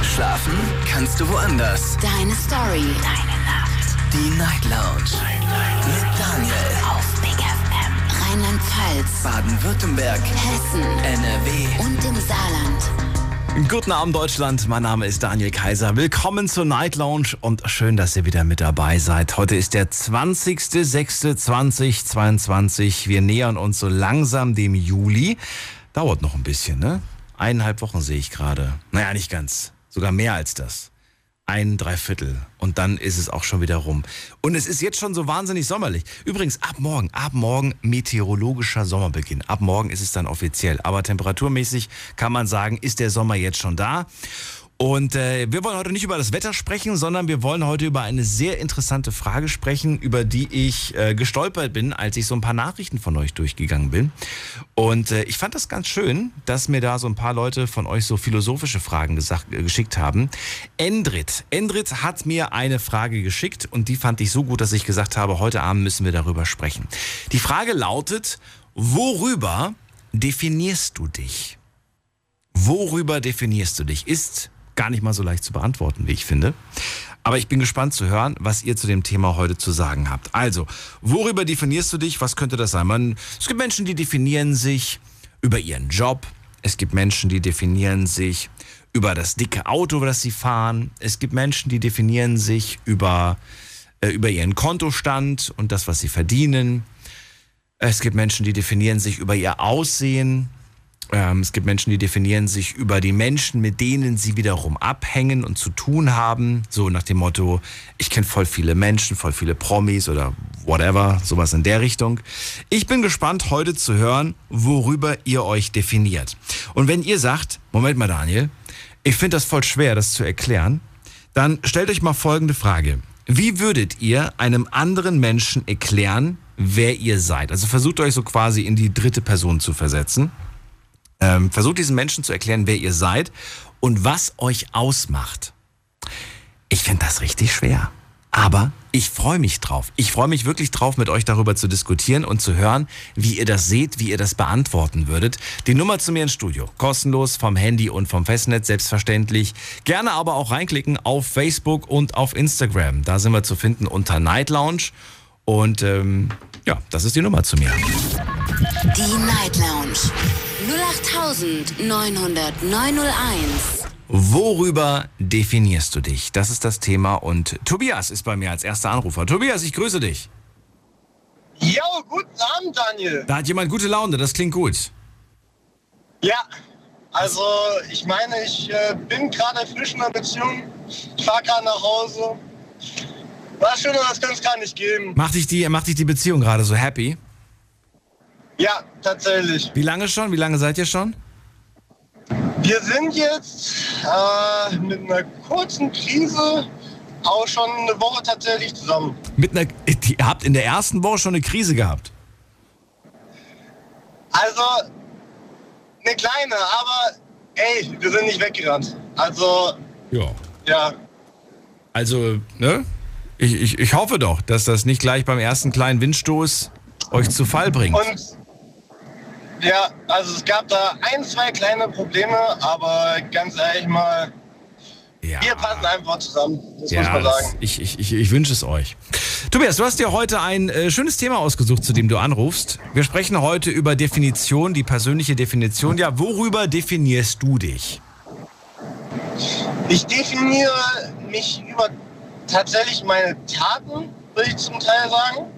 Schlafen kannst du woanders. Deine Story. Deine Nacht. Die Night Lounge. Mit Daniel. Auf Big FM. Rheinland-Pfalz. Baden-Württemberg. Hessen. NRW. Und im Saarland. Guten Abend, Deutschland. Mein Name ist Daniel Kaiser. Willkommen zur Night Lounge und schön, dass ihr wieder mit dabei seid. Heute ist der 20.06.2022. Wir nähern uns so langsam dem Juli. Dauert noch ein bisschen, ne? 1,5 Wochen sehe ich gerade. Naja, nicht ganz. Sogar mehr als das. 1,75. Und dann ist es auch schon wieder rum. Und es ist jetzt schon so wahnsinnig sommerlich. Übrigens, ab morgen meteorologischer Sommerbeginn. Ab morgen ist es dann offiziell. Aber temperaturmäßig kann man sagen, ist der Sommer jetzt schon da. Und wir wollen heute nicht über das Wetter sprechen, sondern wir wollen heute über eine sehr interessante Frage sprechen, über die ich gestolpert bin, als ich so ein paar Nachrichten von euch durchgegangen bin. Und ich fand das ganz schön, dass mir da so ein paar Leute von euch so philosophische Fragen geschickt haben. Endrit hat mir eine Frage geschickt und die fand ich so gut, dass ich gesagt habe, heute Abend müssen wir darüber sprechen. Die Frage lautet, worüber definierst du dich? Worüber definierst du dich? Ist gar nicht mal so leicht zu beantworten, wie ich finde. Aber ich bin gespannt zu hören, was ihr zu dem Thema heute zu sagen habt. Also, worüber definierst du dich? Was könnte das sein? Es gibt Menschen, die definieren sich über ihren Job. Es gibt Menschen, die definieren sich über das dicke Auto, das sie fahren. Es gibt Menschen, die definieren sich über ihren Kontostand und das, was sie verdienen. Es gibt Menschen, die definieren sich über ihr Aussehen. Es gibt Menschen, die definieren sich über die Menschen, mit denen sie wiederum abhängen und zu tun haben. So nach dem Motto, ich kenne voll viele Menschen, voll viele Promis oder whatever, sowas in der Richtung. Ich bin gespannt, heute zu hören, worüber ihr euch definiert. Und wenn ihr sagt, Moment mal Daniel, ich finde das voll schwer, das zu erklären, dann stellt euch mal folgende Frage. Wie würdet ihr einem anderen Menschen erklären, wer ihr seid? Also versucht euch so quasi in die dritte Person zu versetzen. Versucht diesen Menschen zu erklären, wer ihr seid und was euch ausmacht. Ich finde das richtig schwer. Aber ich freue mich drauf. Ich freue mich wirklich drauf, mit euch darüber zu diskutieren und zu hören, wie ihr das seht, wie ihr das beantworten würdet. Die Nummer zu mir ins Studio. Kostenlos vom Handy und vom Festnetz, selbstverständlich. Gerne aber auch reinklicken auf Facebook und auf Instagram. Da sind wir zu finden unter Night Lounge. Und ja, das ist die Nummer zu mir. Die Night Lounge. 08901. Worüber definierst du dich? Das ist das Thema und Tobias ist bei mir als erster Anrufer. Tobias, ich grüße dich. Jo, guten Abend, Daniel. Da hat jemand gute Laune, das klingt gut. Ja, also ich meine, ich bin gerade frisch in einer Beziehung. Ich fahre gerade nach Hause. War schön, das kann es gar nicht geben. Macht dich die Beziehung gerade so happy? Ja, tatsächlich. Wie lange schon? Wie lange seid ihr schon? Wir sind jetzt mit einer kurzen Krise auch schon eine Woche tatsächlich zusammen. Ihr habt in der ersten Woche schon eine Krise gehabt? Also, eine kleine, aber ey, wir sind nicht weggerannt. Also, ja. Also, ne? Ich hoffe doch, dass das nicht gleich beim ersten kleinen Windstoß euch zu Fall bringt. Und ja, also es gab da 1, 2 kleine Probleme, aber ganz ehrlich mal, ja. Wir passen einfach zusammen, das muss man sagen. Ich wünsche es euch. Tobias, du hast dir heute ein schönes Thema ausgesucht, zu dem du anrufst. Wir sprechen heute über Definition, die persönliche Definition. Ja, worüber definierst du dich? Ich definiere mich über tatsächlich meine Taten, würde ich zum Teil sagen.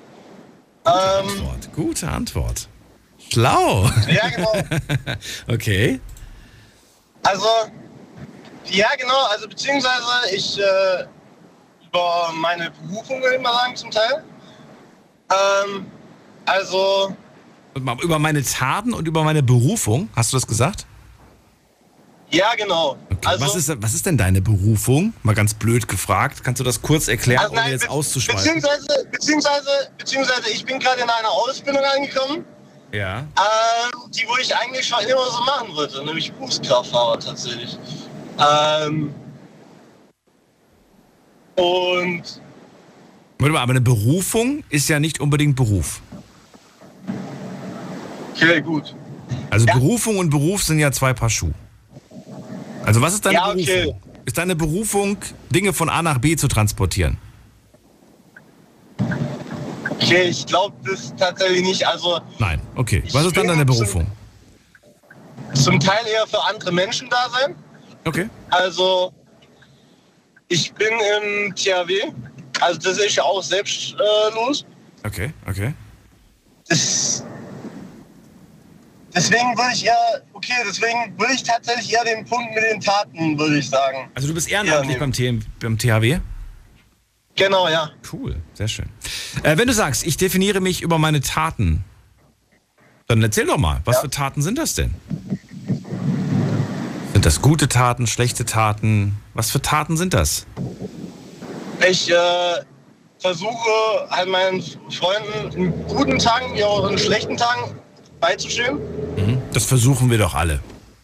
Gute Antwort. Schlau. Ja, genau. Okay. Also, ja, genau, also beziehungsweise ich über meine Berufung, würde ich mal sagen, zum Teil. Also... Über meine Taten und über meine Berufung, hast du das gesagt? Ja, genau. Okay. Also, was ist denn deine Berufung? Mal ganz blöd gefragt. Kannst du das kurz erklären, also nein, ohne jetzt auszuschweifen? Beziehungsweise, ich bin gerade in einer Ausbildung angekommen. Ja. Die, wo ich eigentlich schon immer so machen wollte, nämlich Berufskraftfahrer tatsächlich. Und... Warte mal, aber eine Berufung ist ja nicht unbedingt Beruf. Okay, gut. Also ja. Berufung und Beruf sind ja zwei Paar Schuhe. Also was ist deine Ja, okay. Berufung? Ist deine Berufung, Dinge von A nach B zu transportieren? Okay, ich glaube das tatsächlich nicht. Also Nein, okay. Was ist dann deine Berufung? zum Teil eher für andere Menschen da sein. Okay. Also ich bin im THW, also das ist ja auch selbstlos. Okay. Deswegen würde ich tatsächlich eher den Punkt mit den Taten, würde ich sagen. Also du bist ehrenamtlich Ja, beim THW? Genau, ja. Cool, sehr schön. Wenn du sagst, ich definiere mich über meine Taten, dann erzähl doch mal, was für Taten sind das denn? Sind das gute Taten, schlechte Taten? Was für Taten sind das? Ich versuche halt meinen Freunden in guten Tagen, wie auch in schlechten Tagen beizustehen. Das versuchen wir doch alle.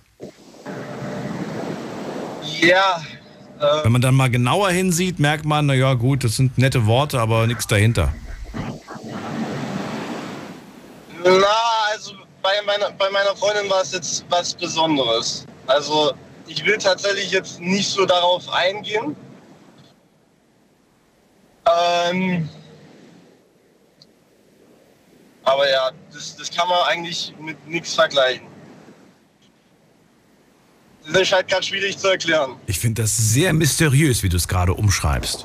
Ja, Wenn man dann mal genauer hinsieht, merkt man, naja gut, das sind nette Worte, aber nichts dahinter. also bei meiner Freundin war es jetzt was Besonderes. Also ich will tatsächlich jetzt nicht so darauf eingehen. Aber ja, das kann man eigentlich mit nichts vergleichen. Das ist halt ganz schwierig zu erklären. Ich finde das sehr mysteriös, wie du es gerade umschreibst.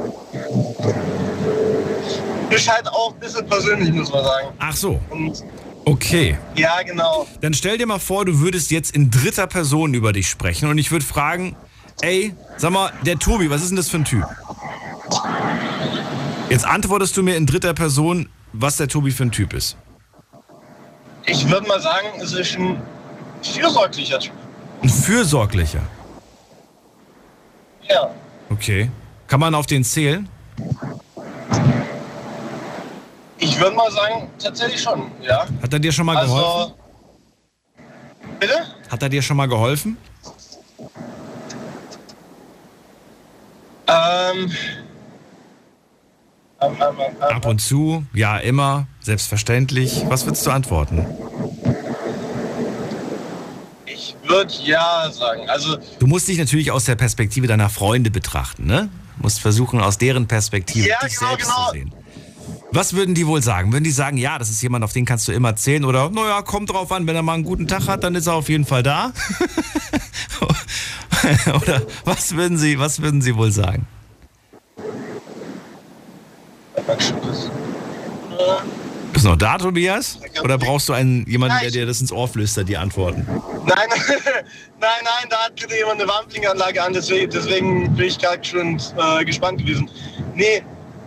Ist halt auch ein bisschen persönlich, muss man sagen. Ach so, Und okay. ja, genau. Dann stell dir mal vor, du würdest jetzt in dritter Person über dich sprechen und ich würde fragen, ey, sag mal, der Tobi, was ist denn das für ein Typ? Jetzt antwortest du mir in dritter Person, was der Tobi für ein Typ ist. Ich würde mal sagen, es ist ein fürsorglicher Typ. Ein fürsorglicher. Ja. Okay. Kann man auf den zählen? Ich würde mal sagen, tatsächlich schon, ja. Hat er dir schon mal geholfen? Bitte? Hat er dir schon mal geholfen? Ab und zu, ja, immer, selbstverständlich. Was würdest du antworten? Ich würde ja sagen. Also, Du musst dich natürlich aus der Perspektive deiner Freunde betrachten, ne? Du musst versuchen, aus deren Perspektive Ja, dich genau, selbst genau. zu sehen. Was würden die wohl sagen? Würden die sagen, ja, das ist jemand, auf den kannst du immer zählen? Oder, naja, kommt drauf an, wenn er mal einen guten Tag hat, dann ist er auf jeden Fall da? Oder was würden sie wohl sagen? Bist du noch da, Tobias? Oder brauchst du jemanden, der dir das ins Ohr flüstert, die Antworten? nein, da hat gerade jemand eine Warmklinganlage an, deswegen bin ich gerade schon gespannt gewesen. Nee,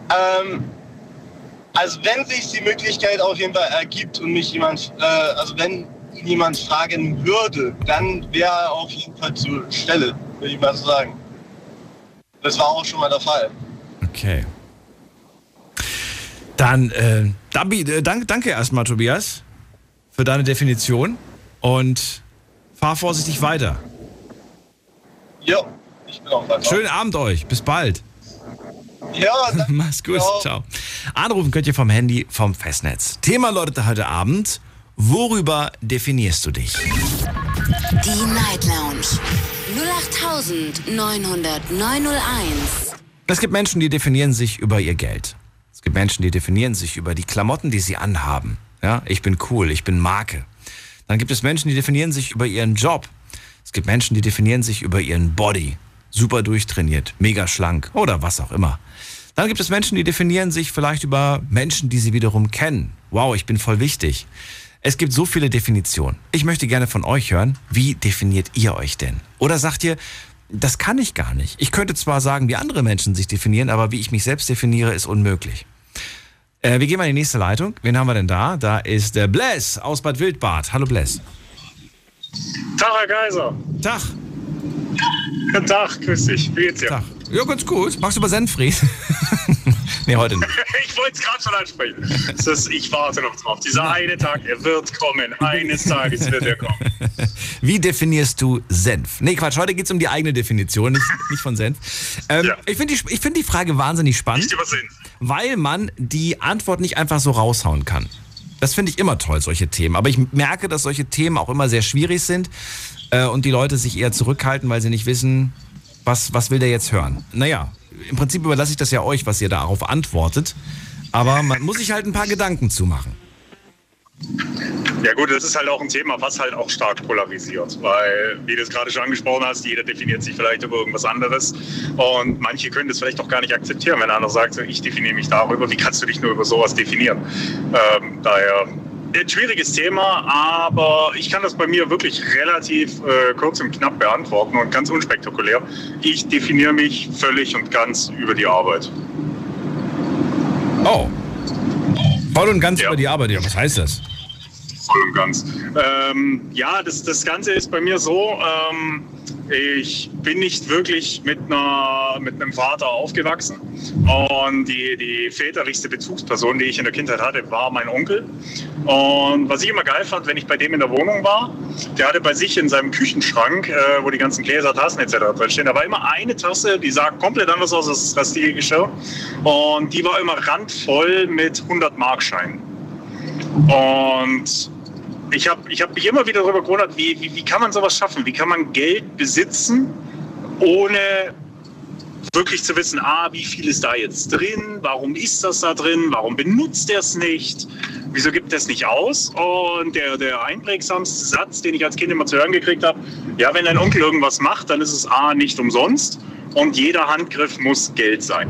also wenn sich die Möglichkeit auf jeden Fall ergibt und mich jemand, wenn ihn jemand fragen würde, dann wäre er auf jeden Fall zur Stelle, würde ich mal so sagen. Das war auch schon mal der Fall. Okay. Dann danke erstmal, Tobias, für deine Definition und fahr vorsichtig weiter. Ja, ich bin auch weiter. Schönen Abend euch, bis bald. Ja, Mach's gut, ciao. Anrufen könnt ihr vom Handy, vom Festnetz. Thema, Leute, heute Abend, worüber definierst du dich? Die Night Lounge 08900901. Es gibt Menschen, die definieren sich über ihr Geld. Es gibt Menschen, die definieren sich über die Klamotten, die sie anhaben. Ja, ich bin cool, ich bin Marke. Dann gibt es Menschen, die definieren sich über ihren Job. Es gibt Menschen, die definieren sich über ihren Body. Super durchtrainiert, mega schlank oder was auch immer. Dann gibt es Menschen, die definieren sich vielleicht über Menschen, die sie wiederum kennen. Wow, ich bin voll wichtig. Es gibt so viele Definitionen. Ich möchte gerne von euch hören, wie definiert ihr euch denn? Oder sagt ihr, das kann ich gar nicht. Ich könnte zwar sagen, wie andere Menschen sich definieren, aber wie ich mich selbst definiere, ist unmöglich. Wir gehen mal in die nächste Leitung. Wen haben wir denn da? Da ist der Bless aus Bad Wildbad. Hallo Bless. Tag, Herr Kaiser. Tag. Guten Tag, grüß dich. Wie geht's dir? Tag. Ja, ganz gut. Magst du über Senfried? Nee, heute nicht. Ich wollte es gerade schon ansprechen. Ich warte noch drauf. Dieser eine Tag, er wird kommen. Eines Tages wird er kommen. Wie definierst du Senf? Nee, Quatsch, heute geht es um die eigene Definition, nicht von Senf. Ja. Ich find die Frage wahnsinnig spannend, Nicht über Senf. weil man die Antwort nicht einfach so raushauen kann. Das finde ich immer toll, solche Themen. Aber ich merke, dass solche Themen auch immer sehr schwierig sind, und die Leute sich eher zurückhalten, weil sie nicht wissen, was will der jetzt hören. Naja, im Prinzip überlasse ich das ja euch, was ihr darauf antwortet, aber man muss sich halt ein paar Gedanken zumachen. Ja gut, das ist halt auch ein Thema, was halt auch stark polarisiert, weil, wie du es gerade schon angesprochen hast, jeder definiert sich vielleicht über irgendwas anderes und manche können das vielleicht auch gar nicht akzeptieren, wenn einer sagt, so, ich definiere mich darüber, wie kannst du dich nur über sowas definieren? Daher ein schwieriges Thema, aber ich kann das bei mir wirklich relativ kurz und knapp beantworten und ganz unspektakulär. Ich definiere mich völlig und ganz über die Arbeit. Oh. Voll und ganz über die Arbeit, ja, was heißt das? Voll und ganz. Ja, das Ganze ist bei mir so, ich bin nicht wirklich mit einem Vater aufgewachsen und die väterlichste Bezugsperson, die ich in der Kindheit hatte, war mein Onkel. Und was ich immer geil fand, wenn ich bei dem in der Wohnung war, der hatte bei sich in seinem Küchenschrank, wo die ganzen Gläser, Tassen etc. drin stehen, da war immer eine Tasse, die sah komplett anders aus als das restliche Geschirr und die war immer randvoll mit 100-Mark-Scheinen. Und ich hab mich immer wieder darüber gewundert, wie kann man sowas schaffen? Wie kann man Geld besitzen, ohne wirklich zu wissen, wie viel ist da jetzt drin? Warum ist das da drin? Warum benutzt er es nicht? Wieso gibt er es nicht aus? Und der einprägsamste Satz, den ich als Kind immer zu hören gekriegt habe, ja, wenn dein Onkel irgendwas macht, dann ist es nicht umsonst und jeder Handgriff muss Geld sein.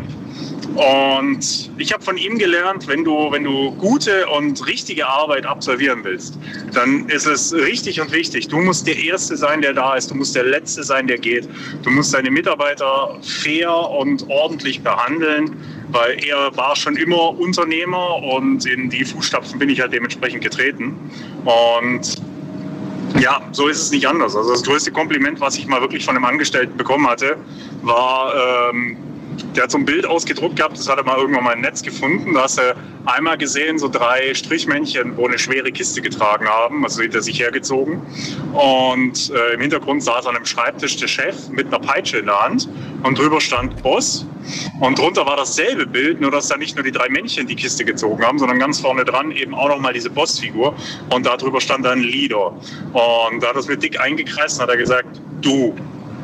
Und ich habe von ihm gelernt, wenn du gute und richtige Arbeit absolvieren willst, dann ist es richtig und wichtig. Du musst der Erste sein, der da ist. Du musst der Letzte sein, der geht. Du musst deine Mitarbeiter fair und ordentlich behandeln, weil er war schon immer Unternehmer und in die Fußstapfen bin ich halt dementsprechend getreten. Und ja, so ist es nicht anders. Also das größte Kompliment, was ich mal wirklich von einem Angestellten bekommen hatte, war... Der hat so ein Bild ausgedruckt gehabt, das hat er mal irgendwann mal im Netz gefunden. Da hast du einmal gesehen, so 3 Strichmännchen, wo eine schwere Kiste getragen haben, also hinter sich hergezogen. Und im Hintergrund saß an einem Schreibtisch der Chef mit einer Peitsche in der Hand und drüber stand Boss. Und drunter war dasselbe Bild, nur dass da nicht nur die 3 Männchen die Kiste gezogen haben, sondern ganz vorne dran eben auch nochmal diese Bossfigur. Und da drüber stand dann Leader. Und da hat er es mir dick eingekreist und hat er gesagt, du.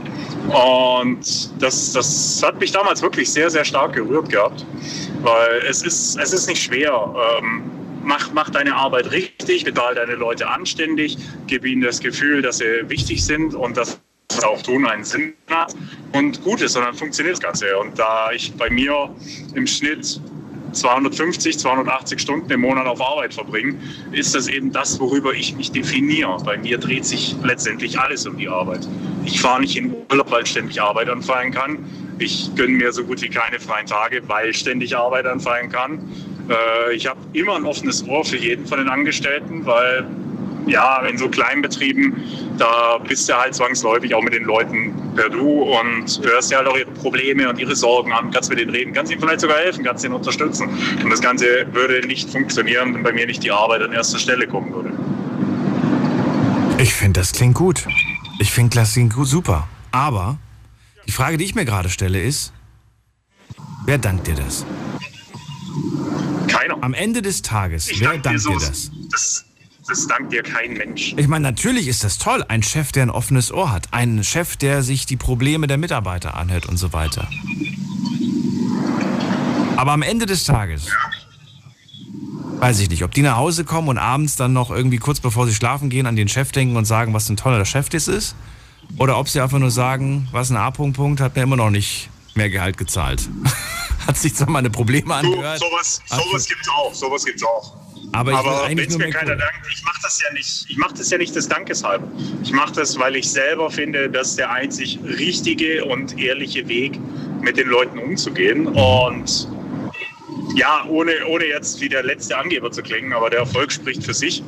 Und das hat mich damals wirklich sehr, sehr stark gerührt gehabt, weil es ist nicht schwer. Mach deine Arbeit richtig, bezahl deine Leute anständig, gib ihnen das Gefühl, dass sie wichtig sind und dass das auch tun einen Sinn hat und gut ist, und dann funktioniert das Ganze. Und da ich bei mir im Schnitt 250, 280 Stunden im Monat auf Arbeit verbringe, ist das eben das, worüber ich mich definiere. Bei mir dreht sich letztendlich alles um die Arbeit. Ich fahre nicht in Urlaub, weil ständig Arbeit anfallen kann. Ich gönne mir so gut wie keine freien Tage, weil ständig Arbeit anfallen kann. Ich habe immer ein offenes Ohr für jeden von den Angestellten, weil ja, in so kleinen Betrieben, da bist du halt zwangsläufig auch mit den Leuten per Du und hörst ja halt auch ihre Probleme und ihre Sorgen an, kannst mit denen reden, kannst ihnen vielleicht sogar helfen, kannst ihnen unterstützen. Und das Ganze würde nicht funktionieren, wenn bei mir nicht die Arbeit an erster Stelle kommen würde. Ich finde, das klingt gut. Ich finde, das klingt gut, super. Aber die Frage, die ich mir gerade stelle, ist, wer dankt dir das? Keiner. Am Ende des Tages, wer dankt dir das? Das dankt dir kein Mensch. Ich meine, natürlich ist das toll, ein Chef, der ein offenes Ohr hat, ein Chef, der sich die Probleme der Mitarbeiter anhört und so weiter. Aber am Ende des Tages, weiß ich nicht, ob die nach Hause kommen und abends dann noch irgendwie kurz bevor sie schlafen gehen an den Chef denken und sagen, was ein toller Chef das ist, oder ob sie einfach nur sagen, was ein A-Punkt, hat mir immer noch nicht mehr Gehalt gezahlt. Hat sich zwar meine Probleme angehört. Sowas gibt's auch. Aber wenn es mir keiner dankt, ich mache das ja nicht des Dankes halber. Ich mache das, weil ich selber finde, das ist der einzig richtige und ehrliche Weg, mit den Leuten umzugehen. Und ja, ohne jetzt wie der letzte Angeber zu klingen, aber der Erfolg spricht für sich.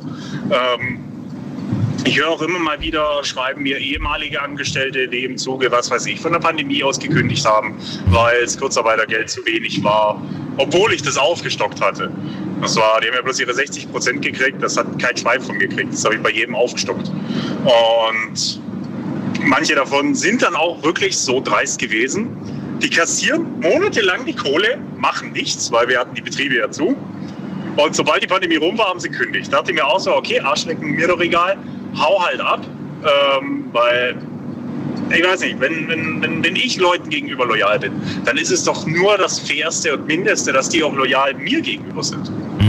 Ich höre auch immer mal wieder, schreiben mir ehemalige Angestellte, die im Zuge, was weiß ich, von der Pandemie aus gekündigt haben, weil das Kurzarbeitergeld zu wenig war, obwohl ich das aufgestockt hatte. Die haben ja bloß ihre 60% gekriegt, das hat kein Schwein von gekriegt, das habe ich bei jedem aufgestockt. Und manche davon sind dann auch wirklich so dreist gewesen, die kassieren monatelang die Kohle, machen nichts, weil wir hatten die Betriebe ja zu. Und sobald die Pandemie rum war, haben sie gekündigt. Da dachte ich mir auch so, okay, Arschlecken, mir doch egal, hau halt ab. weil ich weiß nicht, wenn ich Leuten gegenüber loyal bin, dann ist es doch nur das Fairste und Mindeste, dass die auch loyal mir gegenüber sind.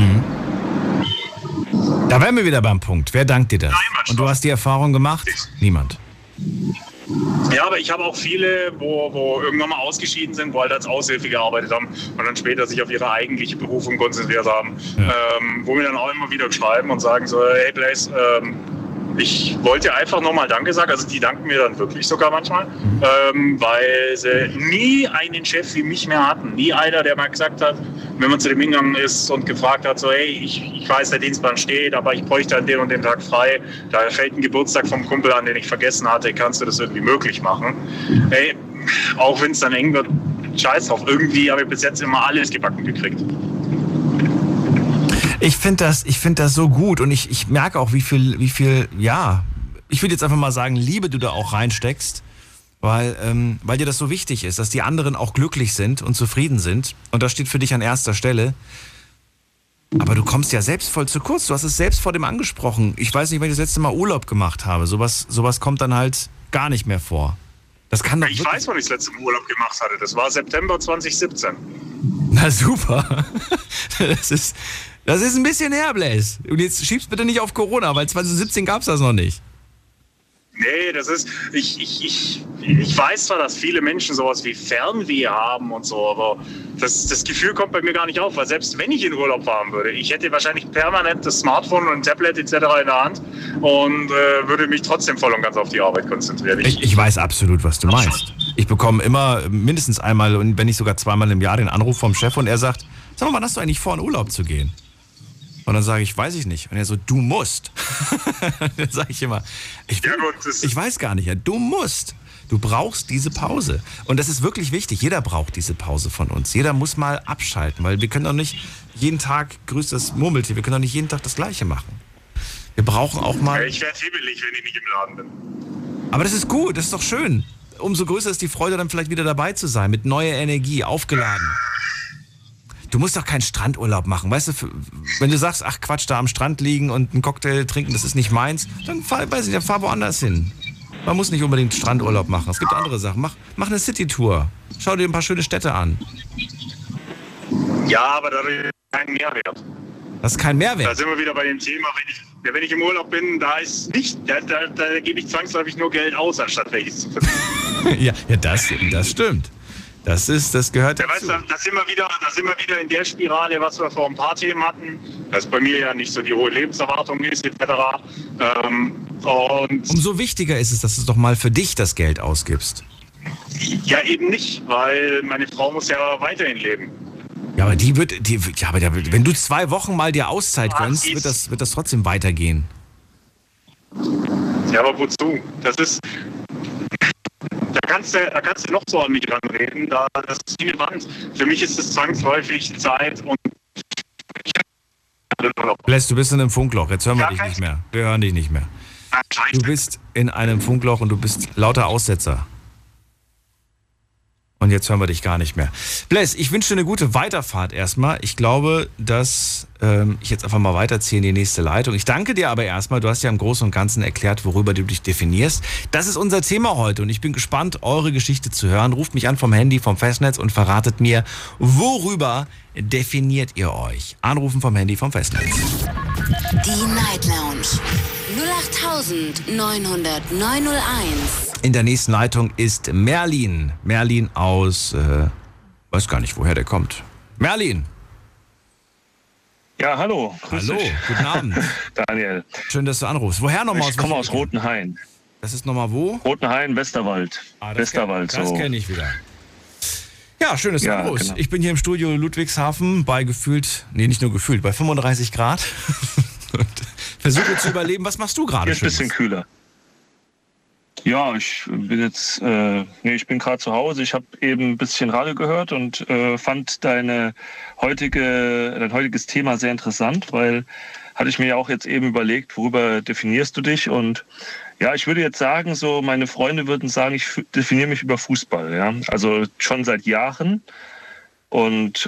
Da wären wir wieder beim Punkt. Wer dankt dir das? Und du hast die Erfahrung gemacht? Niemand. Ja, aber ich habe auch viele, wo irgendwann mal ausgeschieden sind, wo halt als Aushilfe gearbeitet haben und dann später sich auf ihre eigentliche Berufung konzentriert haben, wo mir dann auch immer wieder schreiben und sagen so, hey Blaze, ich wollte einfach nochmal Danke sagen, also die danken mir dann wirklich sogar manchmal, weil sie nie einen Chef wie mich mehr hatten. Nie einer, der mal gesagt hat, wenn man zu dem hingegangen ist und gefragt hat, so hey, ich weiß, der Dienstplan steht, aber ich bräuchte an dem und dem Tag frei, da fällt ein Geburtstag vom Kumpel an, den ich vergessen hatte, kannst du das irgendwie möglich machen? Hey, auch wenn es dann eng wird, scheiß drauf, irgendwie habe ich bis jetzt immer alles gebacken gekriegt. Ich finde das so gut und ich merke auch, wie viel, ja, ich würde jetzt einfach mal sagen, Liebe du da auch reinsteckst, weil dir das so wichtig ist, dass die anderen auch glücklich sind und zufrieden sind und das steht für dich an erster Stelle. Aber du kommst ja selbst voll zu kurz, du hast es selbst vor dem angesprochen. Ich weiß nicht, wenn ich das letzte Mal Urlaub gemacht habe, sowas kommt dann halt gar nicht mehr vor. Das kann doch ich weiß, wann ich das letzte Mal Urlaub gemacht hatte, das war September 2017. Na super, das ist ein bisschen her, Blaze. Und jetzt schieb's bitte nicht auf Corona, weil 2017 gab's das noch nicht. Nee, das ist, ich weiß zwar, dass viele Menschen sowas wie Fernweh haben und so, aber das Gefühl kommt bei mir gar nicht auf, weil selbst wenn ich in Urlaub fahren würde, ich hätte wahrscheinlich permanent das Smartphone und ein Tablet etc. in der Hand und würde mich trotzdem voll und ganz auf die Arbeit konzentrieren. Ich weiß absolut, was du meinst. Ich bekomme immer mindestens einmal und wenn nicht sogar zweimal im Jahr den Anruf vom Chef und er sagt, sag mal, wann hast du eigentlich vor, in Urlaub zu gehen? Und dann sage ich, weiß ich nicht. Und er so, du musst. Dann sage ich immer, ich weiß gar nicht. Ja, du musst. Du brauchst diese Pause. Und das ist wirklich wichtig. Jeder braucht diese Pause von uns. Jeder muss mal abschalten, weil wir können doch nicht jeden Tag, grüßt das Murmeltier, wir können doch nicht jeden Tag das Gleiche machen. Wir brauchen auch mal... Ich werde hibbelig, wenn ich nicht im Laden bin. Aber das ist gut, das ist doch schön. Umso größer ist die Freude, dann vielleicht wieder dabei zu sein, mit neuer Energie, aufgeladen. Du musst doch keinen Strandurlaub machen, weißt du, wenn du sagst, ach Quatsch, da am Strand liegen und einen Cocktail trinken, das ist nicht meins, dann fahr woanders hin. Man muss nicht unbedingt Strandurlaub machen, es gibt andere Sachen. Mach eine City-Tour, schau dir ein paar schöne Städte an. Ja, aber da ist kein Mehrwert. Das ist kein Mehrwert? Da sind wir wieder bei dem Thema, wenn ich im Urlaub bin, da gebe ich zwangsläufig nur Geld aus, anstatt welches zu verdienen. ja, das stimmt. Das gehört dazu. Ja, weißt du, da sind wir wieder in der Spirale, was wir vor ein paar Themen hatten, dass bei mir ja nicht so die hohe Lebenserwartung ist, etc. Und umso wichtiger ist es, dass du doch mal für dich das Geld ausgibst. Ja, eben nicht, weil meine Frau muss ja weiterhin leben. Ja, aber wenn du 2 Wochen mal dir Auszeit gönnst, wird das trotzdem weitergehen. Ja, aber wozu? Das ist... Da kannst du noch so an mich ranreden, das ist wie eine Wand. Für mich ist es zwangsläufig Zeit und... Blaze, du bist in einem Funkloch, jetzt hören wir dich nicht mehr. Wir hören dich nicht mehr. Du bist in einem Funkloch und du bist lauter Aussetzer. Und jetzt hören wir dich gar nicht mehr. Blaze, ich wünsche dir eine gute Weiterfahrt erstmal. Ich glaube, dass ich jetzt einfach mal weiterziehe in die nächste Leitung. Ich danke dir aber erstmal. Du hast ja im Großen und Ganzen erklärt, worüber du dich definierst. Das ist unser Thema heute und ich bin gespannt, eure Geschichte zu hören. Ruft mich an vom Handy, vom Festnetz und verratet mir, worüber definiert ihr euch? Anrufen vom Handy, vom Festnetz. Die Night Lounge 08900901. In der nächsten Leitung ist Merlin. Merlin aus, weiß gar nicht, woher der kommt. Merlin. Ja, hallo. Hallo, guten Abend. Daniel. Schön, dass du anrufst. Woher nochmal? Ich komme aus Rotenhain. Das ist nochmal wo? Rotenhain, Westerwald. Westerwald, das kenne ich wieder. Ja, schön, dass du anrufst. Genau. Ich bin hier im Studio Ludwigshafen bei nicht nur gefühlt, bei 35 Grad. Und versuche zu überleben. Was machst du gerade? Ist ein bisschen kühler. Ja, ich bin jetzt, ich bin gerade zu Hause. Ich habe eben ein bisschen Radio gehört und fand dein heutiges Thema sehr interessant, weil hatte ich mir ja auch jetzt eben überlegt, worüber definierst du dich? Und ja, ich würde jetzt sagen, so meine Freunde würden sagen, ich definiere mich über Fußball, ja, also schon seit Jahren und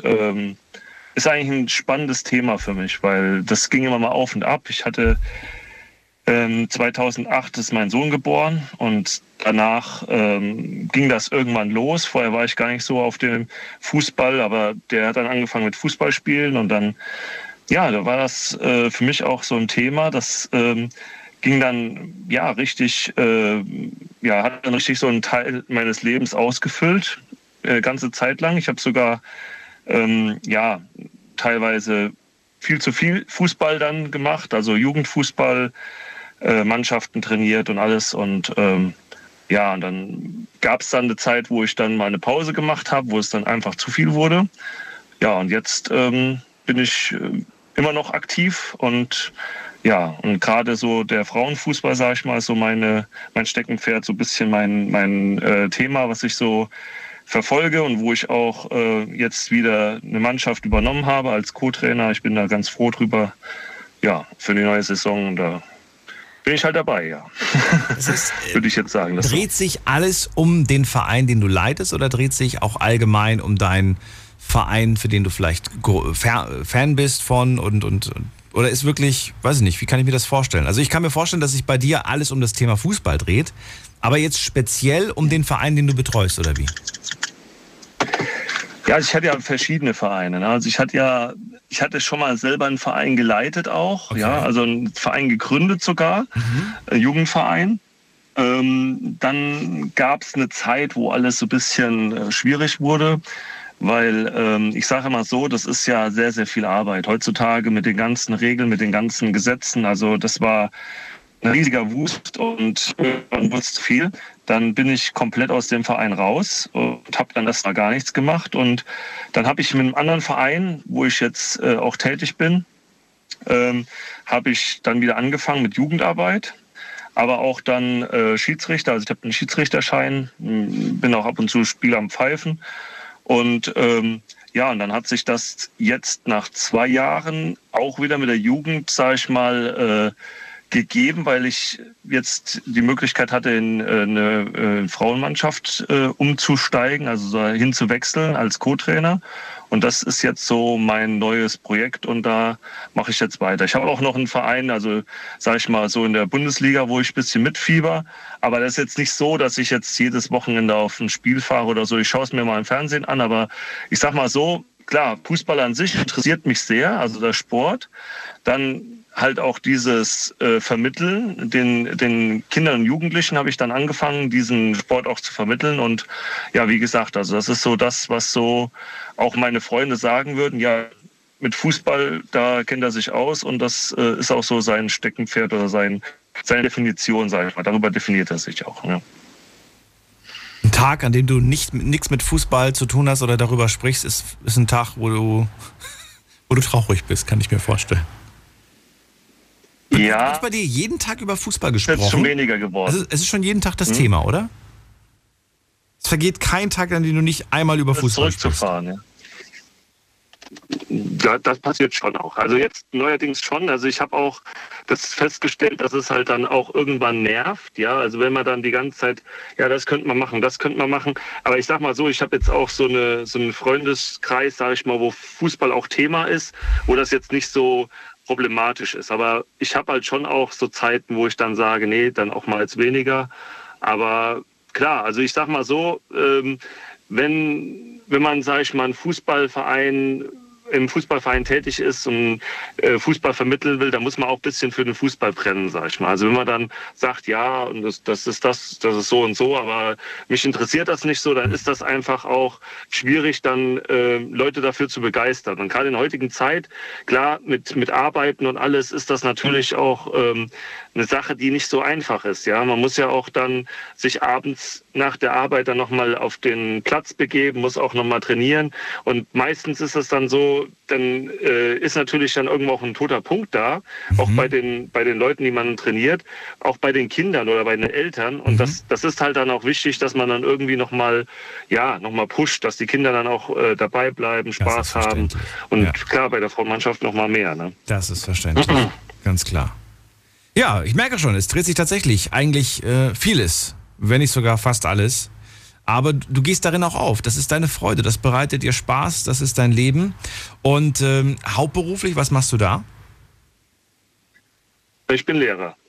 ist eigentlich ein spannendes Thema für mich, weil das ging immer mal auf und ab. Ich hatte 2008 ist mein Sohn geboren und danach ging das irgendwann los. Vorher war ich gar nicht so auf dem Fußball, aber der hat dann angefangen mit Fußballspielen und dann, ja, da war das für mich auch so ein Thema. Das ging dann richtig, hat dann richtig so einen Teil meines Lebens ausgefüllt, ganze Zeit lang. Ich habe sogar teilweise viel zu viel Fußball dann gemacht, also Jugendfußball, Mannschaften trainiert und alles. Und und dann gab es dann eine Zeit, wo ich dann mal eine Pause gemacht habe, wo es dann einfach zu viel wurde. Ja, und jetzt bin ich immer noch aktiv und gerade so der Frauenfußball, sage ich mal, ist so mein Steckenpferd, so ein bisschen mein Thema, was ich so verfolge und wo ich auch jetzt wieder eine Mannschaft übernommen habe als Co-Trainer. Ich bin da ganz froh drüber, für die neue Saison. Und da bin ich halt dabei, ja. Das heißt, würde ich jetzt sagen. Dreht sich alles um den Verein, den du leitest, oder dreht sich auch allgemein um deinen Verein, für den du vielleicht Fan bist von und oder ist wirklich, weiß ich nicht, wie kann ich mir das vorstellen? Also ich kann mir vorstellen, dass sich bei dir alles um das Thema Fußball dreht, aber jetzt speziell um den Verein, den du betreust, oder wie? Ja, ich hatte ja verschiedene Vereine. Ne? Also ich hatte schon mal selber einen Verein geleitet auch, okay. Also einen Verein gegründet sogar, einen Jugendverein. Dann gab es eine Zeit, wo alles so ein bisschen schwierig wurde, weil ich sage immer so, das ist ja sehr, sehr viel Arbeit. Heutzutage mit den ganzen Regeln, mit den ganzen Gesetzen, also das war ein riesiger Wust und wurde zu viel. Dann bin ich komplett aus dem Verein raus und habe dann erstmal gar nichts gemacht. Und dann habe ich mit einem anderen Verein, wo ich jetzt auch tätig bin, habe ich dann wieder angefangen mit Jugendarbeit, aber auch dann Schiedsrichter. Also ich habe einen Schiedsrichterschein, bin auch ab und zu Spieler am Pfeifen. Und und dann hat sich das jetzt nach 2 Jahren auch wieder mit der Jugend, sage ich mal, gegeben, weil ich jetzt die Möglichkeit hatte, in eine Frauenmannschaft umzusteigen, also hinzuwechseln als Co-Trainer. Und das ist jetzt so mein neues Projekt und da mache ich jetzt weiter. Ich habe auch noch einen Verein, also sage ich mal so in der Bundesliga, wo ich ein bisschen mitfieber. Aber das ist jetzt nicht so, dass ich jetzt jedes Wochenende auf ein Spiel fahre oder so. Ich schaue es mir mal im Fernsehen an, aber ich sag mal so, klar, Fußball an sich interessiert mich sehr, also der Sport. Dann halt auch dieses Vermitteln, den Kindern und Jugendlichen habe ich dann angefangen, diesen Sport auch zu vermitteln. Und ja, wie gesagt, also das ist so das, was so auch meine Freunde sagen würden, ja, mit Fußball, da kennt er sich aus und das ist auch so sein Steckenpferd oder seine Definition, sage ich mal. Darüber definiert er sich auch. Ja. Ein Tag, an dem du nichts mit Fußball zu tun hast oder darüber sprichst, ist ein Tag, wo du traurig bist, kann ich mir vorstellen. Ja. Wird bei dir jeden Tag über Fußball gesprochen? Es ist schon weniger geworden. Also es ist schon jeden Tag das Thema, oder? Es vergeht kein Tag, an dem du nicht einmal über Fußball sprichst. Zurückzufahren, ja. Ja, das passiert schon auch. Also jetzt neuerdings schon. Also ich habe auch das festgestellt, dass es halt dann auch irgendwann nervt. Ja, also wenn man dann die ganze Zeit, ja, das könnte man machen, das könnte man machen. Aber ich sag mal so, ich habe jetzt auch so einen Freundeskreis, sage ich mal, wo Fußball auch Thema ist, wo das jetzt nicht so problematisch ist. Aber ich habe halt schon auch so Zeiten, wo ich dann sage, nee, dann auch mal jetzt weniger. Aber klar, also ich sag mal so, wenn man, sage ich mal, im Fußballverein tätig ist und Fußball vermitteln will, dann muss man auch ein bisschen für den Fußball brennen, sag ich mal. Also wenn man dann sagt, ja, und das ist so und so, aber mich interessiert das nicht so, dann ist das einfach auch schwierig, dann Leute dafür zu begeistern. Und gerade in der heutigen Zeit, klar, mit Arbeiten und alles ist das natürlich auch eine Sache, die nicht so einfach ist. Ja, man muss ja auch dann sich abends nach der Arbeit dann nochmal auf den Platz begeben, muss auch nochmal trainieren. Und meistens ist es dann so, dann ist natürlich dann irgendwo auch ein toter Punkt da, auch bei den Leuten, die man trainiert, auch bei den Kindern oder bei den Eltern. Und das ist halt dann auch wichtig, dass man dann irgendwie nochmal pusht, dass die Kinder dann auch dabei bleiben, Spaß haben. Und klar, bei der Frauenmannschaft nochmal mehr. Ne? Das ist verständlich, ganz klar. Ja, ich merke schon, es dreht sich tatsächlich eigentlich vieles, wenn nicht sogar fast alles. Aber du gehst darin auch auf. Das ist deine Freude, das bereitet dir Spaß, das ist dein Leben. Und hauptberuflich, was machst du da? Ich bin Lehrer.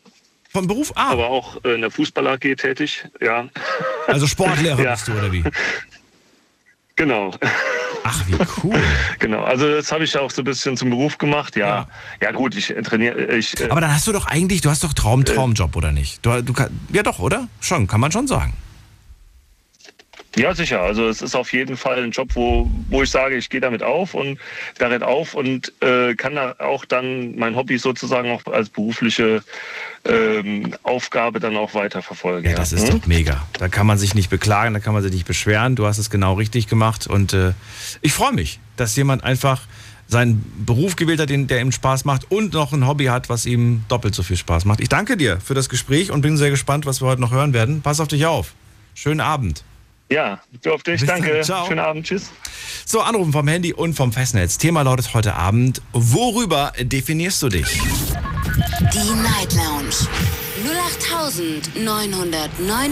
Vom Beruf? Aber auch in der Fußball-AG tätig, ja. Also Sportlehrer Ja. bist du, oder wie? Genau. Ach, wie cool. Genau, also das habe ich auch so ein bisschen zum Beruf gemacht, ja. Ja gut, ich trainiere, Aber dann hast du doch eigentlich, du hast doch Traumjob, oder nicht? Ja doch, oder? Schon, kann man schon sagen. ja, sicher. Also es ist auf jeden Fall ein Job, wo ich sage, ich gehe damit auf und darin auf und kann da auch dann mein Hobby sozusagen auch als berufliche Aufgabe dann auch weiterverfolgen. Ja, das ist doch mega. Da kann man sich nicht beklagen, da kann man sich nicht beschweren. Du hast es genau richtig gemacht und ich freue mich, dass jemand einfach seinen Beruf gewählt hat, der ihm Spaß macht und noch ein Hobby hat, was ihm doppelt so viel Spaß macht. Ich danke dir für das Gespräch und bin sehr gespannt, was wir heute noch hören werden. Pass auf dich auf. Schönen Abend. Ja, du auf dich. Bis dann. Danke. Ciao. Schönen Abend. Tschüss. So, Anrufen vom Handy und vom Festnetz. Thema lautet heute Abend: Worüber definierst du dich? Die Night Lounge 08900901.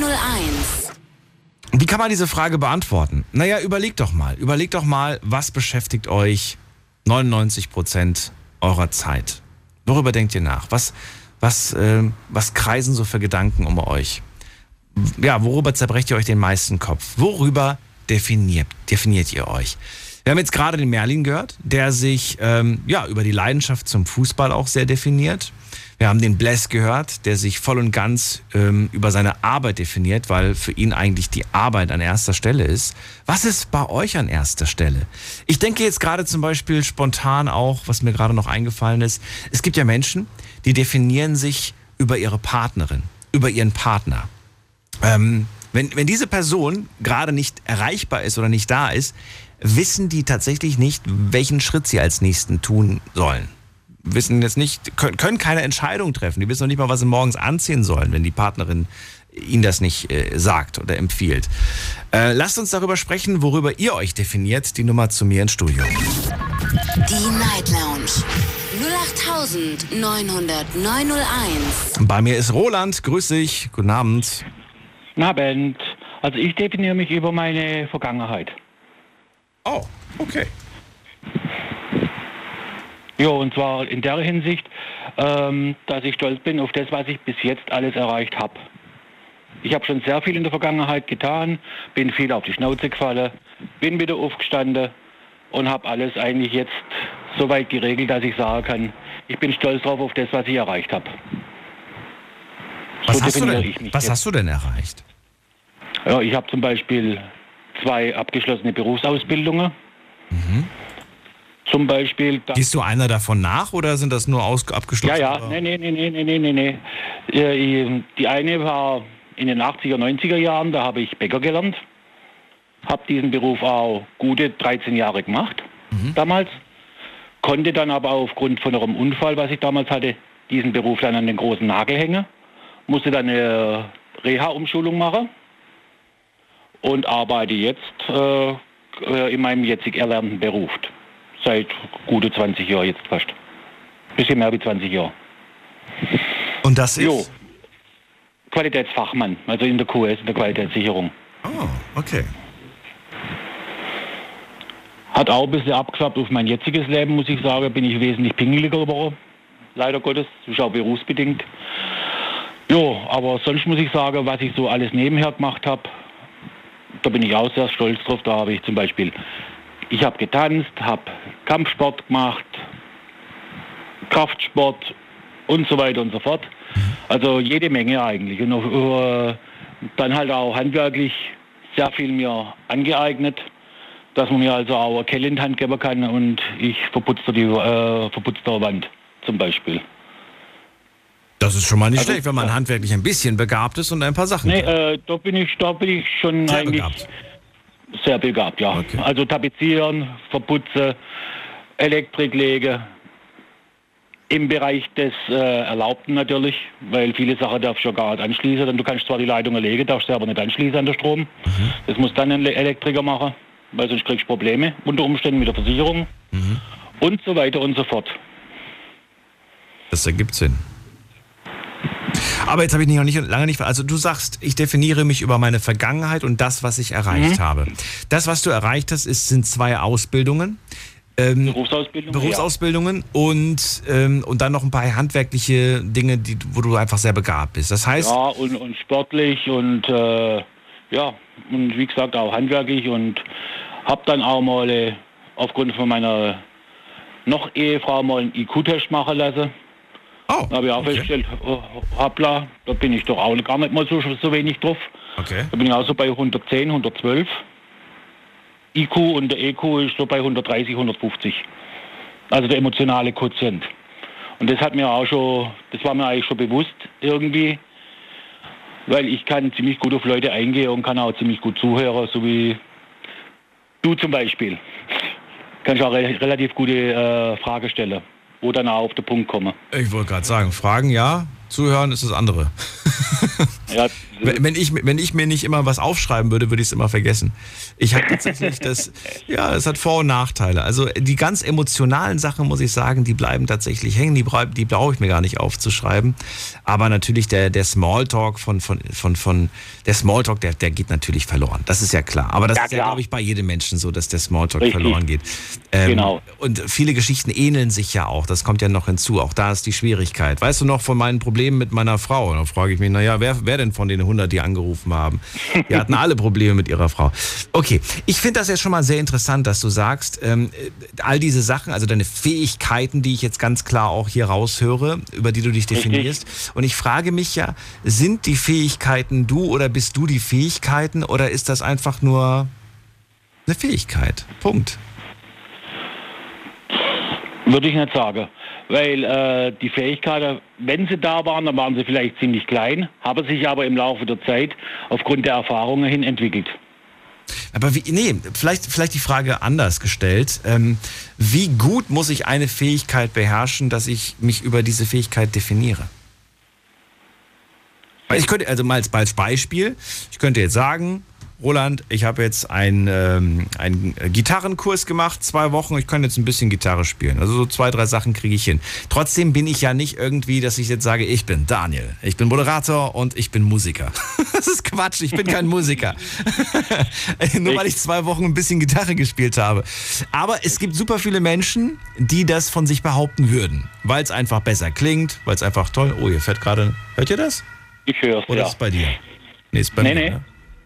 Wie kann man diese Frage beantworten? Naja, überlegt doch mal. Überlegt doch mal, was beschäftigt euch 99% eurer Zeit? Worüber denkt ihr nach? Was kreisen so für Gedanken um euch? Ja, worüber zerbrecht ihr euch den meisten Kopf? Worüber definiert ihr euch? Wir haben jetzt gerade den Merlin gehört, der sich über die Leidenschaft zum Fußball auch sehr definiert. Wir haben den Bless gehört, der sich voll und ganz über seine Arbeit definiert, weil für ihn eigentlich die Arbeit an erster Stelle ist. Was ist bei euch an erster Stelle? Ich denke jetzt gerade zum Beispiel spontan auch, was mir gerade noch eingefallen ist, es gibt ja Menschen, die definieren sich über ihre Partnerin, über ihren Partner. Wenn diese Person gerade nicht erreichbar ist oder nicht da ist, wissen die tatsächlich nicht, welchen Schritt sie als nächsten tun sollen. Wissen jetzt nicht, können keine Entscheidung treffen. Die wissen noch nicht mal, was sie morgens anziehen sollen, wenn die Partnerin ihnen das nicht sagt oder empfiehlt. Lasst uns darüber sprechen, worüber ihr euch definiert. Die Nummer zu mir ins Studio. Die Night Lounge 08900901. Bei mir ist Roland. Grüß dich. Guten Abend. Guten Abend. Also ich definiere mich über meine Vergangenheit. Oh, okay. Ja, und zwar in der Hinsicht, dass ich stolz bin auf das, was ich bis jetzt alles erreicht habe. Ich habe schon sehr viel in der Vergangenheit getan, bin viel auf die Schnauze gefallen, bin wieder aufgestanden und habe alles eigentlich jetzt so weit geregelt, dass ich sagen kann, ich bin stolz drauf auf das, was ich erreicht habe. Was hast du denn erreicht? Ja, ich habe zum Beispiel 2 abgeschlossene Berufsausbildungen. Zum Beispiel. Gehst du einer davon nach oder sind das nur abgeschlossen? Ja. Nee. Die eine war in den 80er, 90er Jahren, da habe ich Bäcker gelernt. Habe diesen Beruf auch gute 13 Jahre gemacht, damals. Konnte dann aber aufgrund von einem Unfall, was ich damals hatte, diesen Beruf dann an den großen Nagel hängen. Musste dann eine Reha-Umschulung machen und arbeite jetzt in meinem jetzig erlernten Beruf. Seit gute 20 Jahren jetzt fast. Bisschen mehr wie 20 Jahre. Und das ist? Jo. Qualitätsfachmann, also in der QS, in der Qualitätssicherung. Oh, okay. Hat auch ein bisschen abgeklappt auf mein jetziges Leben, muss ich sagen. Bin ich wesentlich pingeliger geworden. Leider Gottes. Das ist auch berufsbedingt. Jo, aber sonst muss ich sagen, was ich so alles nebenher gemacht habe, da bin ich auch sehr stolz drauf. Da habe ich zum Beispiel, ich habe getanzt, habe Kampfsport gemacht, Kraftsport und so weiter und so fort. Also jede Menge eigentlich. Und dann halt auch handwerklich sehr viel mir angeeignet, dass man mir also auch eine Kelle in die Hand geben kann und ich verputze die Wand zum Beispiel. Das ist schon mal nicht schlecht, wenn man handwerklich ein bisschen begabt ist und ein paar Sachen kann. Da bin ich schon Sehr eigentlich begabt. sehr begabt, ja. Okay. Also tapezieren, verputzen, Elektrik legen. Im Bereich des Erlaubten natürlich, weil viele Sachen darfst du ja gar nicht anschließen. Denn du kannst zwar die Leitungen legen, darfst sie aber nicht anschließen an den Strom. Das muss dann ein Elektriker machen, weil sonst kriegst du Probleme unter Umständen mit der Versicherung und so weiter und so fort. Das ergibt Sinn. Aber jetzt habe ich lange nicht. Also du sagst, ich definiere mich über meine Vergangenheit und das, was ich erreicht habe. Das, was du erreicht hast, sind 2 Ausbildungen. Berufsausbildungen und dann noch ein paar handwerkliche Dinge, wo du einfach sehr begabt bist. Das heißt... Ja, und sportlich und und wie gesagt auch handwerklich und habe dann auch mal aufgrund von meiner noch Ehefrau mal einen IQ-Test machen lassen. Oh, da habe ich auch festgestellt, hoppla, da bin ich doch auch gar nicht mal so wenig drauf. Okay. Da bin ich auch so bei 110, 112. IQ und der EQ ist so bei 130, 150. Also der emotionale Quotient. Und das war mir eigentlich schon bewusst irgendwie, weil ich kann ziemlich gut auf Leute eingehen und kann auch ziemlich gut zuhören, so wie du zum Beispiel. Kann ich auch relativ gute Fragen stellen, wo dann auch auf den Punkt kommen. Ich wollte gerade sagen, Fragen ja, zuhören ist das andere. Ja, wenn ich mir nicht immer was aufschreiben würde, würde ich es immer vergessen. Ich habe tatsächlich es hat Vor- und Nachteile. Also die ganz emotionalen Sachen, muss ich sagen, die bleiben tatsächlich hängen, die brauche ich mir gar nicht aufzuschreiben. Aber natürlich der Smalltalk der Smalltalk, der geht natürlich verloren. Das ist ja klar. Aber das ist ja, glaube ich, bei jedem Menschen so, dass der Smalltalk verloren geht. Genau. Und viele Geschichten ähneln sich ja auch. Das kommt ja noch hinzu. Auch da ist die Schwierigkeit. Weißt du noch von meinen Problemen mit meiner Frau? Und dann frage ich mich, naja, wer denn von den 100, die angerufen haben? Die hatten alle Probleme mit ihrer Frau. Okay, ich finde das jetzt schon mal sehr interessant, dass du sagst, all diese Sachen, also deine Fähigkeiten, die ich jetzt ganz klar auch hier raushöre, über die du dich definierst. Richtig. Und ich frage mich ja, sind die Fähigkeiten du oder bist du die Fähigkeiten oder ist das einfach nur eine Fähigkeit? Punkt. Würde ich nicht sagen. Weil die Fähigkeiten, wenn sie da waren, dann waren sie vielleicht ziemlich klein, haben sich aber im Laufe der Zeit aufgrund der Erfahrungen hin entwickelt. Aber vielleicht die Frage anders gestellt. Wie gut muss ich eine Fähigkeit beherrschen, dass ich mich über diese Fähigkeit definiere? Weil ich könnte, also mal als Beispiel, ich könnte jetzt sagen, Roland, ich habe jetzt einen Gitarrenkurs gemacht, 2 Wochen, ich kann jetzt ein bisschen Gitarre spielen. Also so 2, 3 Sachen kriege ich hin. Trotzdem bin ich ja nicht irgendwie, dass ich jetzt sage, ich bin Daniel, ich bin Moderator und ich bin Musiker. Das ist Quatsch, ich bin kein Musiker. Nur weil ich 2 Wochen ein bisschen Gitarre gespielt habe. Aber es gibt super viele Menschen, die das von sich behaupten würden, weil es einfach besser klingt, weil es einfach toll... Oh, hier fährt gerade... Hört ihr das? Ich höre es, Oder ist es bei dir? Nee, ist bei mir. Nee. Ne?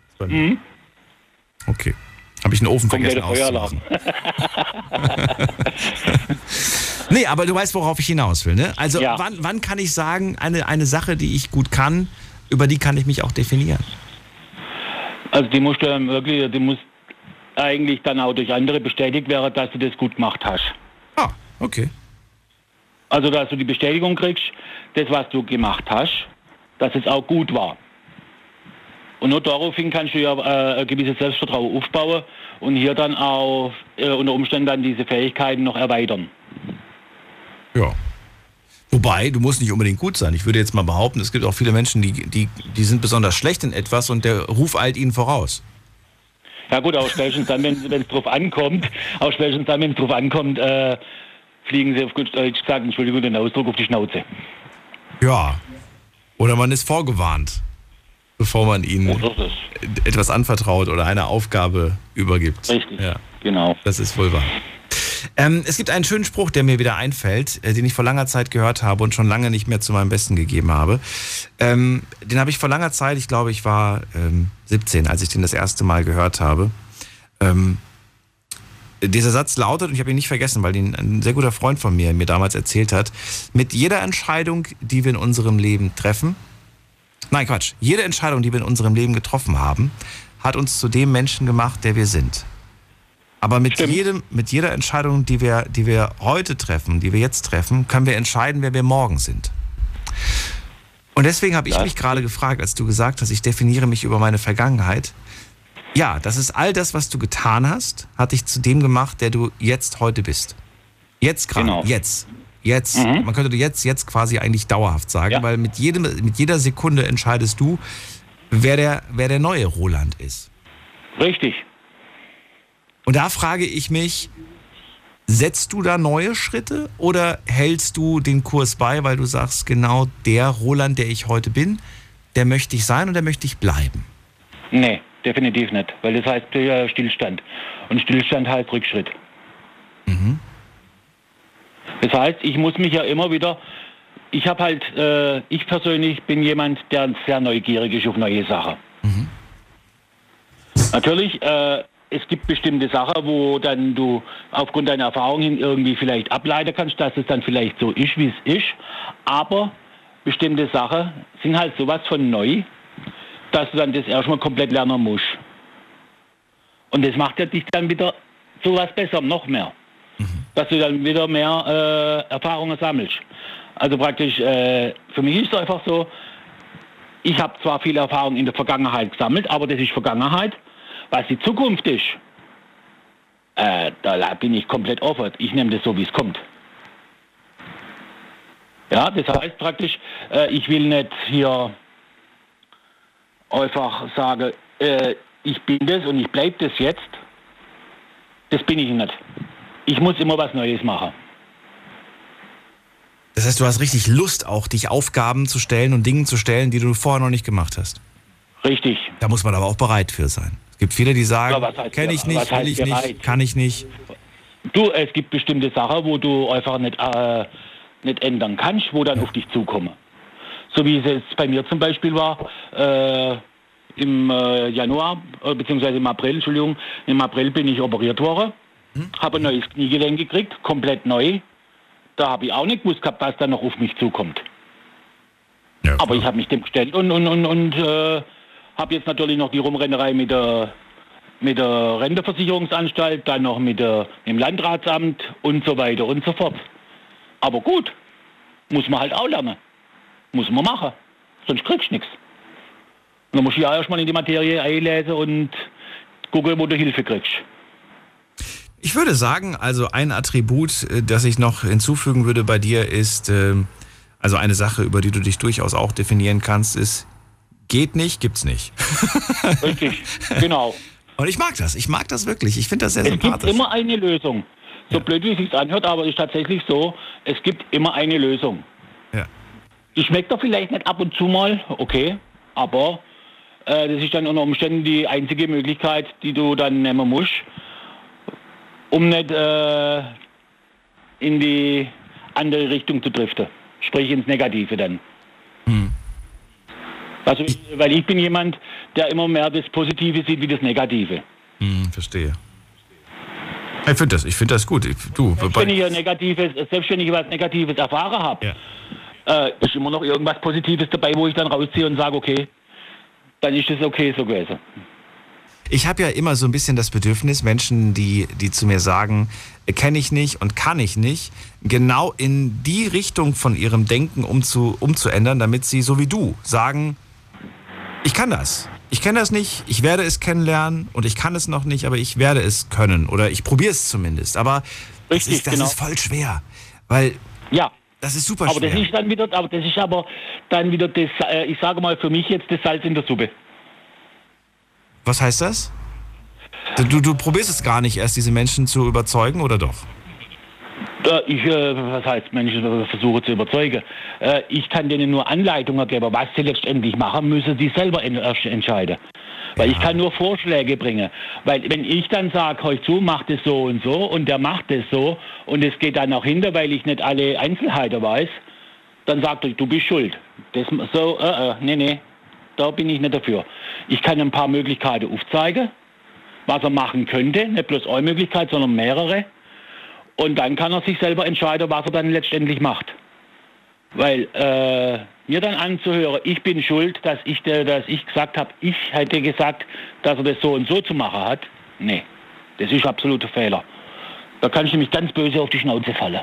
Okay. Habe ich einen Ofen vergessen auszumachen. Nee, aber du weißt, worauf ich hinaus will, ne? Also ja. Wann kann ich sagen, eine Sache, die ich gut kann, über die kann ich mich auch definieren? Also die muss eigentlich dann auch durch andere bestätigt werden, dass du das gut gemacht hast. Ah, okay. Also dass du die Bestätigung kriegst, das, was du gemacht hast, dass es auch gut war. Und nur daraufhin kannst du ja ein gewisses Selbstvertrauen aufbauen und hier dann auch unter Umständen dann diese Fähigkeiten noch erweitern. Ja. Wobei, du musst nicht unbedingt gut sein. Ich würde jetzt mal behaupten, es gibt auch viele Menschen, die sind besonders schlecht in etwas und der Ruf eilt ihnen voraus. Ja gut, auch spätestens dann, wenn es drauf ankommt, fliegen sie auf gut Deutsch gesagt, Entschuldigung den Ausdruck, auf die Schnauze. Ja. Oder man ist vorgewarnt, bevor man ihnen etwas anvertraut oder eine Aufgabe übergibt. Richtig, ja. Genau. Das ist wohl wahr. Es gibt einen schönen Spruch, der mir wieder einfällt, den ich vor langer Zeit gehört habe und schon lange nicht mehr zu meinem Besten gegeben habe. Den habe ich vor langer Zeit, ich glaube, ich war 17, als ich den das erste Mal gehört habe. Dieser Satz lautet, und ich habe ihn nicht vergessen, weil ihn ein sehr guter Freund von mir damals erzählt hat, mit jeder Entscheidung, die wir in unserem Leben treffen, jede Entscheidung, die wir in unserem Leben getroffen haben, hat uns zu dem Menschen gemacht, der wir sind. Aber mit jeder Entscheidung, die wir heute treffen, die wir jetzt treffen, können wir entscheiden, wer wir morgen sind. Und deswegen habe ich mich gerade gefragt, als du gesagt hast, ich definiere mich über meine Vergangenheit. Ja, das ist all das, was du getan hast, hat dich zu dem gemacht, der du jetzt heute bist. Jetzt gerade, genau. Jetzt. Man könnte jetzt quasi eigentlich dauerhaft sagen, weil mit jeder Sekunde entscheidest du, wer der neue Roland ist. Richtig. Und da frage ich mich, setzt du da neue Schritte oder hältst du den Kurs bei, weil du sagst, genau der Roland, der ich heute bin, der möchte ich sein und der möchte ich bleiben? Nee, definitiv nicht, weil das heißt Stillstand. Und Stillstand heißt Rückschritt. Das heißt, ich muss mich ja immer wieder, ich persönlich bin jemand, der sehr neugierig ist auf neue Sachen. Natürlich, es gibt bestimmte Sachen, wo dann du aufgrund deiner Erfahrung hin irgendwie vielleicht ableiten kannst, dass es dann vielleicht so ist, wie es ist. Aber bestimmte Sachen sind halt sowas von neu, dass du dann das erstmal komplett lernen musst. Und das macht ja dich dann wieder sowas besser, noch mehr. Dass du dann wieder mehr Erfahrungen sammelst. Also praktisch, für mich ist es einfach so, ich habe zwar viel Erfahrung in der Vergangenheit gesammelt, aber das ist Vergangenheit. Was die Zukunft ist, da bin ich komplett offen. Ich nehme das so, wie es kommt. Ja, das heißt praktisch, ich will nicht hier einfach sagen, ich bin das und ich bleibe das jetzt. Das bin ich nicht. Ich muss immer was Neues machen. Das heißt, du hast richtig Lust auch, dich Aufgaben zu stellen und Dingen zu stellen, die du vorher noch nicht gemacht hast. Richtig. Da muss man aber auch bereit für sein. Es gibt viele, die sagen, ja, kenne ich nicht, will ich nicht, kann ich nicht. Du, es gibt bestimmte Sachen, wo du einfach nicht ändern kannst, wo dann auf dich zukommen. So wie es jetzt bei mir zum Beispiel war, im Januar, beziehungsweise im April, Entschuldigung, im April bin ich operiert worden, habe ein neues Kniegelenk gekriegt, komplett neu. Da habe ich auch nicht gewusst gehabt, was da noch auf mich zukommt. Ja, aber ich habe mich dem gestellt und habe jetzt natürlich noch die Rumrennerei mit der Rentenversicherungsanstalt, dann noch mit dem Landratsamt und so weiter und so fort. Aber gut, muss man halt auch lernen. Muss man machen. Sonst kriegst du nichts. Dann musst du ja erstmal in die Materie einlesen und gucken, wo du Hilfe kriegst. Ich würde sagen, also ein Attribut, das ich noch hinzufügen würde bei dir ist, also eine Sache, über die du dich durchaus auch definieren kannst, ist, geht nicht, gibt's nicht. Richtig, genau. Und ich mag das wirklich, ich finde das sehr sympathisch. Es gibt immer eine Lösung. So blöd, wie es sich anhört, aber es ist tatsächlich so, es gibt immer eine Lösung. Ja. Die schmeckt doch vielleicht nicht ab und zu mal, okay, aber das ist dann unter Umständen die einzige Möglichkeit, die du dann nehmen musst, um nicht in die andere Richtung zu driften. Sprich ins Negative dann. Also, weil ich bin jemand, der immer mehr das Positive sieht wie das Negative. Verstehe. Ich finde das gut. Selbst wenn ich was Negatives erfahren habe, ist immer noch irgendwas Positives dabei, wo ich dann rausziehe und sage, okay, dann ist es okay so gewesen. Ich habe ja immer so ein bisschen das Bedürfnis, Menschen, die zu mir sagen, kenne ich nicht und kann ich nicht, genau in die Richtung von ihrem Denken umzuändern, damit sie, so wie du, sagen, ich kann das. Ich kenne das nicht, ich werde es kennenlernen und ich kann es noch nicht, aber ich werde es können oder ich probiere es zumindest. Aber richtig, das ist voll schwer, weil das ist super schwer. Das ist dann wieder das, ich sage mal für mich jetzt das Salz in der Suppe. Was heißt das? Du probierst es gar nicht erst, diese Menschen zu überzeugen, oder doch? Was heißt Menschen versuche zu überzeugen? Ich kann denen nur Anleitungen geben, was sie letztendlich machen, müssen sie selber erst entscheiden. Weil ich kann nur Vorschläge bringen. Weil wenn ich dann sage, hör zu, mach das so und der macht das so und es geht dann auch hinter, weil ich nicht alle Einzelheiten weiß, dann sagt er, du bist schuld. Nee, da bin ich nicht dafür. Ich kann ein paar Möglichkeiten aufzeigen, was er machen könnte, nicht bloß eine Möglichkeit, sondern mehrere. Und dann kann er sich selber entscheiden, was er dann letztendlich macht. Weil mir dann anzuhören, ich bin schuld, dass ich gesagt habe, ich hätte gesagt, dass er das so und so zu machen hat. Nee, das ist absoluter Fehler. Da kann ich nämlich ganz böse auf die Schnauze fallen.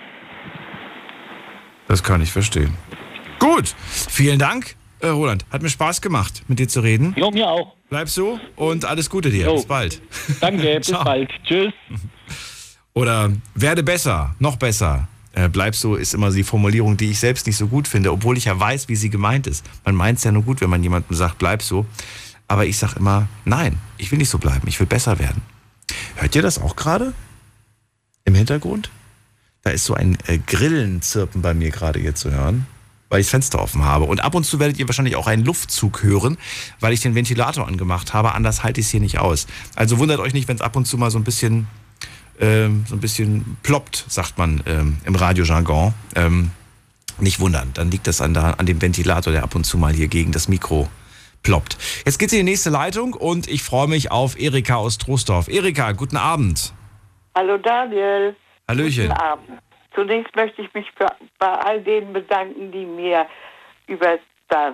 Das kann ich verstehen. Gut, vielen Dank, Roland. Hat mir Spaß gemacht, mit dir zu reden. Jo, mir auch. Bleib so und alles Gute dir. Bis bald. Danke, bis bald. Tschüss. Oder werde besser, noch besser. Bleib so ist immer die Formulierung, die ich selbst nicht so gut finde, obwohl ich ja weiß, wie sie gemeint ist. Man meint es ja nur gut, wenn man jemandem sagt, bleib so. Aber ich sage immer, nein, ich will nicht so bleiben, ich will besser werden. Hört ihr das auch gerade? Im Hintergrund? Da ist so ein Grillenzirpen bei mir gerade hier zu hören, weil ich das Fenster offen habe. Und ab und zu werdet ihr wahrscheinlich auch einen Luftzug hören, weil ich den Ventilator angemacht habe. Anders halte ich es hier nicht aus. Also wundert euch nicht, wenn es ab und zu mal so ein bisschen so ein bisschen ploppt, sagt man im Radiojargon. Nicht wundern, dann liegt das an dem Ventilator, der ab und zu mal hier gegen das Mikro ploppt. Jetzt geht's in die nächste Leitung und ich freue mich auf Erika aus Troisdorf. Erika, guten Abend. Hallo Daniel. Hallöchen. Guten Abend. Zunächst möchte ich mich bei all denen bedanken, die mir über das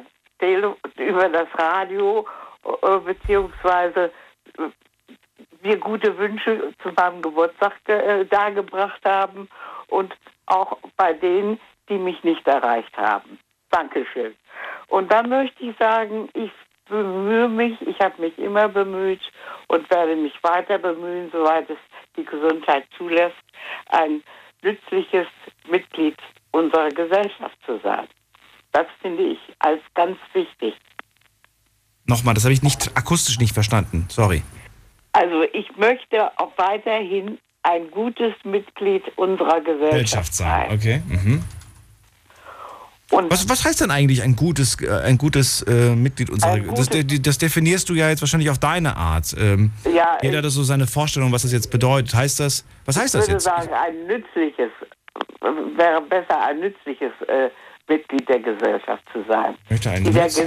Radio beziehungsweise mir gute Wünsche zu meinem Geburtstag dargebracht haben und auch bei denen, die mich nicht erreicht haben. Dankeschön. Und dann möchte ich sagen, ich bemühe mich, ich habe mich immer bemüht und werde mich weiter bemühen, soweit es die Gesundheit zulässt, ein nützliches Mitglied unserer Gesellschaft zu sein. Das finde ich als ganz wichtig. Nochmal, das habe ich akustisch nicht verstanden. Sorry. Also ich möchte auch weiterhin ein gutes Mitglied unserer Gesellschaft sein. Okay. Mhm. Und was heißt denn eigentlich ein gutes Mitglied unserer Gesellschaft? Das definierst du ja jetzt wahrscheinlich auf deine Art. Ja, jeder hat so seine Vorstellung, was das jetzt bedeutet. Was heißt das jetzt? Ich würde sagen, wäre besser ein nützliches Mitglied der Gesellschaft zu sein. Die der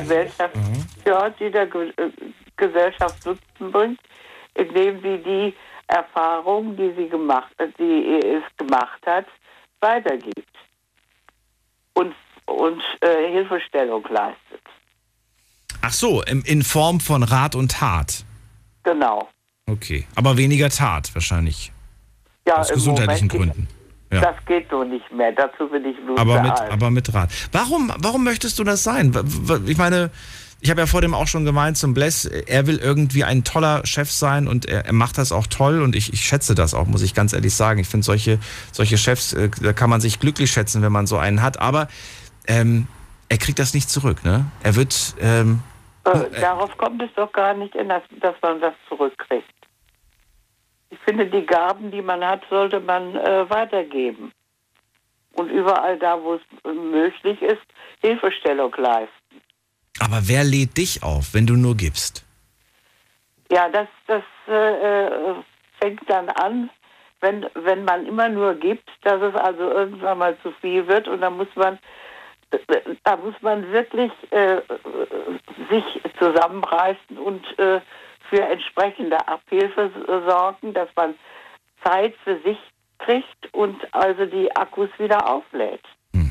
Gesellschaft Nutzen bringt, indem sie die Erfahrung, die es gemacht hat, weitergibt und Hilfestellung leistet. Ach so, in Form von Rat und Tat. Genau. Okay, aber weniger Tat wahrscheinlich. Ja, aus gesundheitlichen Gründen. Ja. Das geht so nicht mehr, dazu bin ich nur aber mit Rat. Warum möchtest du das sein? Ich meine, ich habe ja vor dem auch schon gemeint zum Bless, er will irgendwie ein toller Chef sein und er macht das auch toll und ich schätze das auch, muss ich ganz ehrlich sagen. Ich finde solche Chefs, da kann man sich glücklich schätzen, wenn man so einen hat, aber er kriegt das nicht zurück, ne? Er wird... darauf kommt es doch gar nicht an, dass man das zurückkriegt. Ich finde, die Gaben, die man hat, sollte man weitergeben. Und überall da, wo es möglich ist, Hilfestellung leisten. Aber wer lädt dich auf, wenn du nur gibst? Ja, das fängt dann an, wenn man immer nur gibt, dass es also irgendwann mal zu viel wird und da muss man wirklich sich zusammenreißen und für entsprechende Abhilfe sorgen, dass man Zeit für sich kriegt und also die Akkus wieder auflädt.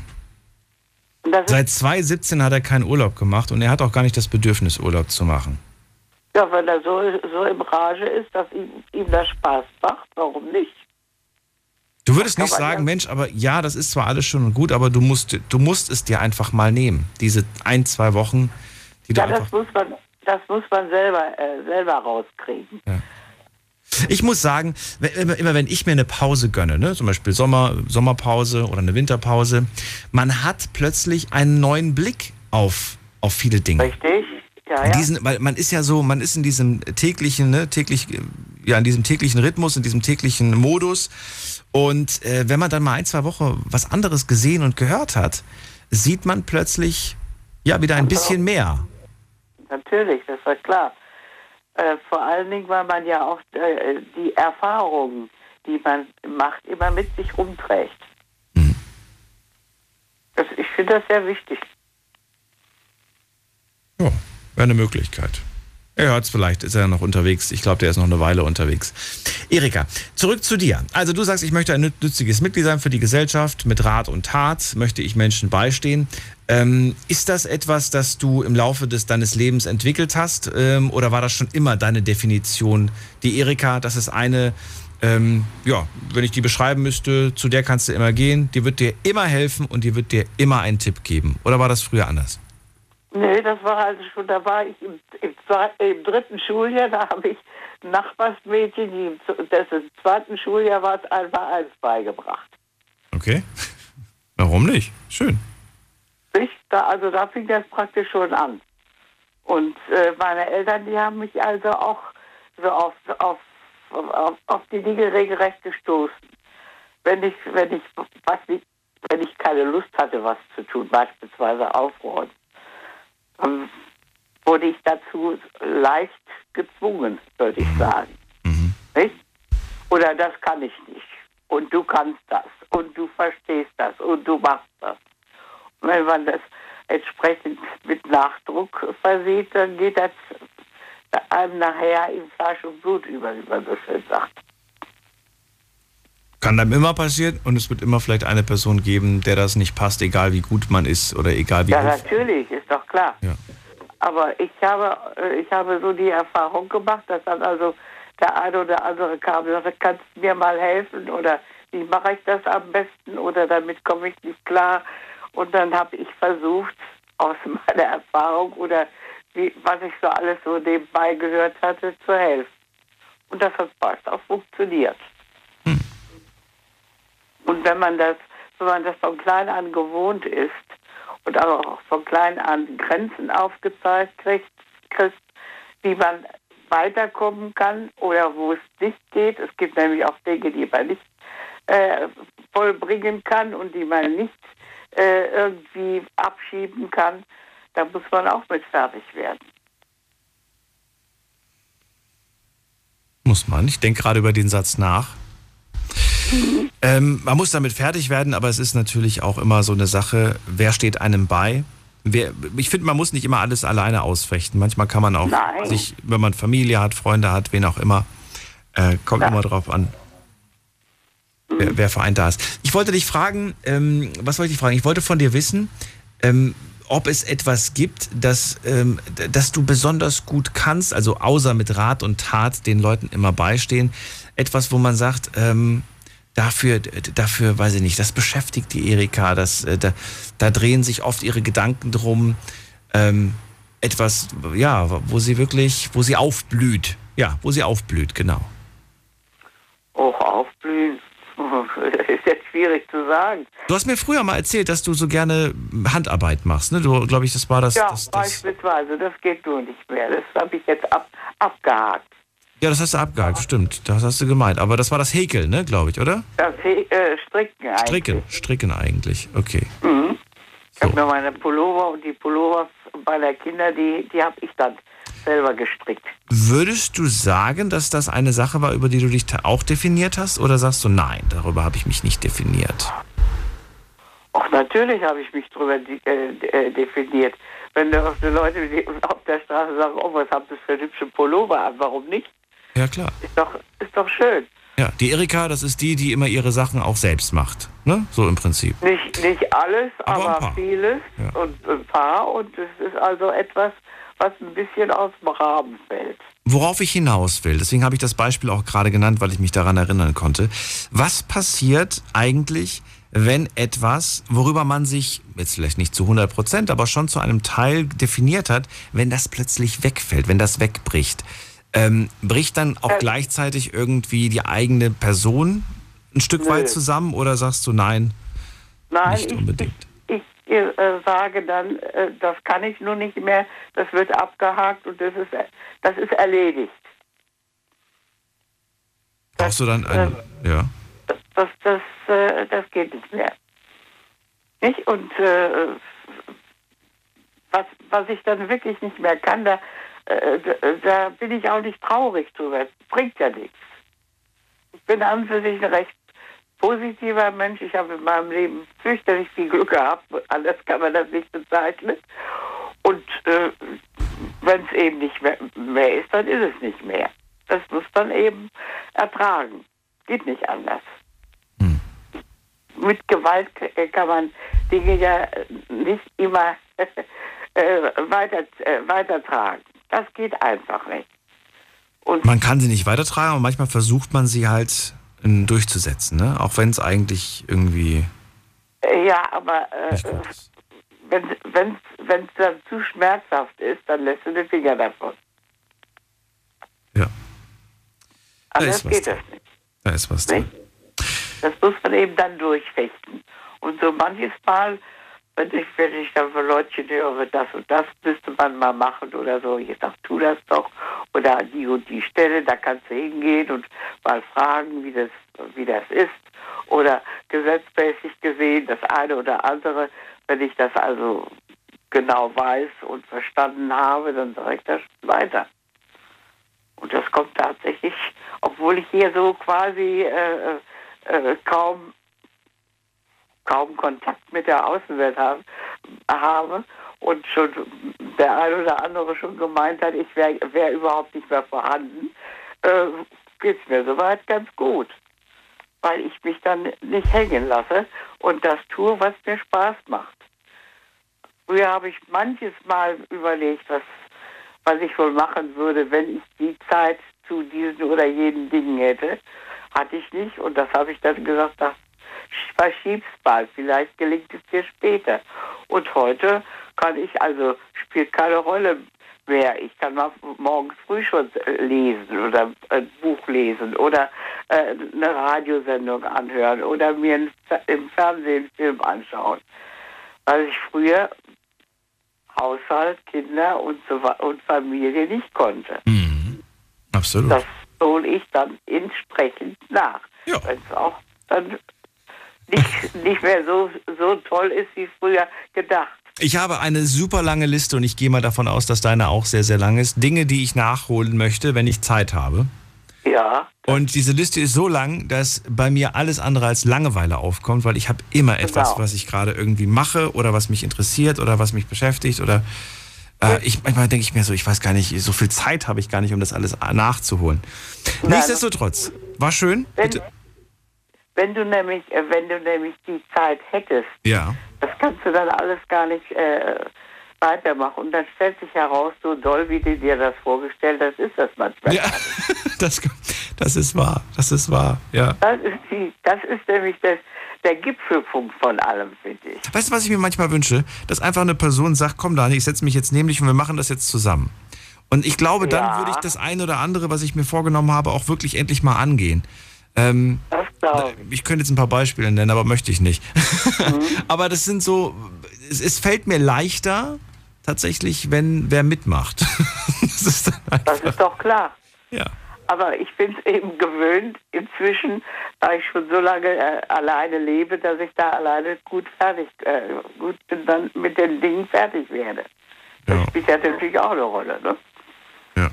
Seit 2017 hat er keinen Urlaub gemacht und er hat auch gar nicht das Bedürfnis, Urlaub zu machen. Ja, wenn er so im Rage ist, dass ihm das Spaß macht, warum nicht? Du würdest nicht sagen, Mensch, aber ja, das ist zwar alles schön und gut, aber du musst es dir einfach mal nehmen. Diese 1-2 Wochen, die du einfach... Das muss man selber rauskriegen. Ja. Ich muss sagen, immer wenn ich mir eine Pause gönne, ne, zum Beispiel Sommerpause oder eine Winterpause, man hat plötzlich einen neuen Blick auf viele Dinge. Richtig, ja. Weil man ist in diesem täglichen, in diesem täglichen Rhythmus, in diesem täglichen Modus. Und wenn man dann mal 1-2 Wochen was anderes gesehen und gehört hat, sieht man plötzlich wieder ein bisschen mehr. Natürlich, das war klar. Vor allen Dingen, weil man ja auch die Erfahrungen, die man macht, immer mit sich rumträgt. Mhm. Ich finde das sehr wichtig. Ja, wäre eine Möglichkeit. Er hört es vielleicht, ist er noch unterwegs. Ich glaube, der ist noch eine Weile unterwegs. Erika, zurück zu dir. Also du sagst, ich möchte ein nützliches Mitglied sein für die Gesellschaft. Mit Rat und Tat möchte ich Menschen beistehen. Ist das etwas, das du im Laufe deines Lebens entwickelt hast? Oder war das schon immer deine Definition? Die Erika, das ist eine, wenn ich die beschreiben müsste, zu der kannst du immer gehen. Die wird dir immer helfen und die wird dir immer einen Tipp geben. Oder war das früher anders? Nee, das war also schon, da war ich im 3. Schuljahr, da habe ich ein Nachbarsmädchen, das im 2. Schuljahr war, es 1x1 beigebracht. Okay. Warum nicht? Schön. Da fing das praktisch schon an. Und meine Eltern, die haben mich also auch so auf die Dinge regelrecht gestoßen. Wenn ich keine Lust hatte, was zu tun, beispielsweise aufräumen, wurde ich dazu leicht gezwungen, würde ich sagen. Mhm. Nicht? Oder das kann ich nicht. Und du kannst das. Und du verstehst das. Und du machst das. Und wenn man das entsprechend mit Nachdruck versieht, dann geht das einem nachher in Fleisch und Blut über, wie man so schön sagt. Kann einem immer passieren und es wird immer vielleicht eine Person geben, der das nicht passt, egal wie gut man ist oder egal wie Ja, gut. natürlich, ist doch klar. Ja. Aber ich habe so die Erfahrung gemacht, dass dann also der eine oder andere kam und sagte, kannst du mir mal helfen oder wie mache ich das am besten oder damit komme ich nicht klar. Und dann habe ich versucht, aus meiner Erfahrung oder was ich so alles so nebenbei gehört hatte, zu helfen. Und das hat fast auch funktioniert. Und wenn man das von klein an gewohnt ist und auch von klein an Grenzen aufgezeigt kriegt, wie man weiterkommen kann oder wo es nicht geht. Es gibt nämlich auch Dinge, die man nicht vollbringen kann und die man nicht irgendwie abschieben kann. Da muss man auch mit fertig werden. Muss man. Ich denke gerade über den Satz nach. Man muss damit fertig werden, aber es ist natürlich auch immer so eine Sache, wer steht einem bei? Ich finde, man muss nicht immer alles alleine ausfechten. Manchmal kann man auch sich, wenn man Familie hat, Freunde hat, wen auch immer, kommt immer drauf an, wer für einen da ist. Ich wollte dich fragen, was wollte ich fragen? Ich wollte von dir wissen, ob es etwas gibt, das du besonders gut kannst, also außer mit Rat und Tat den Leuten immer beistehen, etwas, wo man sagt, Dafür, weiß ich nicht, das beschäftigt die Erika, da drehen sich oft ihre Gedanken drum, etwas, ja, wo sie aufblüht. Ja, wo sie aufblüht, genau. Oh, aufblühen, das ist jetzt schwierig zu sagen. Du hast mir früher mal erzählt, dass du so gerne Handarbeit machst, ne? Du, glaube ich, das war das... Ja, das beispielsweise, das geht nur nicht mehr. Das habe ich jetzt abgehakt. Ja, das hast du abgehakt, stimmt. Das hast du gemeint. Aber das war das Häkeln, ne, glaube ich, oder? Das Stricken eigentlich. Stricken eigentlich, okay. Mhm. Ich habe mir meine Pullover und die Pullover meiner Kinder, die habe ich dann selber gestrickt. Würdest du sagen, dass das eine Sache war, über die du dich auch definiert hast? Oder sagst du, nein, darüber habe ich mich nicht definiert? Ach, natürlich habe ich mich darüber definiert. Wenn die Leute auf der Straße sagen, oh, was habt ihr für hübsche Pullover an, warum nicht? Ja, klar. Ist doch schön. Ja, die Erika, das ist die immer ihre Sachen auch selbst macht, ne? So im Prinzip. Nicht alles, aber vieles ja. Und ein paar. Und es ist also etwas, was ein bisschen aus dem Rahmen fällt. Worauf ich hinaus will, deswegen habe ich das Beispiel auch gerade genannt, weil ich mich daran erinnern konnte. Was passiert eigentlich, wenn etwas, worüber man sich jetzt vielleicht nicht zu 100%, aber schon zu einem Teil definiert hat, wenn das plötzlich wegfällt, wenn das wegbricht? Bricht dann auch gleichzeitig irgendwie die eigene Person ein Stück weit zusammen oder sagst du nein nicht unbedingt? Ich sage dann, das kann ich nur nicht mehr, das wird abgehakt und das ist erledigt. Brauchst du dann ein, ja? Das geht nicht mehr. Nicht? Und was ich dann wirklich nicht mehr kann, da bin ich auch nicht traurig drüber. Bringt ja nichts. Ich bin an und für sich ein recht positiver Mensch. Ich habe in meinem Leben fürchterlich viel Glück gehabt. Anders kann man das nicht bezeichnen. Und wenn es eben nicht mehr ist, dann ist es nicht mehr. Das muss man eben ertragen. Geht nicht anders. Mit Gewalt kann man Dinge ja nicht immer weitertragen. Das geht einfach nicht. Und man kann sie nicht weitertragen, aber manchmal versucht man sie halt durchzusetzen, ne? Auch wenn es eigentlich irgendwie... Ja, aber wenn es dann zu schmerzhaft ist, dann lässt du den Finger davon. Ja. Anders geht das nicht. Da ist was drin. Das muss man eben dann durchfechten. Und so manches Mal, wenn ich dann von Leutchen höre, das und das müsste man mal machen oder so, ich sage, tu das doch. Oder an die und die Stelle, da kannst du hingehen und mal fragen, wie das ist. Oder gesetzmäßig gesehen, das eine oder andere. Wenn ich das also genau weiß und verstanden habe, dann sage ich das weiter. Und das kommt tatsächlich, obwohl ich hier so quasi kaum Kontakt mit der Außenwelt habe und schon der ein oder andere schon gemeint hat, ich wäre überhaupt nicht mehr vorhanden, geht es mir soweit ganz gut. Weil ich mich dann nicht hängen lasse und das tue, was mir Spaß macht. Früher habe ich manches Mal überlegt, was ich wohl machen würde, wenn ich die Zeit zu diesen oder jenen Dingen hätte. Hatte ich nicht und das habe ich dann gesagt, das verschieb's mal, vielleicht gelingt es dir später. Und heute spielt keine Rolle mehr. Ich kann mal morgens früh schon lesen oder ein Buch lesen oder eine Radiosendung anhören oder mir im Fernsehen einen Film anschauen. Weil ich früher Haushalt, Kinder und Familie nicht konnte. Mhm. Absolut. Das hole ich dann entsprechend nach. Ja. Wenn es auch dann nicht mehr so toll ist, wie früher gedacht. Ich habe eine super lange Liste und ich gehe mal davon aus, dass deine auch sehr, sehr lang ist. Dinge, die ich nachholen möchte, wenn ich Zeit habe. Ja. Und diese Liste ist so lang, dass bei mir alles andere als Langeweile aufkommt, weil ich habe immer etwas, was ich gerade irgendwie mache oder was mich interessiert oder was mich beschäftigt oder manchmal denke ich mir so, ich weiß gar nicht, so viel Zeit habe ich gar nicht, um das alles nachzuholen. Nein, nichtsdestotrotz, war schön. Wenn du nämlich die Zeit hättest, ja. Das kannst du dann alles gar nicht weitermachen. Und dann stellt sich heraus, so doll, wie du dir das vorgestellt hast, ist das manchmal. Ja, das ist wahr. Das ist wahr, ja. Das ist nämlich der Gipfelpunkt von allem, finde ich. Weißt du, was ich mir manchmal wünsche? Dass einfach eine Person sagt, komm Dani, ich setze mich jetzt neben dich und wir machen das jetzt zusammen. Und ich glaube, dann würde ich das eine oder andere, was ich mir vorgenommen habe, auch wirklich endlich mal angehen. Ich könnte jetzt ein paar Beispiele nennen, aber möchte ich nicht. Aber das sind so, es fällt mir leichter, tatsächlich, wenn wer mitmacht. Das ist doch klar. Ja. Aber ich bin es eben gewöhnt, inzwischen, da ich schon so lange alleine lebe, dass ich da alleine gut dann mit den Dingen fertig werde. Das spielt ja natürlich auch eine Rolle, ne? Ja.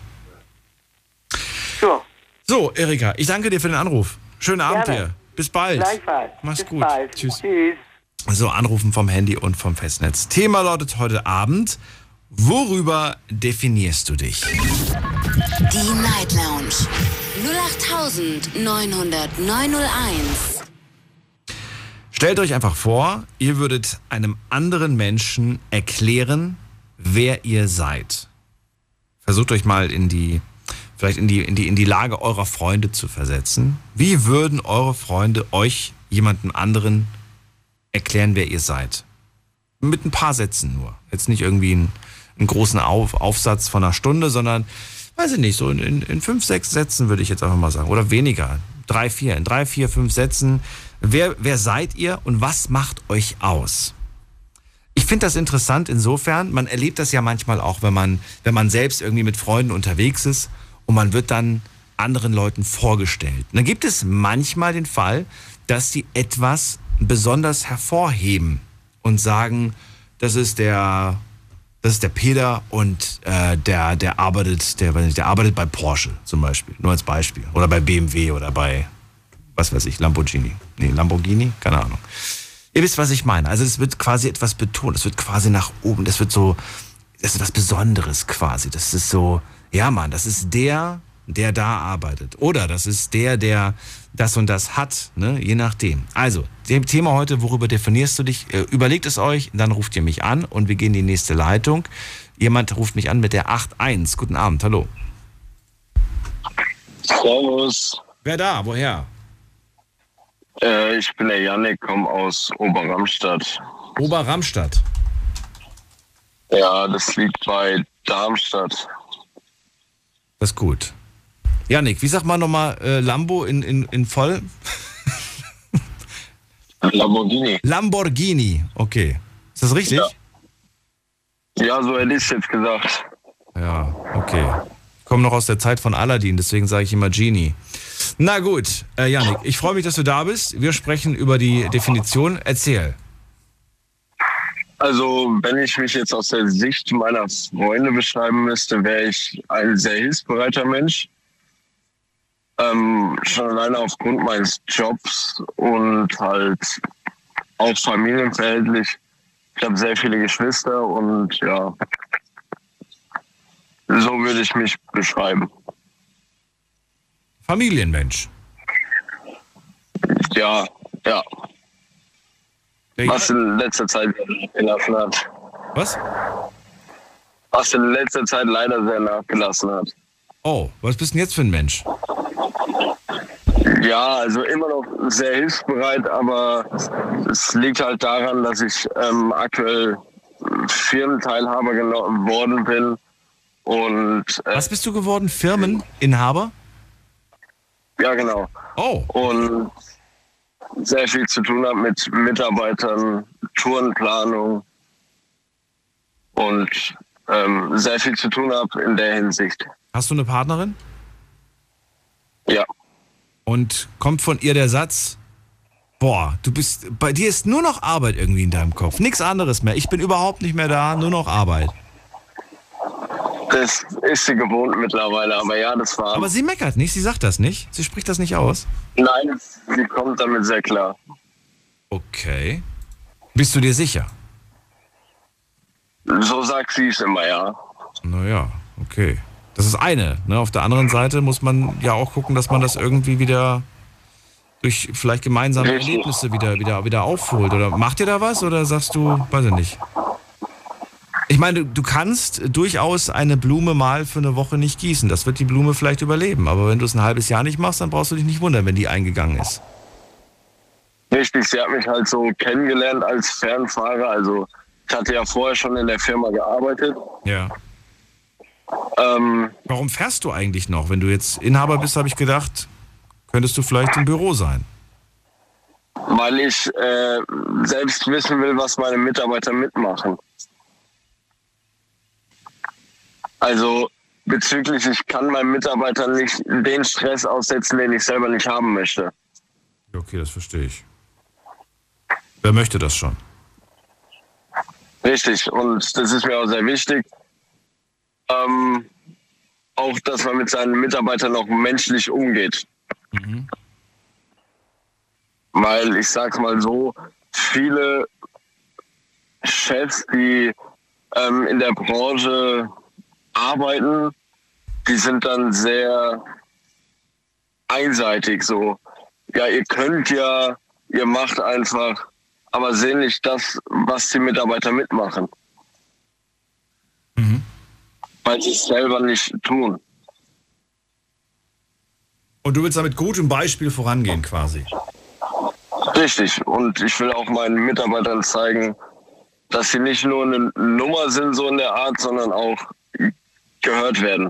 So. So, Erika, ich danke dir für den Anruf. Schönen Abend Gerne. dir. Bis bald. Gleichfalls. Mach's Bis gut. Bald. Tschüss. Tschüss. So, anrufen vom Handy und vom Festnetz. Thema lautet heute Abend: Worüber definierst du dich? Die Night Lounge 08900901. Stellt euch einfach vor, ihr würdet einem anderen Menschen erklären, wer ihr seid. Versucht euch mal in die Lage eurer Freunde zu versetzen. Wie würden eure Freunde euch, jemandem anderen, erklären, wer ihr seid? Mit ein paar Sätzen nur. Jetzt nicht irgendwie einen großen Aufsatz von einer Stunde, sondern, weiß ich nicht, so in 5, 6 Sätzen würde ich jetzt einfach mal sagen. Oder weniger. 3, 4. In 3, 4, 5 Sätzen. Wer seid ihr und was macht euch aus? Ich finde das interessant insofern, man erlebt das ja manchmal auch, wenn man selbst irgendwie mit Freunden unterwegs ist und man wird dann anderen Leuten vorgestellt. Und dann gibt es manchmal den Fall, dass sie etwas besonders hervorheben und sagen, das ist der Peter und der arbeitet bei Porsche zum Beispiel, nur als Beispiel. Oder bei BMW oder bei, was weiß ich, Lamborghini, keine Ahnung. Ihr wisst, was ich meine. Also es wird quasi etwas betont, es wird quasi nach oben, das ist was Besonderes quasi. Das ist so, ja Mann, das ist der da arbeitet. Oder das ist der das und das hat, ne? Je nachdem. Also, dem Thema heute, worüber definierst du dich? Überlegt es euch, dann ruft ihr mich an und wir gehen in die nächste Leitung. Jemand ruft mich an mit der 81. Guten Abend, hallo. Servus. Wer da? Woher? Ich bin der Jannik, komme aus Oberramstadt. Oberramstadt? Ja, das liegt bei Darmstadt. Das ist gut. Jannik, wie sagt man nochmal Lambo in voll? Lamborghini. Lamborghini, okay. Ist das richtig? Ja, so hätte ich es jetzt gesagt. Ja, okay. Ich komme noch aus der Zeit von Aladdin, deswegen sage ich immer Genie. Na gut, Jannik, ich freue mich, dass du da bist. Wir sprechen über die Definition. Erzähl. Also, wenn ich mich jetzt aus der Sicht meiner Freunde beschreiben müsste, wäre ich ein sehr hilfsbereiter Mensch. Schon alleine aufgrund meines Jobs und halt auch familienverhältlich. Ich habe sehr viele Geschwister und ja, so würde ich mich beschreiben. Familienmensch. Ja. Was in letzter Zeit nachgelassen hat. Was? Was in letzter Zeit leider sehr nachgelassen hat. Oh, was bist denn jetzt für ein Mensch? Ja, also immer noch sehr hilfsbereit, aber es liegt halt daran, dass ich aktuell Firmenteilhaber geworden bin. Und was bist du geworden? Firmeninhaber? Ja, genau. Oh. Und sehr viel zu tun habe mit Mitarbeitern, Tourenplanung und sehr viel zu tun habe in der Hinsicht. Hast du eine Partnerin? Ja. Und kommt von ihr der Satz, boah, bei dir ist nur noch Arbeit irgendwie in deinem Kopf, nichts anderes mehr. Ich bin überhaupt nicht mehr da, nur noch Arbeit. Das ist sie gewohnt mittlerweile, aber ja, das war... Aber sie meckert nicht, sie sagt das nicht, sie spricht das nicht aus? Nein, sie kommt damit sehr klar. Okay. Bist du dir sicher? So sagt sie es immer, ja. Naja, okay. Das ist eine. Ne? Auf der anderen Seite muss man ja auch gucken, dass man das irgendwie wieder durch vielleicht gemeinsame Erlebnisse wieder aufholt. Oder macht ihr da was oder sagst du, weiß ich nicht? Ich meine, du kannst durchaus eine Blume mal für eine Woche nicht gießen. Das wird die Blume vielleicht überleben. Aber wenn du es ein halbes Jahr nicht machst, dann brauchst du dich nicht wundern, wenn die eingegangen ist. Richtig, sie hat mich halt so kennengelernt als Fernfahrer. Also ich hatte ja vorher schon in der Firma gearbeitet. Ja. Warum fährst du eigentlich noch? Wenn du jetzt Inhaber bist, habe ich gedacht, könntest du vielleicht im Büro sein. Weil ich selbst wissen will, was meine Mitarbeiter mitmachen. Also bezüglich, ich kann meinen Mitarbeitern nicht den Stress aussetzen, den ich selber nicht haben möchte. Okay, das verstehe ich. Wer möchte das schon? Richtig, und das ist mir auch sehr wichtig. Auch, dass man mit seinen Mitarbeitern noch menschlich umgeht. Mhm. Weil ich sag's mal so, viele Chefs, die in der Branche arbeiten, die sind dann sehr einseitig so. Ja, ihr könnt ja, ihr macht einfach, aber sehen nicht das, was die Mitarbeiter mitmachen. Mhm. Weil sie es selber nicht tun. Und du willst da mit gutem Beispiel vorangehen quasi? Richtig. Und ich will auch meinen Mitarbeitern zeigen, dass sie nicht nur eine Nummer sind, so in der Art, sondern auch gehört werden.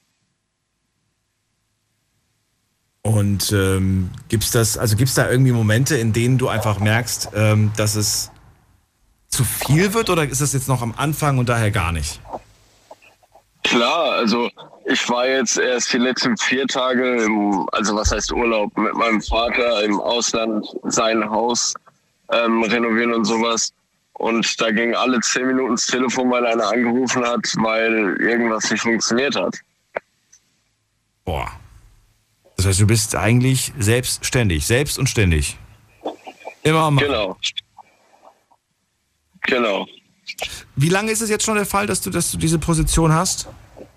Und gibt's da irgendwie Momente, in denen du einfach merkst, dass es zu viel wird, oder ist das jetzt noch am Anfang und daher gar nicht? Klar, also ich war jetzt erst die letzten 4 Tage was heißt Urlaub, mit meinem Vater im Ausland sein Haus renovieren und sowas. Und da ging alle 10 Minuten das Telefon, weil einer angerufen hat, weil irgendwas nicht funktioniert hat. Boah. Das heißt, du bist eigentlich selbst und ständig. Immer mal. Genau. Wie lange ist es jetzt schon der Fall, dass du diese Position hast?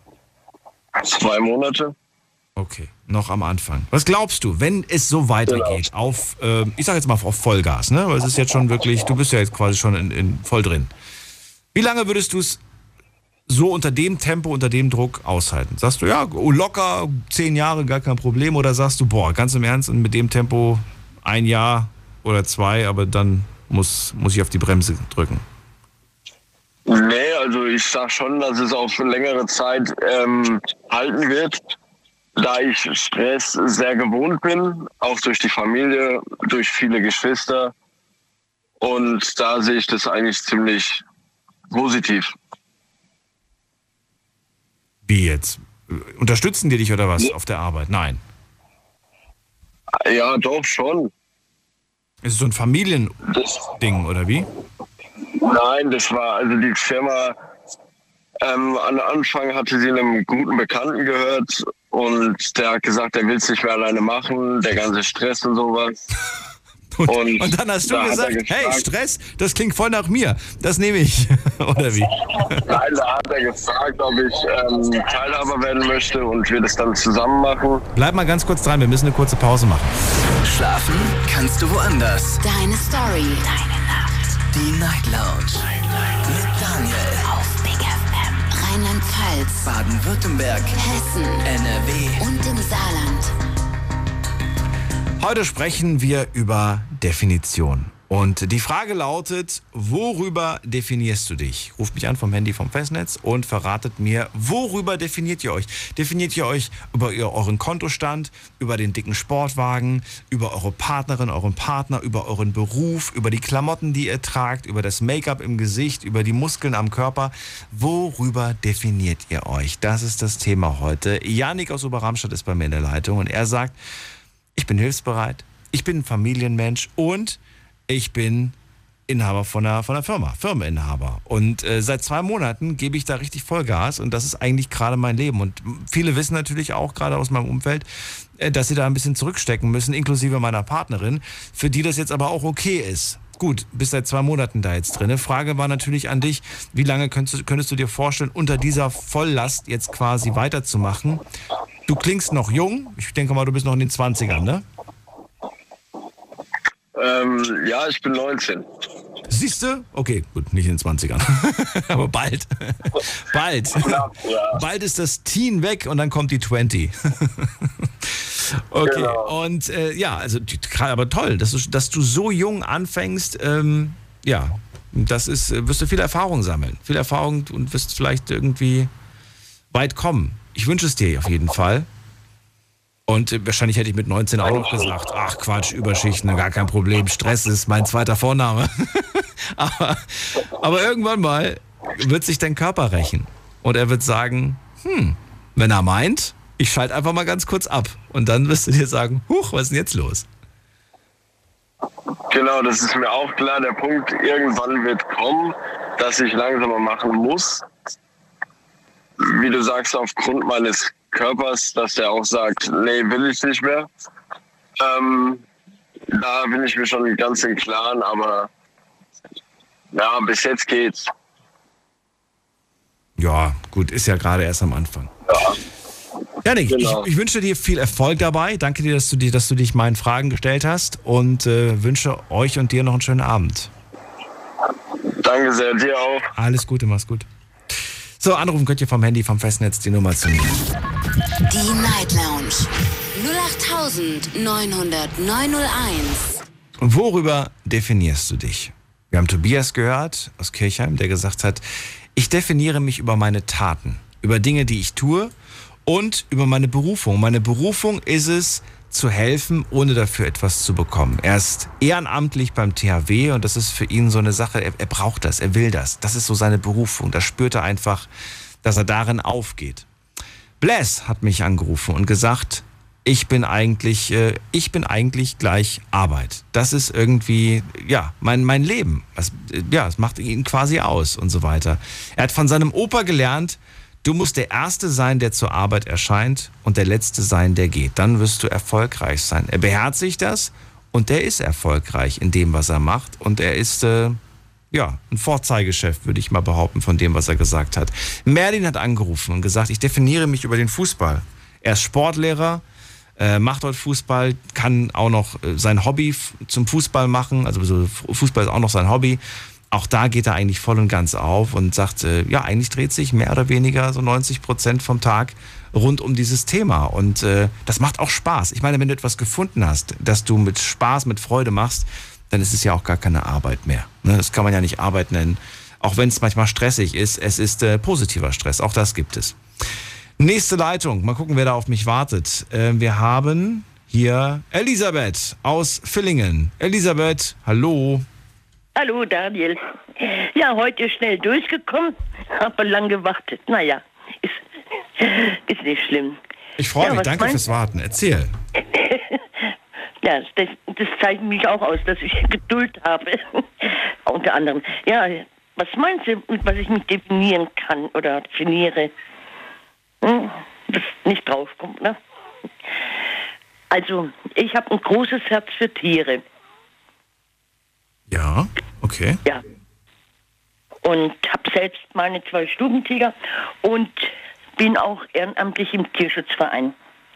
2 Monate. Okay, noch am Anfang. Was glaubst du, wenn es so weitergeht, auf, ich sag jetzt mal auf Vollgas, ne? Weil es ist jetzt schon wirklich, du bist ja jetzt quasi schon in voll drin. Wie lange würdest du es so unter dem Tempo, unter dem Druck aushalten? Sagst du, ja, locker 10 Jahre, gar kein Problem? Oder sagst du, boah, ganz im Ernst, und mit dem Tempo 1 Jahr oder 2, aber dann muss ich auf die Bremse drücken? Nee, also ich sag schon, dass es auf längere Zeit halten wird, da ich Stress sehr gewohnt bin, auch durch die Familie, durch viele Geschwister. Und da sehe ich das eigentlich ziemlich positiv. Wie jetzt? Unterstützen die dich oder was auf der Arbeit? Nein. Ja, doch schon. Ist es so ein Familiending oder wie? Nein, das war also die Firma. Am Anfang hatte sie einem guten Bekannten gehört Und der hat gesagt, er will es nicht mehr alleine machen, der ganze Stress und sowas. Und dann hast du gesagt, hey, Stress, das klingt voll nach mir. Das nehme ich. Oder wie? Nein, da hat er gefragt, ob ich Teilhaber werden möchte und wir das dann zusammen machen. Bleib mal ganz kurz dran, wir müssen eine kurze Pause machen. Schlafen kannst du woanders. Deine Story. Deine Nacht. Die Night Lounge. Mit Daniel. Auf Big FM. Rheinland-Pfalz. Baden-Württemberg. Hessen. NRW. Und im Saarland. Heute sprechen wir über Definition. Und die Frage lautet, worüber definierst du dich? Ruft mich an vom Handy vom Festnetz und verratet mir, worüber definiert ihr euch? Definiert ihr euch über euren Kontostand, über den dicken Sportwagen, über eure Partnerin, euren Partner, über euren Beruf, über die Klamotten, die ihr tragt, über das Make-up im Gesicht, über die Muskeln am Körper? Worüber definiert ihr euch? Das ist das Thema heute. Janik aus Oberramstadt ist bei mir in der Leitung und er sagt, ich bin hilfsbereit, ich bin ein Familienmensch und ich bin Inhaber von einer Firma, Firmeninhaber. Und seit 2 Monaten gebe ich da richtig Vollgas und das ist eigentlich gerade mein Leben. Und viele wissen natürlich auch, gerade aus meinem Umfeld, dass sie da ein bisschen zurückstecken müssen, inklusive meiner Partnerin, für die das jetzt aber auch okay ist. Gut, bist seit 2 Monaten da jetzt drin. Frage war natürlich an dich, wie lange könntest du dir vorstellen, unter dieser Volllast jetzt quasi weiterzumachen? Du klingst noch jung. Ich denke mal, du bist noch in den 20ern, ne? Ja, ich bin 19. Siehst du? Okay, gut, nicht in den 20ern. Aber bald. Bald. Ja. Bald ist das Teen weg und dann kommt die 20. Okay, genau. Und ja, also aber toll, dass du so jung anfängst. Ja, das ist, wirst du viel Erfahrung sammeln. Viel Erfahrung und wirst vielleicht irgendwie weit kommen. Ich wünsche es dir auf jeden Fall. Und wahrscheinlich hätte ich mit 19 auch noch gesagt, ach Quatsch, Überschichten, gar kein Problem, Stress ist mein zweiter Vorname. aber irgendwann mal wird sich dein Körper rächen. Und er wird sagen, wenn er meint, ich schalte einfach mal ganz kurz ab. Und dann wirst du dir sagen, huch, was ist denn jetzt los? Genau, das ist mir auch klar. Der Punkt irgendwann wird kommen, dass ich langsamer machen muss. Wie du sagst, aufgrund meines Körpers, dass der auch sagt, nee, will ich nicht mehr. Da bin ich mir schon ganz im Klaren, aber ja, bis jetzt geht's. Ja, gut, ist ja gerade erst am Anfang. Ja. Janik, Genau. ich wünsche dir viel Erfolg dabei. Danke dir, dass du dich meinen Fragen gestellt hast und wünsche euch und dir noch einen schönen Abend. Danke sehr, dir auch. Alles Gute, mach's gut. So, anrufen könnt ihr vom Handy, vom Festnetz die Nummer zu mir. Die Night Lounge 08900901. Und worüber definierst du dich? Wir haben Tobias gehört aus Kirchheim, der gesagt hat, ich definiere mich über meine Taten, über Dinge, die ich tue und über meine Berufung. Meine Berufung ist es, zu helfen, ohne dafür etwas zu bekommen. Er ist ehrenamtlich beim THW und das ist für ihn so eine Sache, er braucht das, er will das. Das ist so seine Berufung. Da spürt er einfach, dass er darin aufgeht. Bless hat mich angerufen und gesagt, ich bin eigentlich gleich Arbeit. Das ist irgendwie, ja, mein Leben. Es macht ihn quasi aus und so weiter. Er hat von seinem Opa gelernt, du musst der Erste sein, der zur Arbeit erscheint und der Letzte sein, der geht. Dann wirst du erfolgreich sein. Er beherzigt das und er ist erfolgreich in dem, was er macht. Und er ist, ein Vorzeigechef, würde ich mal behaupten, von dem, was er gesagt hat. Merlin hat angerufen und gesagt, ich definiere mich über den Fußball. Er ist Sportlehrer, macht dort Fußball, kann auch noch sein Hobby zum Fußball machen. Also Fußball ist auch noch sein Hobby. Auch da geht er eigentlich voll und ganz auf und sagt, eigentlich dreht sich mehr oder weniger so 90% vom Tag rund um dieses Thema. Und das macht auch Spaß. Ich meine, wenn du etwas gefunden hast, das du mit Spaß, mit Freude machst, dann ist es ja auch gar keine Arbeit mehr. Ne? Das kann man ja nicht Arbeit nennen. Auch wenn es manchmal stressig ist, es ist positiver Stress. Auch das gibt es. Nächste Leitung. Mal gucken, wer da auf mich wartet. Wir haben hier Elisabeth aus Villingen. Elisabeth, hallo. Hallo Daniel. Ja, heute schnell durchgekommen, aber lang gewartet. Naja, ist nicht schlimm. Ich freue mich, danke fürs Warten. Erzähl. Ja, das zeichnet mich auch aus, dass ich Geduld habe. Unter anderem. Ja, was meinst du, mit was ich mich definieren kann oder definiere? das nicht draufkommt, ne? Also, ich habe ein großes Herz für Tiere. Ja, okay. Ja. Und habe selbst meine 2 Stubentiger und bin auch ehrenamtlich im Tierschutzverein.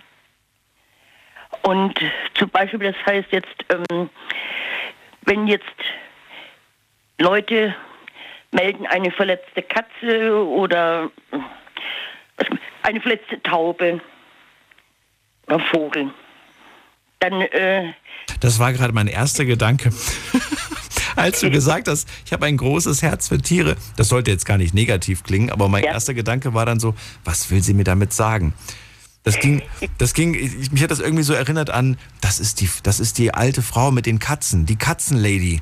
Und zum Beispiel, das heißt jetzt, wenn jetzt Leute melden eine verletzte Katze oder eine verletzte Taube oder Vogel, dann... Das war gerade mein erster Gedanke. Als du gesagt hast, ich habe ein großes Herz für Tiere, das sollte jetzt gar nicht negativ klingen, aber mein erster Gedanke war dann so, was will sie mir damit sagen? Mich hat das irgendwie so erinnert an, das ist die alte Frau mit den Katzen, die Katzenlady.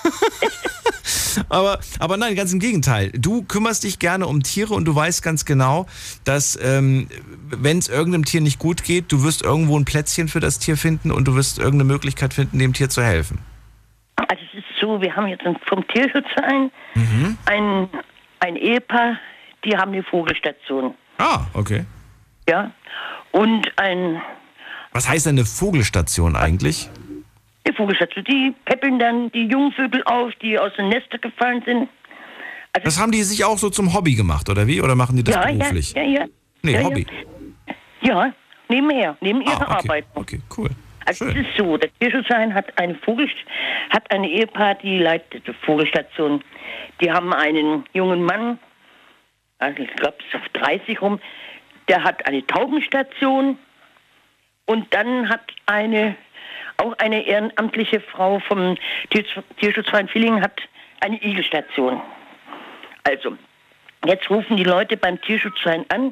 aber nein, ganz im Gegenteil. Du kümmerst dich gerne um Tiere und du weißt ganz genau, dass wenn es irgendeinem Tier nicht gut geht, du wirst irgendwo ein Plätzchen für das Tier finden und du wirst irgendeine Möglichkeit finden, dem Tier zu helfen. Also es ist so, wir haben jetzt vom Tierschutzverein ein Ehepaar, die haben eine Vogelstation. Ah, okay. Ja, und Was heißt denn eine Vogelstation eigentlich? Die Vogelstation, die peppeln dann die Jungvögel auf, die aus den Nestern gefallen sind. Also das haben die sich auch so zum Hobby gemacht, oder wie? Oder machen die das beruflich? Ja. Nee, Hobby. Ja, neben ihrer Arbeit. Okay, cool. Also es ist so, der Tierschutzverein hat eine Ehepaar, die leitet die Vogelstation. Die haben einen jungen Mann, also ich glaube es ist auf 30 rum, der hat eine Taubenstation und dann hat auch eine ehrenamtliche Frau vom Tierschutzverein Villingen hat eine Igelstation. Also, jetzt rufen die Leute beim Tierschutzverein an,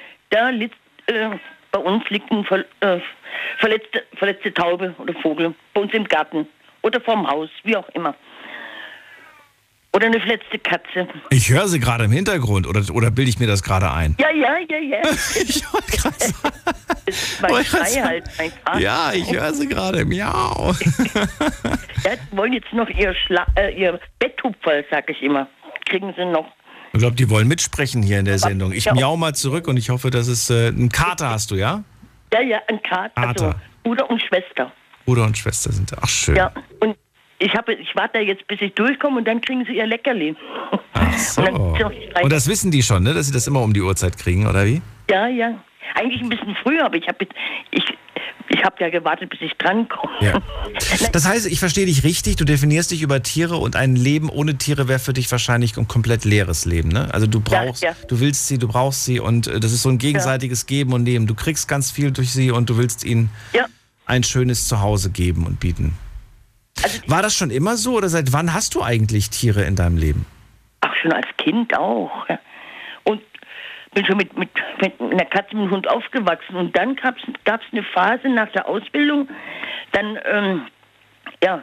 bei uns liegt ein verletzte Taube oder Vogel, bei uns im Garten oder vorm Haus, wie auch immer. Oder eine verletzte Katze. Ich höre sie gerade im Hintergrund, oder bilde ich mir das gerade ein? Ja. Ich wollte gerade sagen. Das ist mein Schrei halt einfach. Ja, ich höre sie gerade. Miau. Ja, die wollen jetzt noch ihr Betthupferl, sag ich immer. Kriegen sie noch. Ich glaube, die wollen mitsprechen hier in der Sendung. Ich miau mal zurück und ich hoffe, dass es ein Kater hast du, ja? Ja, ein Kater. Also Bruder und Schwester. Bruder und Schwester sind da. Ach, schön. Ja, und ich warte jetzt, bis ich durchkomme und dann kriegen sie ihr Leckerli. Ach so. Und das wissen die schon, ne? Dass sie das immer um die Uhrzeit kriegen, oder wie? Ja. Eigentlich ein bisschen früher, aber ich habe ja gewartet, bis ich drankomme. Ja. Das heißt, ich verstehe dich richtig, du definierst dich über Tiere und ein Leben ohne Tiere wäre für dich wahrscheinlich ein komplett leeres Leben, ne? Also du willst sie, du brauchst sie und das ist so ein gegenseitiges Geben und Nehmen. Du kriegst ganz viel durch sie und du willst ihnen ein schönes Zuhause geben und bieten. Also, war das schon immer so oder seit wann hast du eigentlich Tiere in deinem Leben? Ach, schon als Kind auch. Und bin schon mit einer Katze, mit einem Hund aufgewachsen. Und dann gab's eine Phase nach der Ausbildung, dann, der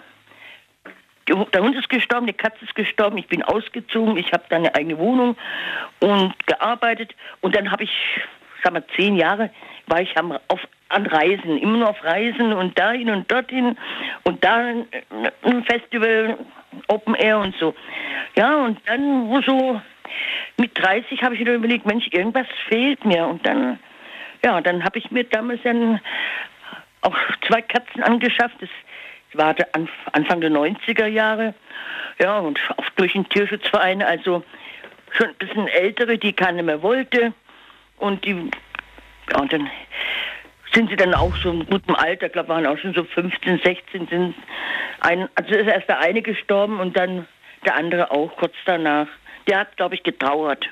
Hund ist gestorben, die Katze ist gestorben, ich bin ausgezogen, ich habe dann eine eigene Wohnung und gearbeitet. Und dann habe ich, 10 Jahre war ich an Reisen, immer nur auf Reisen und dahin und dorthin und da ein Festival, Open Air und so. Ja, und dann so mit 30 habe ich wieder überlegt, Mensch, irgendwas fehlt mir. Und dann habe ich mir damals dann auch 2 Katzen angeschafft. Das war Anfang der 90er Jahre. Ja, und auch durch den Tierschutzverein, also schon ein bisschen ältere, die keiner mehr wollte. Und dann sind sie dann auch so im guten Alter, ich glaube, waren auch schon so 15, 16, also ist erst der eine gestorben und dann der andere auch kurz danach. Der hat, glaube ich, getrauert.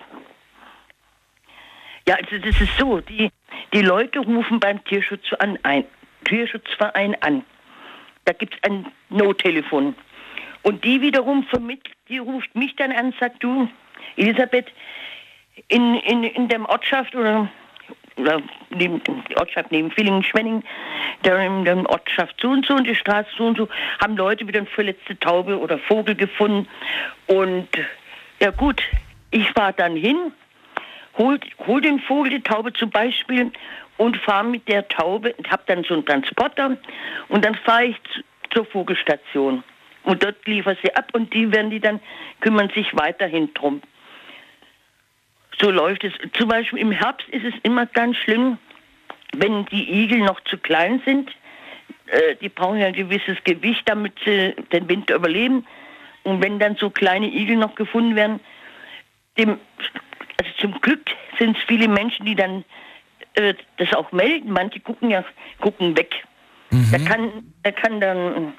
Ja, also das ist so, die Leute rufen beim Tierschutzverein an. Da gibt es ein Nottelefon. Und die wiederum die ruft mich dann an und sagt, du, Elisabeth, in der Ortschaft oder die Ortschaft neben Villingen-Schwenning, in der Ortschaft so und so und die Straße so und so, haben Leute wieder eine verletzte Taube oder Vogel gefunden. Und ja gut, ich fahre dann hin, hol den Vogel, die Taube zum Beispiel und fahre mit der Taube, habe dann so einen Transporter und dann fahre ich zur Vogelstation. Und dort liefere sie ab und die kümmern sich weiterhin drum. So läuft es. Zum Beispiel im Herbst ist es immer ganz schlimm, wenn die Igel noch zu klein sind. Die brauchen ja ein gewisses Gewicht, damit sie den Winter überleben. Und wenn dann so kleine Igel noch gefunden werden, also zum Glück sind es viele Menschen, die dann das auch melden. Manche gucken weg. Da kann dann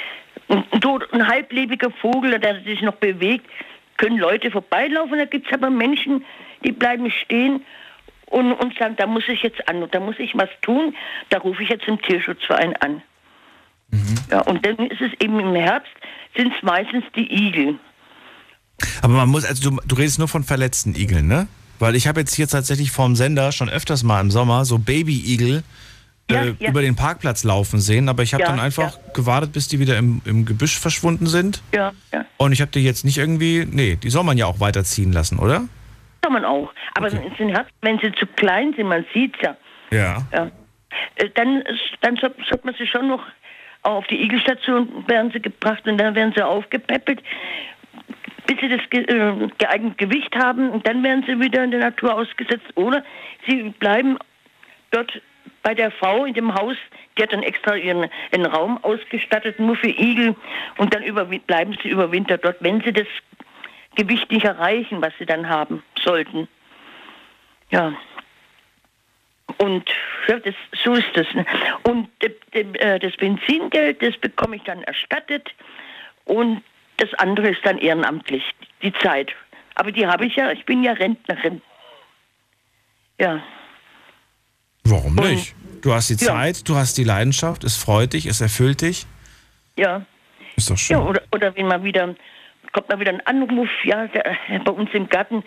ein halblebiger Vogel, der sich noch bewegt, können Leute vorbeilaufen. Da gibt es aber Menschen, die bleiben stehen und sagen, da muss ich jetzt an und da muss ich was tun. Da rufe ich jetzt im Tierschutzverein an. Ja, und dann ist es eben im Herbst, sind es meistens die Igel. Aber man muss, also du redest nur von verletzten Igeln, ne? Weil ich habe jetzt hier tatsächlich vorm Sender schon öfters mal im Sommer so Baby-Igel über den Parkplatz laufen sehen, aber ich habe dann einfach gewartet, bis die wieder im Gebüsch verschwunden sind. Ja. Und ich habe die jetzt nicht irgendwie, die soll man ja auch weiterziehen lassen, oder? Soll man auch. Aber wenn sie zu klein sind, man sieht es ja. Dann sollte man sie schon noch auf die Igelstation werden sie gebracht und dann werden sie aufgepäppelt, bis sie das geeignete Gewicht haben und dann werden sie wieder in der Natur ausgesetzt oder sie bleiben dort bei der Frau in dem Haus, die hat dann extra einen Raum ausgestattet, nur für Igel und dann bleiben sie über Winter dort, wenn sie das Gewicht nicht erreichen, was sie dann haben sollten. Ja. Und so ist das. Und das Benzingeld, das bekomme ich dann erstattet und das andere ist dann ehrenamtlich, die Zeit. Aber die habe ich ja, ich bin ja Rentnerin. Ja. Warum nicht? Du hast die Zeit, du hast die Leidenschaft, es freut dich, es erfüllt dich. Ja. Ist doch schön. Ja, oder wenn kommt mal wieder ein Anruf, bei uns im Garten,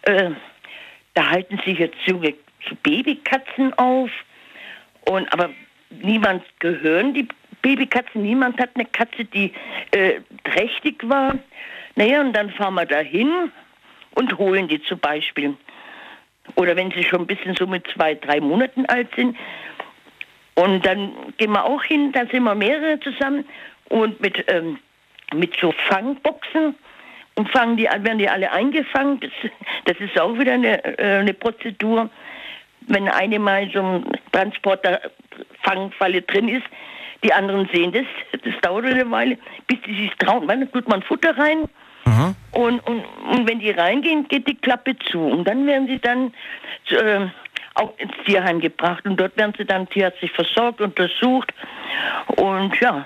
da halten sich jetzt junge Babykatzen auf. Aber niemand gehören die Babykatzen, niemand hat eine Katze, die trächtig war. Naja, und dann fahren wir da hin und holen die zum Beispiel. Oder wenn sie schon ein bisschen so mit 2-3 Monaten alt sind. Und dann gehen wir auch hin, da sind wir mehrere zusammen und mit so Fangboxen und werden die alle eingefangen. Das ist auch wieder eine Prozedur. Wenn eine mal so ein Transporter-Fangfalle drin ist, die anderen sehen das dauert eine Weile, bis die sich trauen. Dann tut man Futter rein und wenn die reingehen, geht die Klappe zu. Und dann werden sie dann auch ins Tierheim gebracht und dort werden sie dann tierärztlich versorgt, untersucht und ja.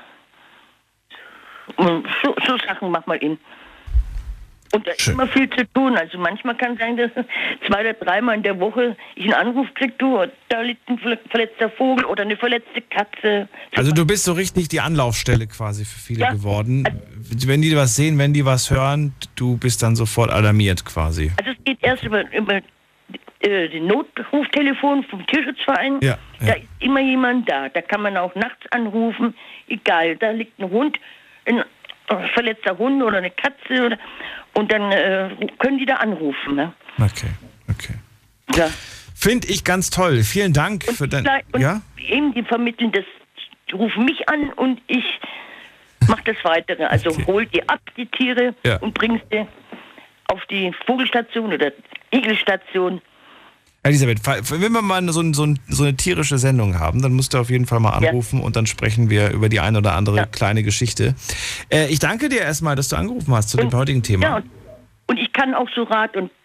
Und so Sachen macht man eben. Und da ist immer viel zu tun. Also manchmal kann es sein, dass 2 oder 3 Mal in der Woche ich einen Anruf kriege, da liegt ein verletzter Vogel oder eine verletzte Katze. Also du bist so richtig die Anlaufstelle quasi für viele geworden. Wenn die was sehen, wenn die was hören, du bist dann sofort alarmiert quasi. Also es geht erst über den Notruftelefon vom Tierschutzverein. Ja. Da ist immer jemand da. Da kann man auch nachts anrufen. Egal, da liegt ein Hund, ein verletzter Hund oder eine Katze und dann können die da anrufen. Ne? Okay. Ja. Finde ich ganz toll. Vielen Dank für dein... Ja? Eben, die vermitteln das, die rufen mich an und ich mache das Weitere. Also hol die ab, die Tiere, und bringst die auf die Vogelstation oder Igelstation. Elisabeth, wenn wir mal so eine tierische Sendung haben, dann musst du auf jeden Fall mal anrufen und dann sprechen wir über die eine oder andere kleine Geschichte. Ich danke dir erstmal, dass du angerufen hast zu dem heutigen Thema. Ja, und ich kann auch so Rat und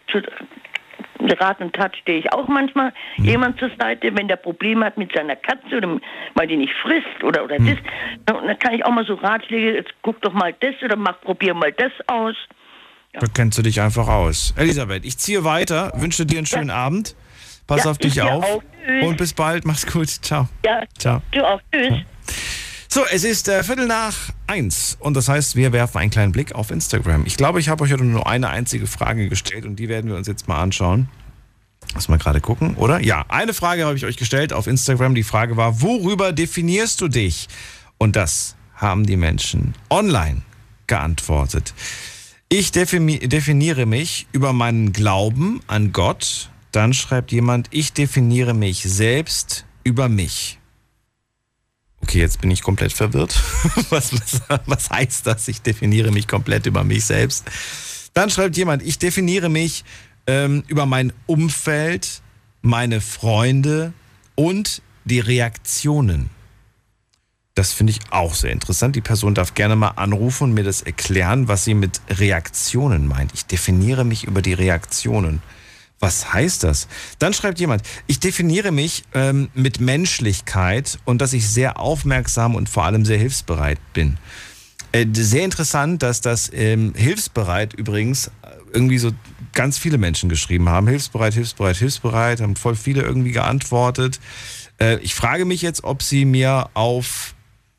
Tat stehe ich auch manchmal jemand zur Seite, wenn der Probleme hat mit seiner Katze oder weil die nicht frisst oder das. Dann kann ich auch mal so Ratschläge, jetzt guck doch mal das oder probier mal das aus. Ja. Da kennst du dich einfach aus. Elisabeth, ich ziehe weiter, wünsche dir einen schönen Abend. Pass auf dich auf. Und bis bald. Mach's gut. Ciao. Ja, ciao. Du auch. Tschüss. Ciao. So, es ist 1:15 und das heißt, wir werfen einen kleinen Blick auf Instagram. Ich glaube, ich habe euch heute nur eine einzige Frage gestellt und die werden wir uns jetzt mal anschauen. Lass mal gerade gucken, oder? Ja, eine Frage habe ich euch gestellt auf Instagram. Die Frage war, worüber definierst du dich? Und das haben die Menschen online geantwortet. Ich definiere mich über meinen Glauben an Gott. Dann schreibt jemand, ich definiere mich selbst über mich. Okay, jetzt bin ich komplett verwirrt. Was heißt das? Ich definiere mich komplett über mich selbst. Dann schreibt jemand, ich definiere mich über mein Umfeld, meine Freunde und die Reaktionen. Das finde ich auch sehr interessant. Die Person darf gerne mal anrufen und mir das erklären, was sie mit Reaktionen meint. Ich definiere mich über die Reaktionen. Was heißt das? Dann schreibt jemand, ich definiere mich mit Menschlichkeit und dass ich sehr aufmerksam und vor allem sehr hilfsbereit bin. Sehr interessant, dass das hilfsbereit übrigens irgendwie so ganz viele Menschen geschrieben haben. Hilfsbereit, hilfsbereit, hilfsbereit, haben voll viele irgendwie geantwortet. Ich frage mich jetzt, ob sie mir auf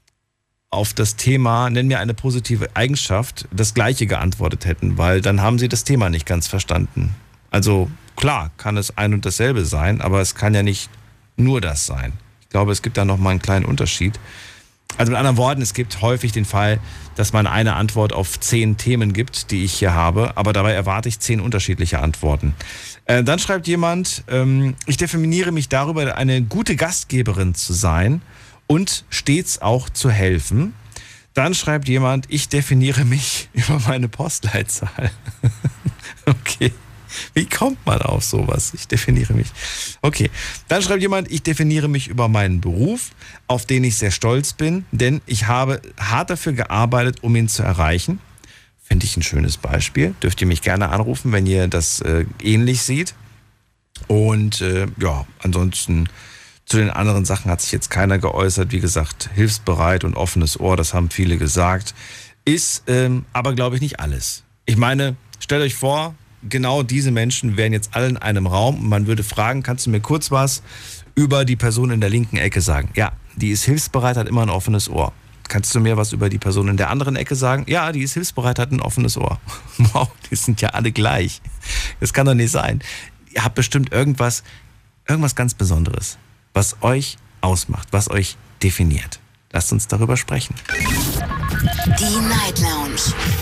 das Thema, nenn mir eine positive Eigenschaft, das Gleiche geantwortet hätten, weil dann haben sie das Thema nicht ganz verstanden. Also klar, kann es ein und dasselbe sein, aber es kann ja nicht nur das sein. Ich glaube, es gibt da nochmal einen kleinen Unterschied. Also mit anderen Worten, es gibt häufig den Fall, dass man eine Antwort auf 10 Themen gibt, die ich hier habe, aber dabei erwarte ich 10 unterschiedliche Antworten. Dann schreibt jemand, ich definiere mich darüber, eine gute Gastgeberin zu sein und stets auch zu helfen. Dann schreibt jemand, ich definiere mich über meine Postleitzahl. Okay. Wie kommt man auf sowas? Ich definiere mich. Okay, dann schreibt jemand, ich definiere mich über meinen Beruf, auf den ich sehr stolz bin, denn ich habe hart dafür gearbeitet, um ihn zu erreichen. Finde ich ein schönes Beispiel. Dürft ihr mich gerne anrufen, wenn ihr das ähnlich seht. Und ja, ansonsten zu den anderen Sachen hat sich jetzt keiner geäußert. Wie gesagt, hilfsbereit und offenes Ohr, das haben viele gesagt. Ist aber, glaube ich, nicht alles. Ich meine, stellt euch vor, genau diese Menschen wären jetzt alle in einem Raum und man würde fragen, kannst du mir kurz was über die Person in der linken Ecke sagen? Ja, die ist hilfsbereit, hat immer ein offenes Ohr. Kannst du mir was über die Person in der anderen Ecke sagen? Ja, die ist hilfsbereit, hat ein offenes Ohr. Wow, die sind ja alle gleich. Das kann doch nicht sein. Ihr habt bestimmt irgendwas ganz Besonderes, was euch ausmacht, was euch definiert. Lasst uns darüber sprechen. Die Night Lounge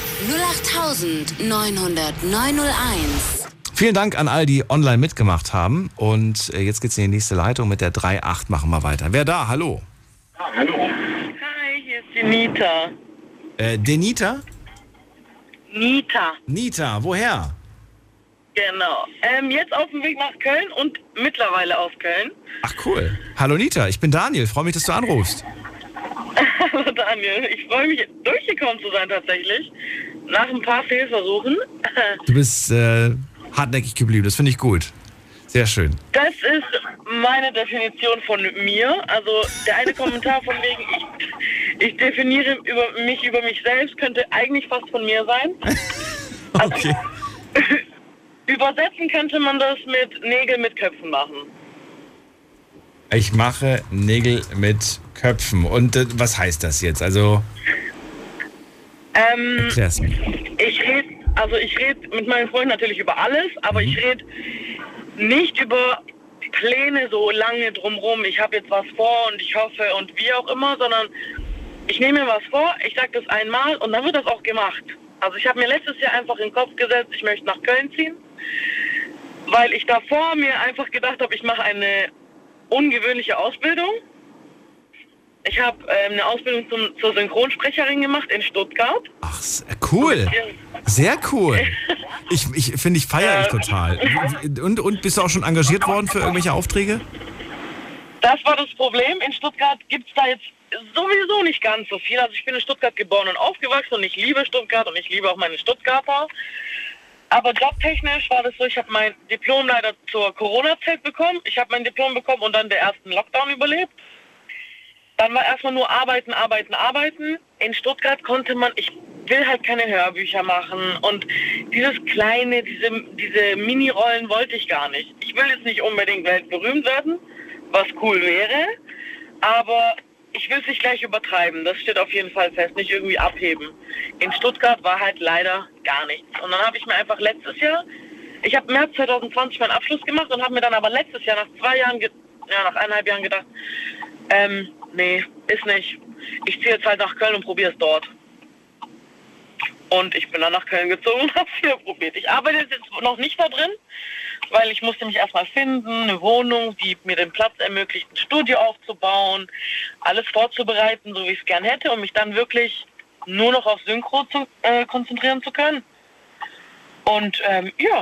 08900901. Vielen Dank an all, die online mitgemacht haben. Und jetzt geht's in die nächste Leitung mit der 3.8. Machen wir weiter. Wer da? Hallo. Hallo. Hi, hier ist die Nita. Denita? Nita. Nita, woher? Genau. Jetzt auf dem Weg nach Köln und mittlerweile aus Köln. Ach cool. Hallo Nita, ich bin Daniel. Freue mich, dass du anrufst. Hallo Daniel, ich freue mich, durchgekommen zu sein tatsächlich. Nach ein paar Fehlversuchen. Du bist hartnäckig geblieben, das finde ich gut. Sehr schön. Das ist meine Definition von mir. Also der eine Kommentar von wegen, ich definiere mich über mich selbst, könnte eigentlich fast von mir sein. Also, okay. Übersetzen könnte man das mit Nägel mit Köpfen machen. Ich mache Nägel mit Köpfen. Und was heißt das jetzt? Also erklär's mir. Ich rede mit meinen Freunden natürlich über alles, aber ich rede nicht über Pläne so lange drumrum. Ich habe jetzt was vor und ich hoffe und wie auch immer, sondern ich nehme mir was vor, ich sage das einmal und dann wird das auch gemacht. Also ich habe mir letztes Jahr einfach in den Kopf gesetzt, ich möchte nach Köln ziehen, weil ich davor mir einfach gedacht habe, ich mache eine ungewöhnliche Ausbildung. Ich habe eine Ausbildung zur Synchronsprecherin gemacht in Stuttgart. Ach, cool. Sehr cool. Ich feiere ich total. Und bist du auch schon engagiert worden für irgendwelche Aufträge? Das war das Problem. In Stuttgart gibt es da jetzt sowieso nicht ganz so viel. Also ich bin in Stuttgart geboren und aufgewachsen und ich liebe Stuttgart und ich liebe auch meine Stuttgarter. Aber jobtechnisch war das so, ich habe mein Diplom leider zur Corona-Zeit bekommen. Ich habe mein Diplom bekommen und dann den ersten Lockdown überlebt. Dann war erstmal nur arbeiten. In Stuttgart konnte man, ich will halt keine Hörbücher machen und dieses kleine, diese Mini-Rollen wollte ich gar nicht. Ich will jetzt nicht unbedingt weltberühmt werden, was cool wäre, aber ich will es nicht gleich übertreiben, das steht auf jeden Fall fest, nicht irgendwie abheben. In Stuttgart war halt leider gar nichts. Und dann habe ich mir einfach letztes Jahr, ich habe März 2020 meinen Abschluss gemacht und habe mir dann aber letztes Jahr nach 1,5 Jahren gedacht, nee, ist nicht. Ich ziehe jetzt halt nach Köln und probiere es dort. Und ich bin dann nach Köln gezogen und habe es hier probiert. Ich arbeite jetzt noch nicht da drin, weil ich musste mich erstmal finden, eine Wohnung, die mir den Platz ermöglicht, ein Studio aufzubauen, alles vorzubereiten, so wie ich es gern hätte, um mich dann wirklich nur noch auf Synchro konzentrieren zu können. Und ja,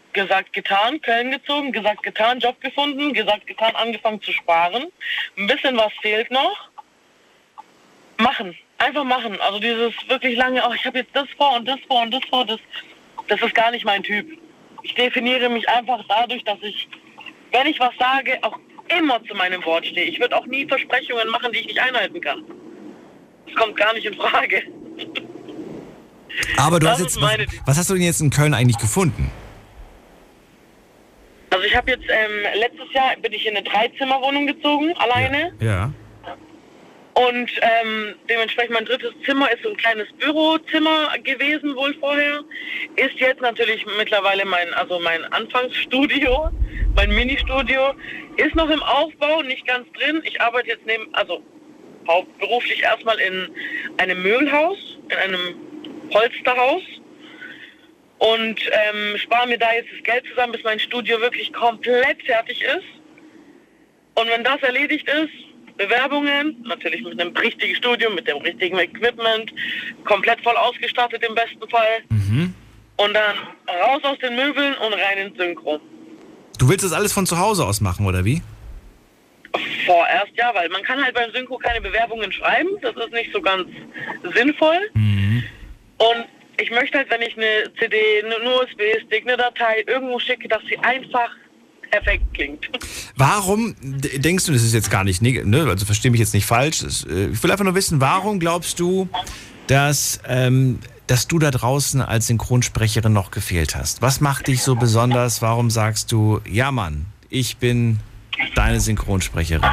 gesagt, getan, Köln gezogen, gesagt, getan, Job gefunden, gesagt, getan, angefangen zu sparen. Ein bisschen was fehlt noch. Machen. Einfach machen. Also dieses wirklich lange, ich habe jetzt das vor und das vor und das vor, das ist gar nicht mein Typ. Ich definiere mich einfach dadurch, dass ich, wenn ich was sage, auch immer zu meinem Wort stehe. Ich würde auch nie Versprechungen machen, die ich nicht einhalten kann. Das kommt gar nicht in Frage. Aber du hast jetzt, was hast du denn jetzt in Köln eigentlich gefunden? Also ich habe jetzt, letztes Jahr bin ich in eine 3-Zimmer-Wohnung gezogen, alleine. Ja. Und dementsprechend mein drittes Zimmer ist so ein kleines Bürozimmer gewesen wohl vorher. Ist jetzt natürlich mittlerweile mein Anfangsstudio, mein Ministudio. Ist noch im Aufbau, nicht ganz drin. Ich arbeite jetzt hauptberuflich erstmal in einem Möbelhaus, in einem Polsterhaus. Und spare mir da jetzt das Geld zusammen, bis mein Studio wirklich komplett fertig ist. Und wenn das erledigt ist, Bewerbungen, natürlich mit einem richtigen Studio, mit dem richtigen Equipment, komplett voll ausgestattet im besten Fall. Mhm. Und dann raus aus den Möbeln und rein ins Synchro. Du willst das alles von zu Hause aus machen, oder wie? Vorerst ja, weil man kann halt beim Synchro keine Bewerbungen schreiben. Das ist nicht so ganz sinnvoll. Mhm. Und ich möchte halt, wenn ich eine CD, einen USB-Stick, eine Datei irgendwo schicke, dass sie einfach perfekt klingt. Warum denkst du, das ist jetzt gar nicht, ne, also verstehe mich jetzt nicht falsch, ich will einfach nur wissen, warum glaubst du, dass du da draußen als Synchronsprecherin noch gefehlt hast? Was macht dich so besonders? Warum sagst du, ja Mann, ich bin deine Synchronsprecherin?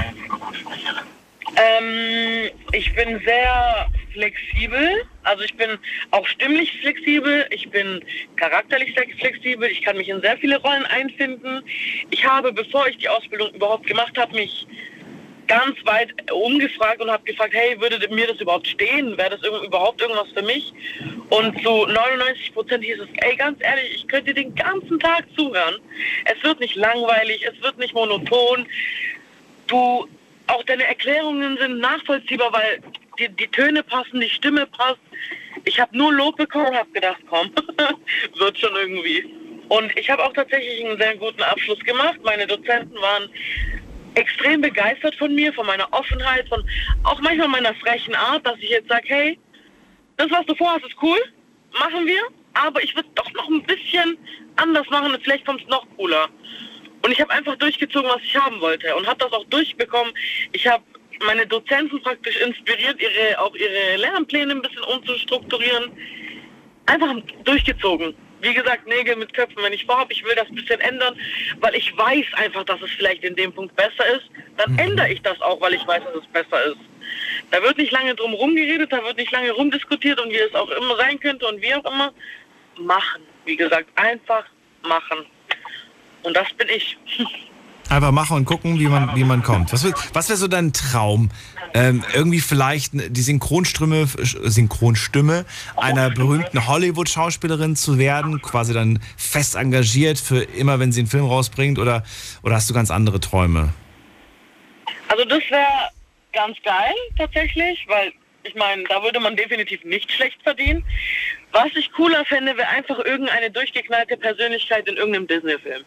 Ich bin sehr flexibel, also ich bin auch stimmlich flexibel, ich bin charakterlich flexibel, ich kann mich in sehr viele Rollen einfinden. Ich habe, bevor ich die Ausbildung überhaupt gemacht habe, mich ganz weit umgefragt und habe gefragt, hey, würde mir das überhaupt stehen? Wäre das überhaupt irgendwas für mich? Und zu 99% hieß es, ey, ganz ehrlich, ich könnte den ganzen Tag zuhören. Es wird nicht langweilig, es wird nicht monoton. Auch deine Erklärungen sind nachvollziehbar, weil die Töne passen, die Stimme passt. Ich habe nur Lob bekommen und habe gedacht, komm, wird schon irgendwie. Und ich habe auch tatsächlich einen sehr guten Abschluss gemacht. Meine Dozenten waren extrem begeistert von mir, von meiner Offenheit, von auch manchmal meiner frechen Art, dass ich jetzt sage, hey, das, was du vorhast, ist cool, machen wir, aber ich würde doch noch ein bisschen anders machen, vielleicht kommt es noch cooler. Und ich habe einfach durchgezogen, was ich haben wollte und habe das auch durchbekommen. Ich habe meine Dozenten praktisch inspiriert, ihre Lernpläne ein bisschen umzustrukturieren. Einfach durchgezogen. Wie gesagt, Nägel mit Köpfen. Wenn ich vorhabe, ich will das ein bisschen ändern, weil ich weiß einfach, dass es vielleicht in dem Punkt besser ist, dann ändere ich das auch, weil ich weiß, dass es besser ist. Da wird nicht lange drum rumgeredet, da wird nicht lange rumdiskutiert und wie es auch immer sein könnte und wie auch immer. Machen. Wie gesagt, einfach machen. Und das bin ich. Einfach machen und gucken, wie man kommt. Was wäre so dein Traum? Irgendwie vielleicht die Synchronstimme einer berühmten Hollywood-Schauspielerin zu werden, quasi dann fest engagiert für immer, wenn sie einen Film rausbringt, oder hast du ganz andere Träume? Also das wäre ganz geil tatsächlich, weil ich meine, da würde man definitiv nicht schlecht verdienen. Was ich cooler fände, wäre einfach irgendeine durchgeknallte Persönlichkeit in irgendeinem Disney-Film.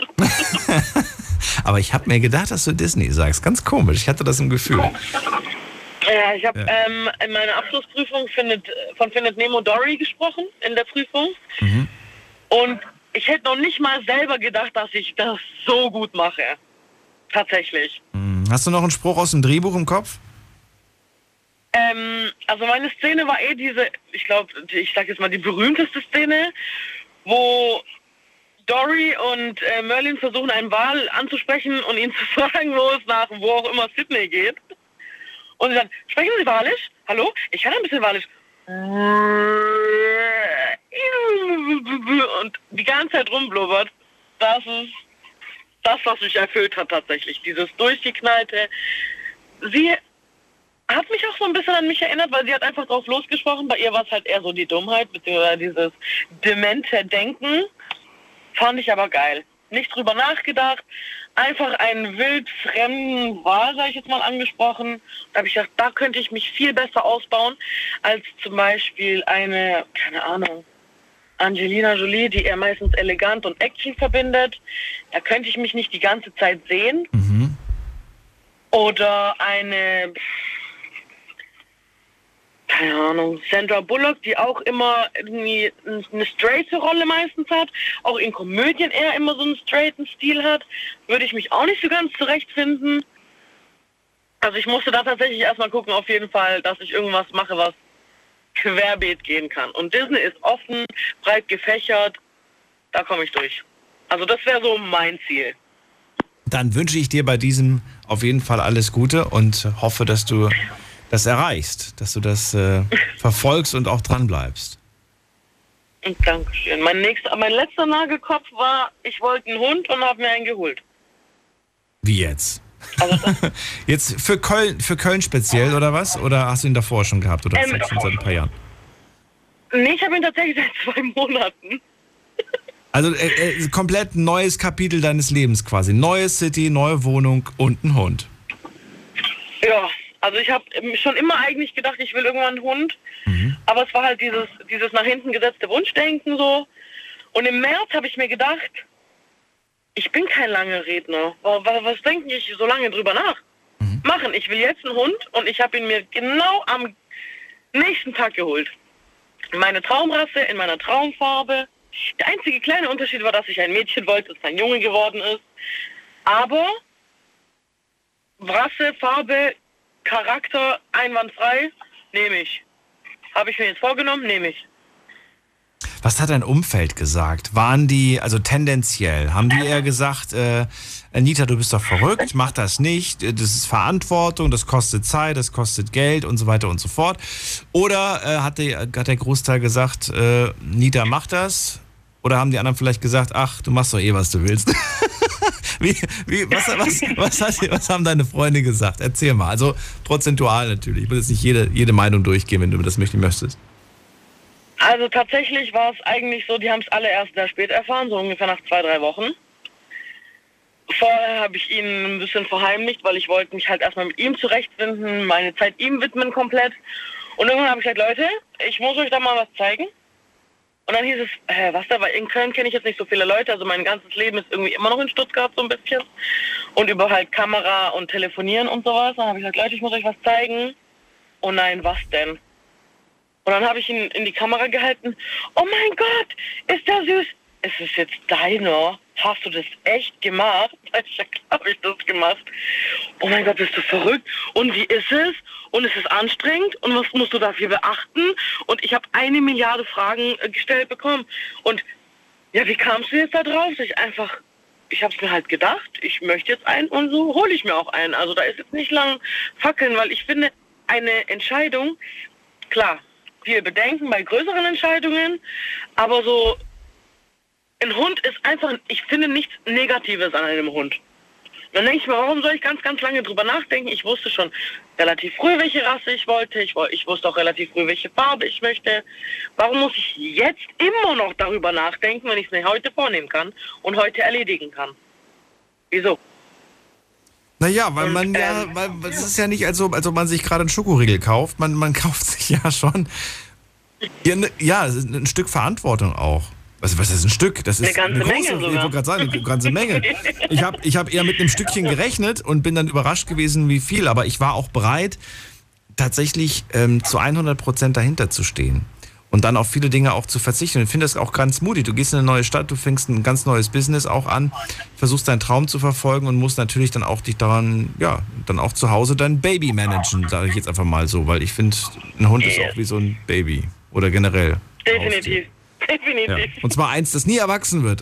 Aber ich habe mir gedacht, dass du Disney sagst. Ganz komisch. Ich hatte das im Gefühl. Ja, ich habe in meiner Abschlussprüfung von Findet Nemo Dory gesprochen, in der Prüfung. Mhm. Und ich hätte noch nicht mal selber gedacht, dass ich das so gut mache. Tatsächlich. Hast du noch einen Spruch aus dem Drehbuch im Kopf? Also meine Szene war diese, ich glaube, ich sag jetzt mal die berühmteste Szene, wo Dory und Merlin versuchen, einen Wal anzusprechen und ihn zu fragen, wo auch immer Sydney geht. Und sie sagen, sprechen Sie Walisch? Hallo? Ich kann ein bisschen Walisch. Und die ganze Zeit rumblubbert. Das ist das, was mich erfüllt hat tatsächlich. Dieses durchgeknallte. Sie hat mich auch so ein bisschen an mich erinnert, weil sie hat einfach drauf losgesprochen. Bei ihr war es halt eher so die Dummheit, beziehungsweise dieses demente Denken. Fand ich aber geil. Nicht drüber nachgedacht. Einfach einen wild fremden Wal, sag ich jetzt mal, angesprochen. Da habe ich gedacht, da könnte ich mich viel besser ausbauen, als zum Beispiel eine, keine Ahnung, Angelina Jolie, die er meistens elegant und Action verbindet. Da könnte ich mich nicht die ganze Zeit sehen. Mhm. Oder eine, keine Ahnung, Sandra Bullock, die auch immer irgendwie eine straighte Rolle meistens hat. Auch in Komödien eher immer so einen straighten Stil hat. Würde ich mich auch nicht so ganz zurechtfinden. Also ich musste da tatsächlich erstmal gucken, auf jeden Fall, dass ich irgendwas mache, was querbeet gehen kann. Und Disney ist offen, breit gefächert, da komme ich durch. Also das wäre so mein Ziel. Dann wünsche ich dir bei diesem auf jeden Fall alles Gute und hoffe, dass du das erreichst, dass du das verfolgst und auch dran bleibst. Dankeschön. Mein letzter Nagelkopf war, ich wollte einen Hund und habe mir einen geholt. Wie jetzt? Also jetzt für Köln speziell oder was? Oder hast du ihn davor schon gehabt oder schon seit ein paar Jahren? Nee, ich habe ihn tatsächlich seit 2 Monaten. Also komplett neues Kapitel deines Lebens quasi. Neue City, neue Wohnung und ein Hund. Ja, also ich habe schon immer eigentlich gedacht, ich will irgendwann einen Hund. Aber es war halt dieses nach hinten gesetzte Wunschdenken so. Und im März habe ich mir gedacht, ich bin kein langer Redner. Was denke ich so lange drüber nach? Machen, ich will jetzt einen Hund und ich habe ihn mir genau am nächsten Tag geholt. Meine Traumrasse, in meiner Traumfarbe. Der einzige kleine Unterschied war, dass ich ein Mädchen wollte, dass ein Junge geworden ist. Aber Rasse, Farbe, Charakter, einwandfrei, nehme ich. Habe ich mir jetzt vorgenommen, nehme ich. Was hat dein Umfeld gesagt? Waren die, also tendenziell, haben die eher gesagt, Anita, du bist doch verrückt, mach das nicht, das ist Verantwortung, das kostet Zeit, das kostet Geld und so weiter und so fort? Oder hat der Großteil gesagt, Anita, mach das? Oder haben die anderen vielleicht gesagt, ach, du machst doch eh, was du willst? Was haben deine Freunde gesagt? Erzähl mal, also prozentual natürlich. Ich will jetzt nicht jede Meinung durchgehen, wenn du das möchtest. Also tatsächlich war es eigentlich so, die haben es alle erst sehr spät erfahren, so ungefähr nach 2-3 Wochen. Vorher habe ich ihn ein bisschen verheimlicht, weil ich wollte mich halt erstmal mit ihm zurechtfinden, meine Zeit ihm widmen komplett. Und irgendwann habe ich gesagt, Leute, ich muss euch da mal was zeigen. Und dann hieß es, was da, weil in Köln kenne ich jetzt nicht so viele Leute, also mein ganzes Leben ist irgendwie immer noch in Stuttgart so ein bisschen. Und über halt Kamera und Telefonieren und sowas. Dann habe ich gesagt, Leute, ich muss euch was zeigen. Oh nein, was denn? Und dann habe ich ihn in die Kamera gehalten. Oh mein Gott, ist der süß. Ist es jetzt deiner? Hast du das echt gemacht? Ja, klar habe ich das gemacht. Oh mein Gott, bist du verrückt? Und wie ist es? Und ist es anstrengend? Und was musst du dafür beachten? Und ich habe 1 Milliarde Fragen gestellt bekommen. Und ja, wie kamst du jetzt da drauf? Ich habe es mir halt gedacht, ich möchte jetzt einen und so hole ich mir auch einen. Also da ist jetzt nicht lang fackeln, weil ich finde, eine Entscheidung, klar, viel Bedenken bei größeren Entscheidungen, aber so ein Hund ist einfach, ich finde nichts Negatives an einem Hund. Dann denke ich mir, warum soll ich ganz, ganz lange drüber nachdenken? Ich wusste schon relativ früh, welche Rasse ich wollte. Ich wusste auch relativ früh, welche Farbe ich möchte. Warum muss ich jetzt immer noch darüber nachdenken, wenn ich es mir heute vornehmen kann und heute erledigen kann? Wieso? Naja, weil es ist ja nicht, als ob man sich gerade einen Schokoriegel kauft. Man kauft sich ja schon ein Stück Verantwortung auch. Was ist ein Stück? Das ist eine ganze Menge große, sogar. ich wollte gerade sagen, eine ganze Menge. Ich hab eher mit einem Stückchen gerechnet und bin dann überrascht gewesen, wie viel. Aber ich war auch bereit, tatsächlich zu 100% dahinter zu stehen. Und dann auf viele Dinge auch zu verzichten. Ich finde das auch ganz mutig. Du gehst in eine neue Stadt, du fängst ein ganz neues Business auch an, versuchst deinen Traum zu verfolgen und musst natürlich dann auch dich daran, ja, dann auch zu Hause dein Baby managen, sage ich jetzt einfach mal so. Weil ich finde, ein Hund ist auch wie so ein Baby. Oder generell. Definitiv. Definitiv. Ja. Und zwar eins, das nie erwachsen wird.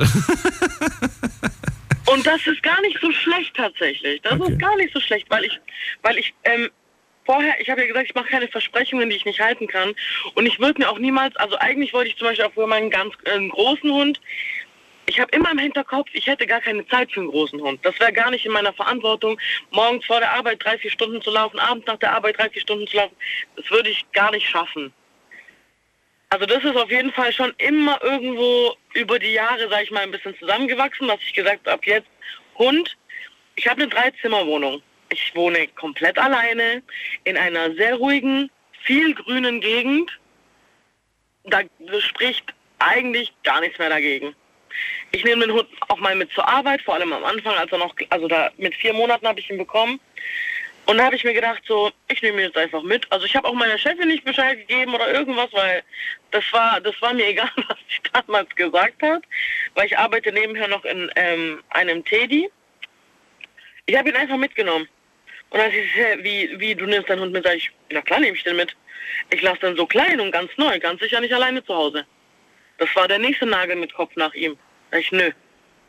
Und das ist gar nicht so schlecht tatsächlich. Das ist gar nicht so schlecht, weil ich vorher, ich habe ja gesagt, ich mache keine Versprechungen, die ich nicht halten kann. Und ich würde mir auch niemals, also eigentlich wollte ich zum Beispiel auch für meinen ganz großen Hund, ich habe immer im Hinterkopf, ich hätte gar keine Zeit für einen großen Hund. Das wäre gar nicht in meiner Verantwortung, morgens vor der Arbeit 3-4 Stunden zu laufen, abends nach der Arbeit 3-4 Stunden zu laufen. Das würde ich gar nicht schaffen. Also das ist auf jeden Fall schon immer irgendwo über die Jahre, sage ich mal, ein bisschen zusammengewachsen, was ich gesagt habe, ab jetzt Hund. Ich habe eine 3-Zimmer-Wohnung. Ich wohne komplett alleine in einer sehr ruhigen, viel grünen Gegend. Da spricht eigentlich gar nichts mehr dagegen. Ich nehme den Hund auch mal mit zur Arbeit, vor allem am Anfang, da mit 4 Monaten habe ich ihn bekommen. Und da habe ich mir gedacht, so, ich nehme ihn jetzt einfach mit. Also ich habe auch meiner Chefin nicht Bescheid gegeben oder irgendwas, weil das war mir egal, was sie damals gesagt hat. Weil ich arbeite nebenher noch in einem Teddy. Ich habe ihn einfach mitgenommen. Und dann hieß es, wie, du nimmst deinen Hund mit? Sag ich, na klar nehme ich den mit. Ich lasse den so klein und ganz neu, ganz sicher nicht alleine zu Hause. Das war der nächste Nagel mit Kopf nach ihm. Sag ich, nö.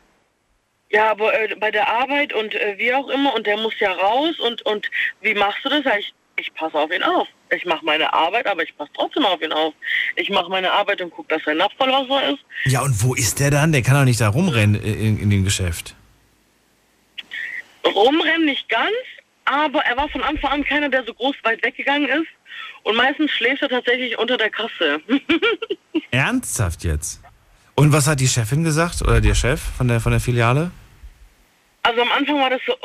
Ja, aber bei der Arbeit und wie auch immer, und der muss ja raus und wie machst du das? Sag ich passe auf ihn auf. Ich mache meine Arbeit, aber ich passe trotzdem auf ihn auf. Ich mache meine Arbeit und gucke, dass sein Napf voll Wasser ist. Ja, und wo ist der dann? Der kann doch nicht da rumrennen in dem Geschäft. Rumrennen nicht ganz, aber er war von Anfang an keiner, der so groß weit weggegangen ist. Und meistens schläft er tatsächlich unter der Kasse. Ernsthaft jetzt? Und was hat die Chefin gesagt? Oder der Chef von der Filiale? Also am Anfang war das so,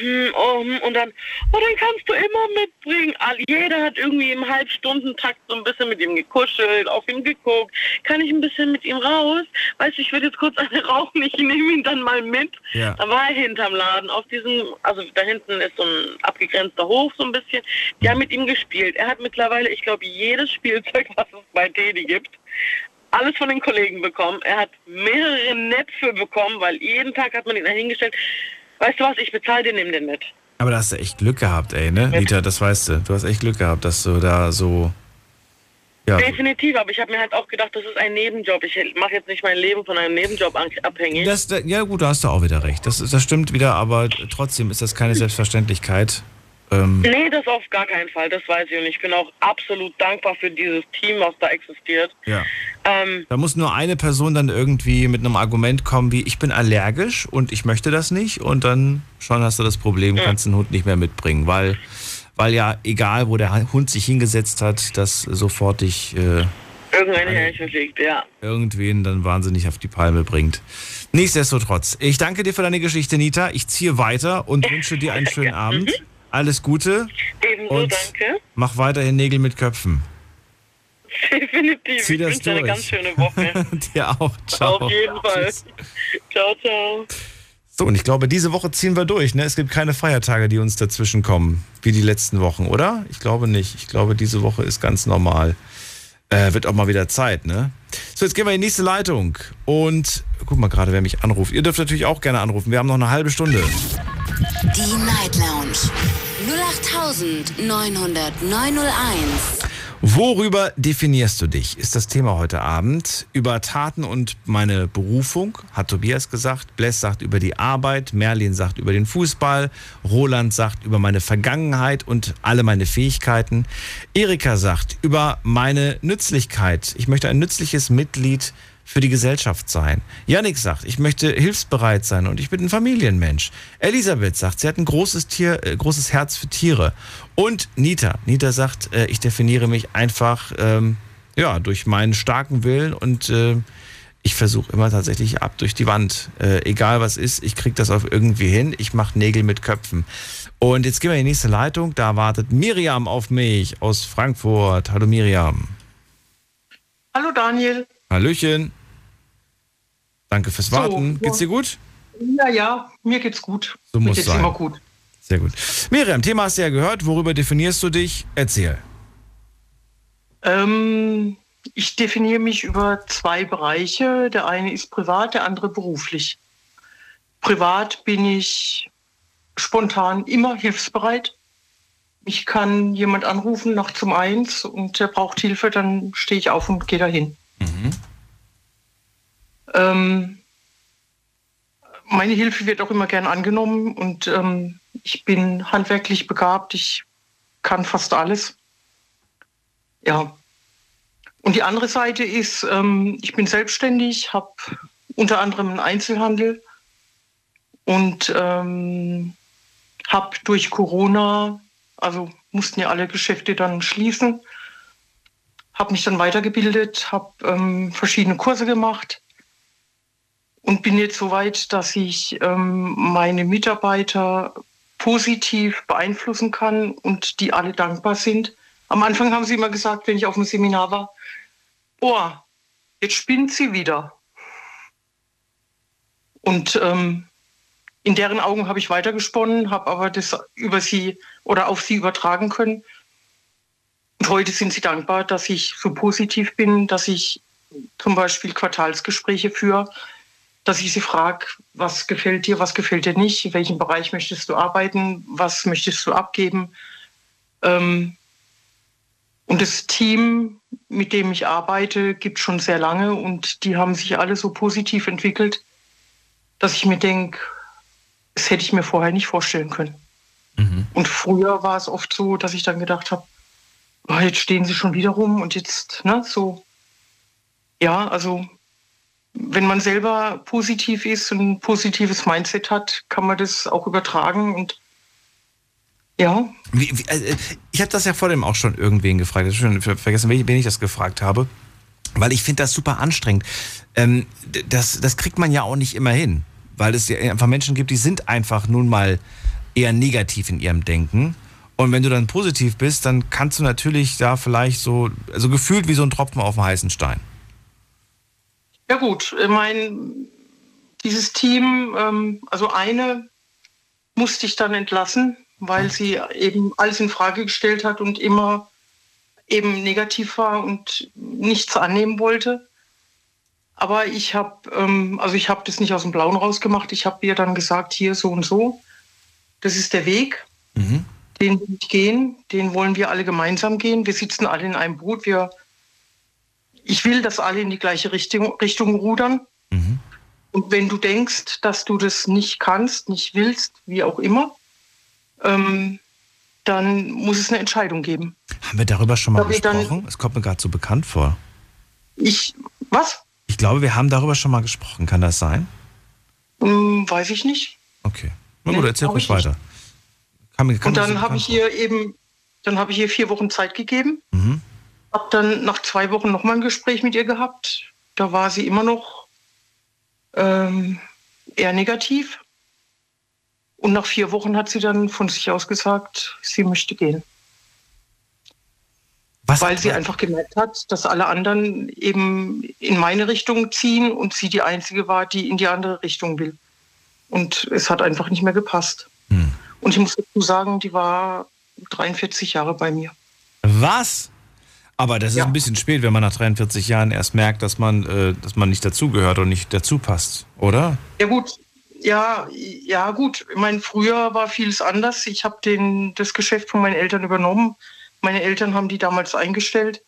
und dann, den kannst du immer mitbringen. Jeder hat irgendwie im Halbstundentakt so ein bisschen mit ihm gekuschelt, auf ihn geguckt. Kann ich ein bisschen mit ihm raus? Weißt du, ich würde jetzt kurz eine rauchen, ich nehme ihn dann mal mit. Ja. Dann war er hinterm Laden, also da hinten ist so ein abgegrenzter Hof so ein bisschen. Die haben mit ihm gespielt. Er hat mittlerweile, ich glaube, jedes Spielzeug, was es bei Teddy gibt, alles von den Kollegen bekommen. Er hat mehrere Näpfe bekommen, weil jeden Tag hat man ihn dahingestellt. Weißt du was, ich bezahle den, nimm den mit. Aber da hast du echt Glück gehabt, ey, ne? Nita, das weißt du. Du hast echt Glück gehabt, dass du da so... Ja. Definitiv, aber ich habe mir halt auch gedacht, das ist ein Nebenjob. Ich mache jetzt nicht mein Leben von einem Nebenjob abhängig. Ja gut, da hast du auch wieder recht. Das stimmt wieder, aber trotzdem ist das keine Selbstverständlichkeit. Nee, das auf gar keinen Fall, das weiß ich. Und ich bin auch absolut dankbar für dieses Team, was da existiert. Ja. Da muss nur eine Person dann irgendwie mit einem Argument kommen wie, ich bin allergisch und ich möchte das nicht. Und dann schon hast du das Problem, kannst den Hund nicht mehr mitbringen. Weil ja, egal wo der Hund sich hingesetzt hat, das sofort dich... irgendein Härchen liegt, ja. Irgendwen dann wahnsinnig auf die Palme bringt. Nichtsdestotrotz, ich danke dir für deine Geschichte, Nita. Ich ziehe weiter und wünsche dir einen schönen Abend. Alles Gute. Ebenso, und danke. Mach weiterhin Nägel mit Köpfen. Definitiv. Zieh das ich wünsche durch. eine ganz schöne Woche. Dir auch. Ciao. Auf jeden Fall. Tschüss. Ciao, ciao. So, und ich glaube, diese Woche ziehen wir durch. Ne? Es gibt keine Feiertage, die uns dazwischen kommen, wie die letzten Wochen, oder? Ich glaube nicht. Ich glaube, diese Woche ist ganz normal. Wird auch mal wieder Zeit, ne? So, jetzt gehen wir in die nächste Leitung. Und guck mal gerade, wer mich anruft. Ihr dürft natürlich auch gerne anrufen. Wir haben noch eine halbe Stunde. Die Night Lounge 08900901. Worüber definierst du dich? Ist das Thema heute Abend. Über Taten und meine Berufung, hat Tobias gesagt. Bless sagt über die Arbeit. Merlin sagt über den Fußball. Roland sagt über meine Vergangenheit und alle meine Fähigkeiten. Erika sagt über meine Nützlichkeit. Ich möchte ein nützliches Mitglied für die Gesellschaft sein. Yannick sagt, ich möchte hilfsbereit sein und ich bin ein Familienmensch. Elisabeth sagt, sie hat ein großes Herz für Tiere. Und Nita sagt, ich definiere mich einfach durch meinen starken Willen und ich versuche immer tatsächlich ab durch die Wand. Egal was ist, ich kriege das auf irgendwie hin. Ich mache Nägel mit Köpfen. Und jetzt gehen wir in die nächste Leitung. Da wartet Miriam auf mich aus Frankfurt. Hallo Miriam. Hallo Daniel. Hallöchen. Danke fürs Warten. So, geht's dir gut? Ja, mir geht's gut. So muss mir geht's sein. Immer gut. Sehr gut. Miriam, Thema hast du ja gehört. Worüber definierst du dich? Erzähl. Ich definiere mich über 2 Bereiche. Der eine ist privat, der andere beruflich. Privat bin ich spontan immer hilfsbereit. Ich kann jemand anrufen nachts um 1 und der braucht Hilfe, dann stehe ich auf und gehe dahin. Meine Hilfe wird auch immer gern angenommen und ich bin handwerklich begabt, ich kann fast alles. Ja. Und die andere Seite ist, ich bin selbstständig, habe unter anderem einen Einzelhandel und habe durch Corona, also mussten ja alle Geschäfte dann schließen, habe mich dann weitergebildet, habe verschiedene Kurse gemacht und bin jetzt so weit, dass ich meine Mitarbeiter positiv beeinflussen kann und die alle dankbar sind. Am Anfang haben sie immer gesagt, wenn ich auf dem Seminar war, jetzt spinnt sie wieder. Und in deren Augen habe ich weitergesponnen, habe aber das über sie oder auf sie übertragen können. Und heute sind sie dankbar, dass ich so positiv bin, dass ich zum Beispiel Quartalsgespräche führe, dass ich sie frage, was gefällt dir nicht, in welchem Bereich möchtest du arbeiten, was möchtest du abgeben. Und das Team, mit dem ich arbeite, gibt es schon sehr lange und die haben sich alle so positiv entwickelt, dass ich mir denke, das hätte ich mir vorher nicht vorstellen können. Und früher war es oft so, dass ich dann gedacht habe, oh, jetzt stehen sie schon wieder rum und jetzt, ne, so. Ja, also wenn man selber positiv ist und ein positives Mindset hat, kann man das auch übertragen und ja. Ich habe das ja vor dem auch schon irgendwen gefragt. Ich habe schon vergessen, wen ich das gefragt habe. Weil ich finde das super anstrengend. Das kriegt man ja auch nicht immer hin. Weil es ja einfach Menschen gibt, die sind einfach nun mal eher negativ in ihrem Denken. Und wenn du dann positiv bist, dann kannst du natürlich da vielleicht so, also gefühlt wie so ein Tropfen auf dem heißen Stein. Ja gut, ich meine, dieses Team, also eine musste ich dann entlassen, weil sie eben alles in Frage gestellt hat und immer eben negativ war und nichts annehmen wollte. Aber ich habe das nicht aus dem Blauen rausgemacht. Ich habe ihr dann gesagt, hier so und so, das ist der Weg, den will ich gehen, den wollen wir alle gemeinsam gehen. Wir sitzen alle in einem Boot. Ich will, dass alle in die gleiche Richtung rudern. Und wenn du denkst, dass du das nicht kannst, nicht willst, wie auch immer, dann muss es eine Entscheidung geben. Haben wir darüber schon mal gesprochen? Es kommt mir gerade so bekannt vor. Was? Ich glaube, wir haben darüber schon mal gesprochen. Kann das sein? Weiß ich nicht. Okay. Na gut, erzähl ruhig weiter. Und dann habe ich ihr 4 Wochen Zeit gegeben. Habe dann nach 2 Wochen nochmal ein Gespräch mit ihr gehabt. Da war sie immer noch eher negativ. Und nach 4 Wochen hat sie dann von sich aus gesagt, sie möchte gehen. Weil sie einfach gemerkt hat, dass alle anderen eben in meine Richtung ziehen und sie die Einzige war, die in die andere Richtung will. Und es hat einfach nicht mehr gepasst. Und ich muss dazu sagen, die war 43 Jahre bei mir. Was? Aber das ist ein bisschen spät, wenn man nach 43 Jahren erst merkt, dass man nicht dazugehört und nicht dazu passt, oder? Ja gut. Ja, gut. Ich meine, früher war vieles anders. Ich habe das Geschäft von meinen Eltern übernommen. Meine Eltern haben die damals eingestellt.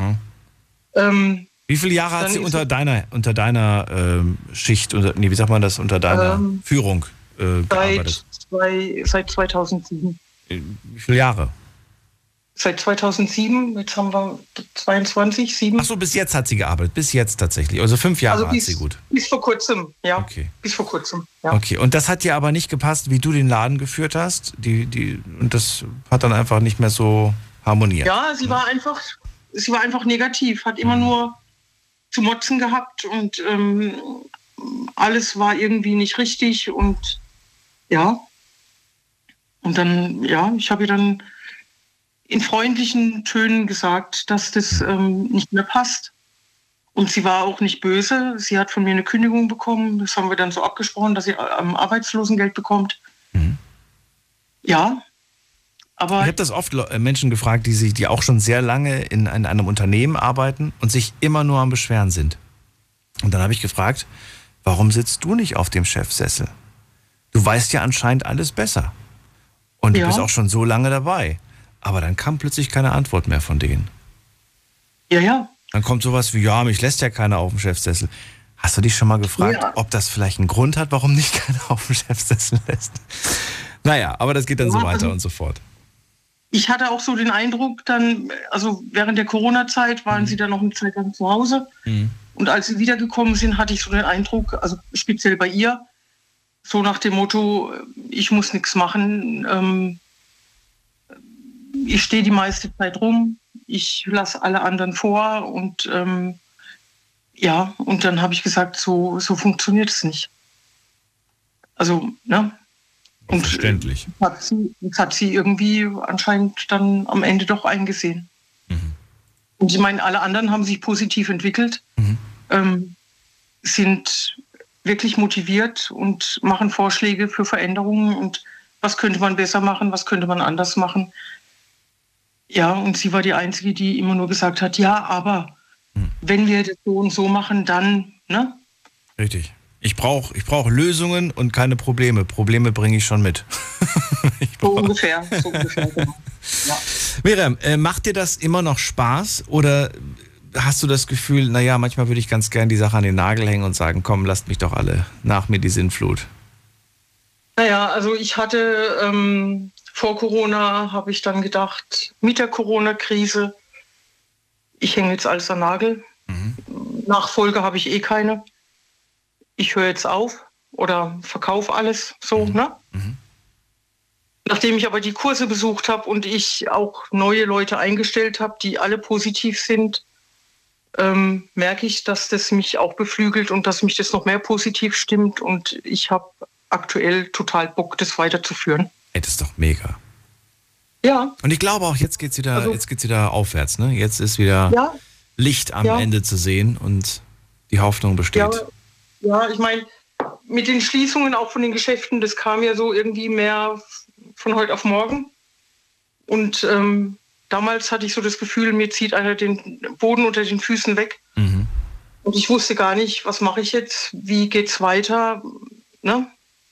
Wie viele Jahre hat sie unter deiner Schicht, wie sagt man das, unter deiner Führung gearbeitet? Seit 2007. Wie viele Jahre? Seit 2007, jetzt haben wir 22, 7. Ach so, bis jetzt hat sie gearbeitet, bis jetzt tatsächlich. Also 5 Jahre hat sie gut. Bis vor kurzem, ja. Okay. Bis vor kurzem, ja. Okay, und das hat dir aber nicht gepasst, wie du den Laden geführt hast? Und das hat dann einfach nicht mehr so harmoniert? Ja, sie war einfach negativ, hat immer nur zu motzen gehabt und alles war irgendwie nicht richtig und ja. Und dann, ich habe ihr dann in freundlichen Tönen gesagt, dass das nicht mehr passt. Und sie war auch nicht böse. Sie hat von mir eine Kündigung bekommen. Das haben wir dann so abgesprochen, dass sie Arbeitslosengeld bekommt. Ja, aber... Ich habe das oft Menschen gefragt, die auch schon sehr lange in einem Unternehmen arbeiten und sich immer nur am Beschweren sind. Und dann habe ich gefragt, warum sitzt du nicht auf dem Chefsessel? Du weißt ja anscheinend alles besser. Und du bist auch schon so lange dabei. Aber dann kam plötzlich keine Antwort mehr von denen. Ja. Dann kommt sowas wie, mich lässt ja keiner auf dem Chefsessel. Hast du dich schon mal gefragt, ob das vielleicht einen Grund hat, warum nicht keiner auf dem Chefsessel lässt? Naja, aber das geht dann so weiter und so fort. Ich hatte auch so den Eindruck, also während der Corona-Zeit waren sie dann noch eine Zeit lang zu Hause. Und als sie wiedergekommen sind, hatte ich so den Eindruck, also speziell bei ihr, so nach dem Motto, ich muss nichts machen, ich stehe die meiste Zeit rum, ich lasse alle anderen vor und und dann habe ich gesagt, so funktioniert es nicht. Also, ne? Und verständlich. Das hat sie irgendwie anscheinend dann am Ende doch eingesehen. Und ich meine, alle anderen haben sich positiv entwickelt. sind wirklich motiviert und machen Vorschläge für Veränderungen und was könnte man besser machen, was könnte man anders machen. Ja, und sie war die Einzige, die immer nur gesagt hat, ja, aber wenn wir das so und so machen, dann, ne? Richtig. Ich brauch Lösungen und keine Probleme. Probleme bringe ich schon mit. So ungefähr. Genau. Ja. Miriam, macht dir das immer noch Spaß oder hast du das Gefühl, naja, manchmal würde ich ganz gern die Sache an den Nagel hängen und sagen, komm, lasst mich doch alle, nach mir die Sinnflut? Naja, also ich hatte vor Corona, habe ich dann gedacht, mit der Corona-Krise, ich hänge jetzt alles an Nagel. Nachfolge habe ich eh keine. Ich höre jetzt auf oder verkaufe alles so, ne? Nachdem ich aber die Kurse besucht habe und ich auch neue Leute eingestellt habe, die alle positiv sind, merke ich, dass das mich auch beflügelt und dass mich das noch mehr positiv stimmt und ich habe aktuell total Bock, das weiterzuführen. Ey, das ist doch mega. Ja. Und ich glaube auch, jetzt geht's wieder aufwärts, ne? Jetzt ist wieder Licht am Ende zu sehen und die Hoffnung besteht. Ja, ich meine, mit den Schließungen auch von den Geschäften, das kam ja so irgendwie mehr von heute auf morgen. Und damals hatte ich so das Gefühl, mir zieht einer den Boden unter den Füßen weg. Und ich wusste gar nicht, was mache ich jetzt, wie geht's weiter, ne?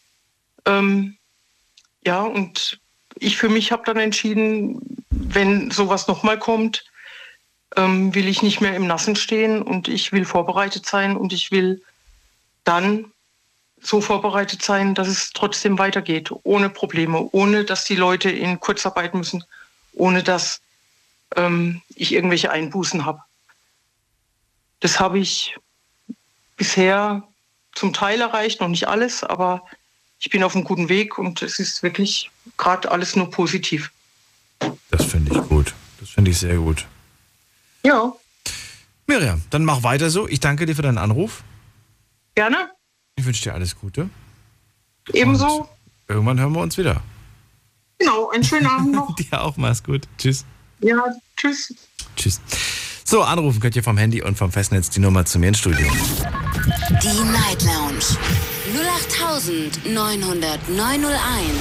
Ja, und ich für mich habe dann entschieden, wenn sowas nochmal kommt, will ich nicht mehr im Nassen stehen und ich will vorbereitet sein und ich will dann so vorbereitet sein, dass es trotzdem weitergeht, ohne Probleme, ohne dass die Leute in Kurzarbeit müssen, ohne dass ich irgendwelche Einbußen habe. Das habe ich bisher zum Teil erreicht, noch nicht alles, aber ich bin auf einem guten Weg und es ist wirklich gerade alles nur positiv. Das finde ich gut. Das finde ich sehr gut. Ja. Miriam, dann mach weiter so. Ich danke dir für deinen Anruf. Gerne. Ich wünsche dir alles Gute. Ebenso. Und irgendwann hören wir uns wieder. Genau, einen schönen Abend noch. Dir auch, mach's gut. Tschüss. Ja, tschüss. Tschüss. So, anrufen könnt ihr vom Handy und vom Festnetz die Nummer zu mir ins Studio. Die Night Lounge 08900901.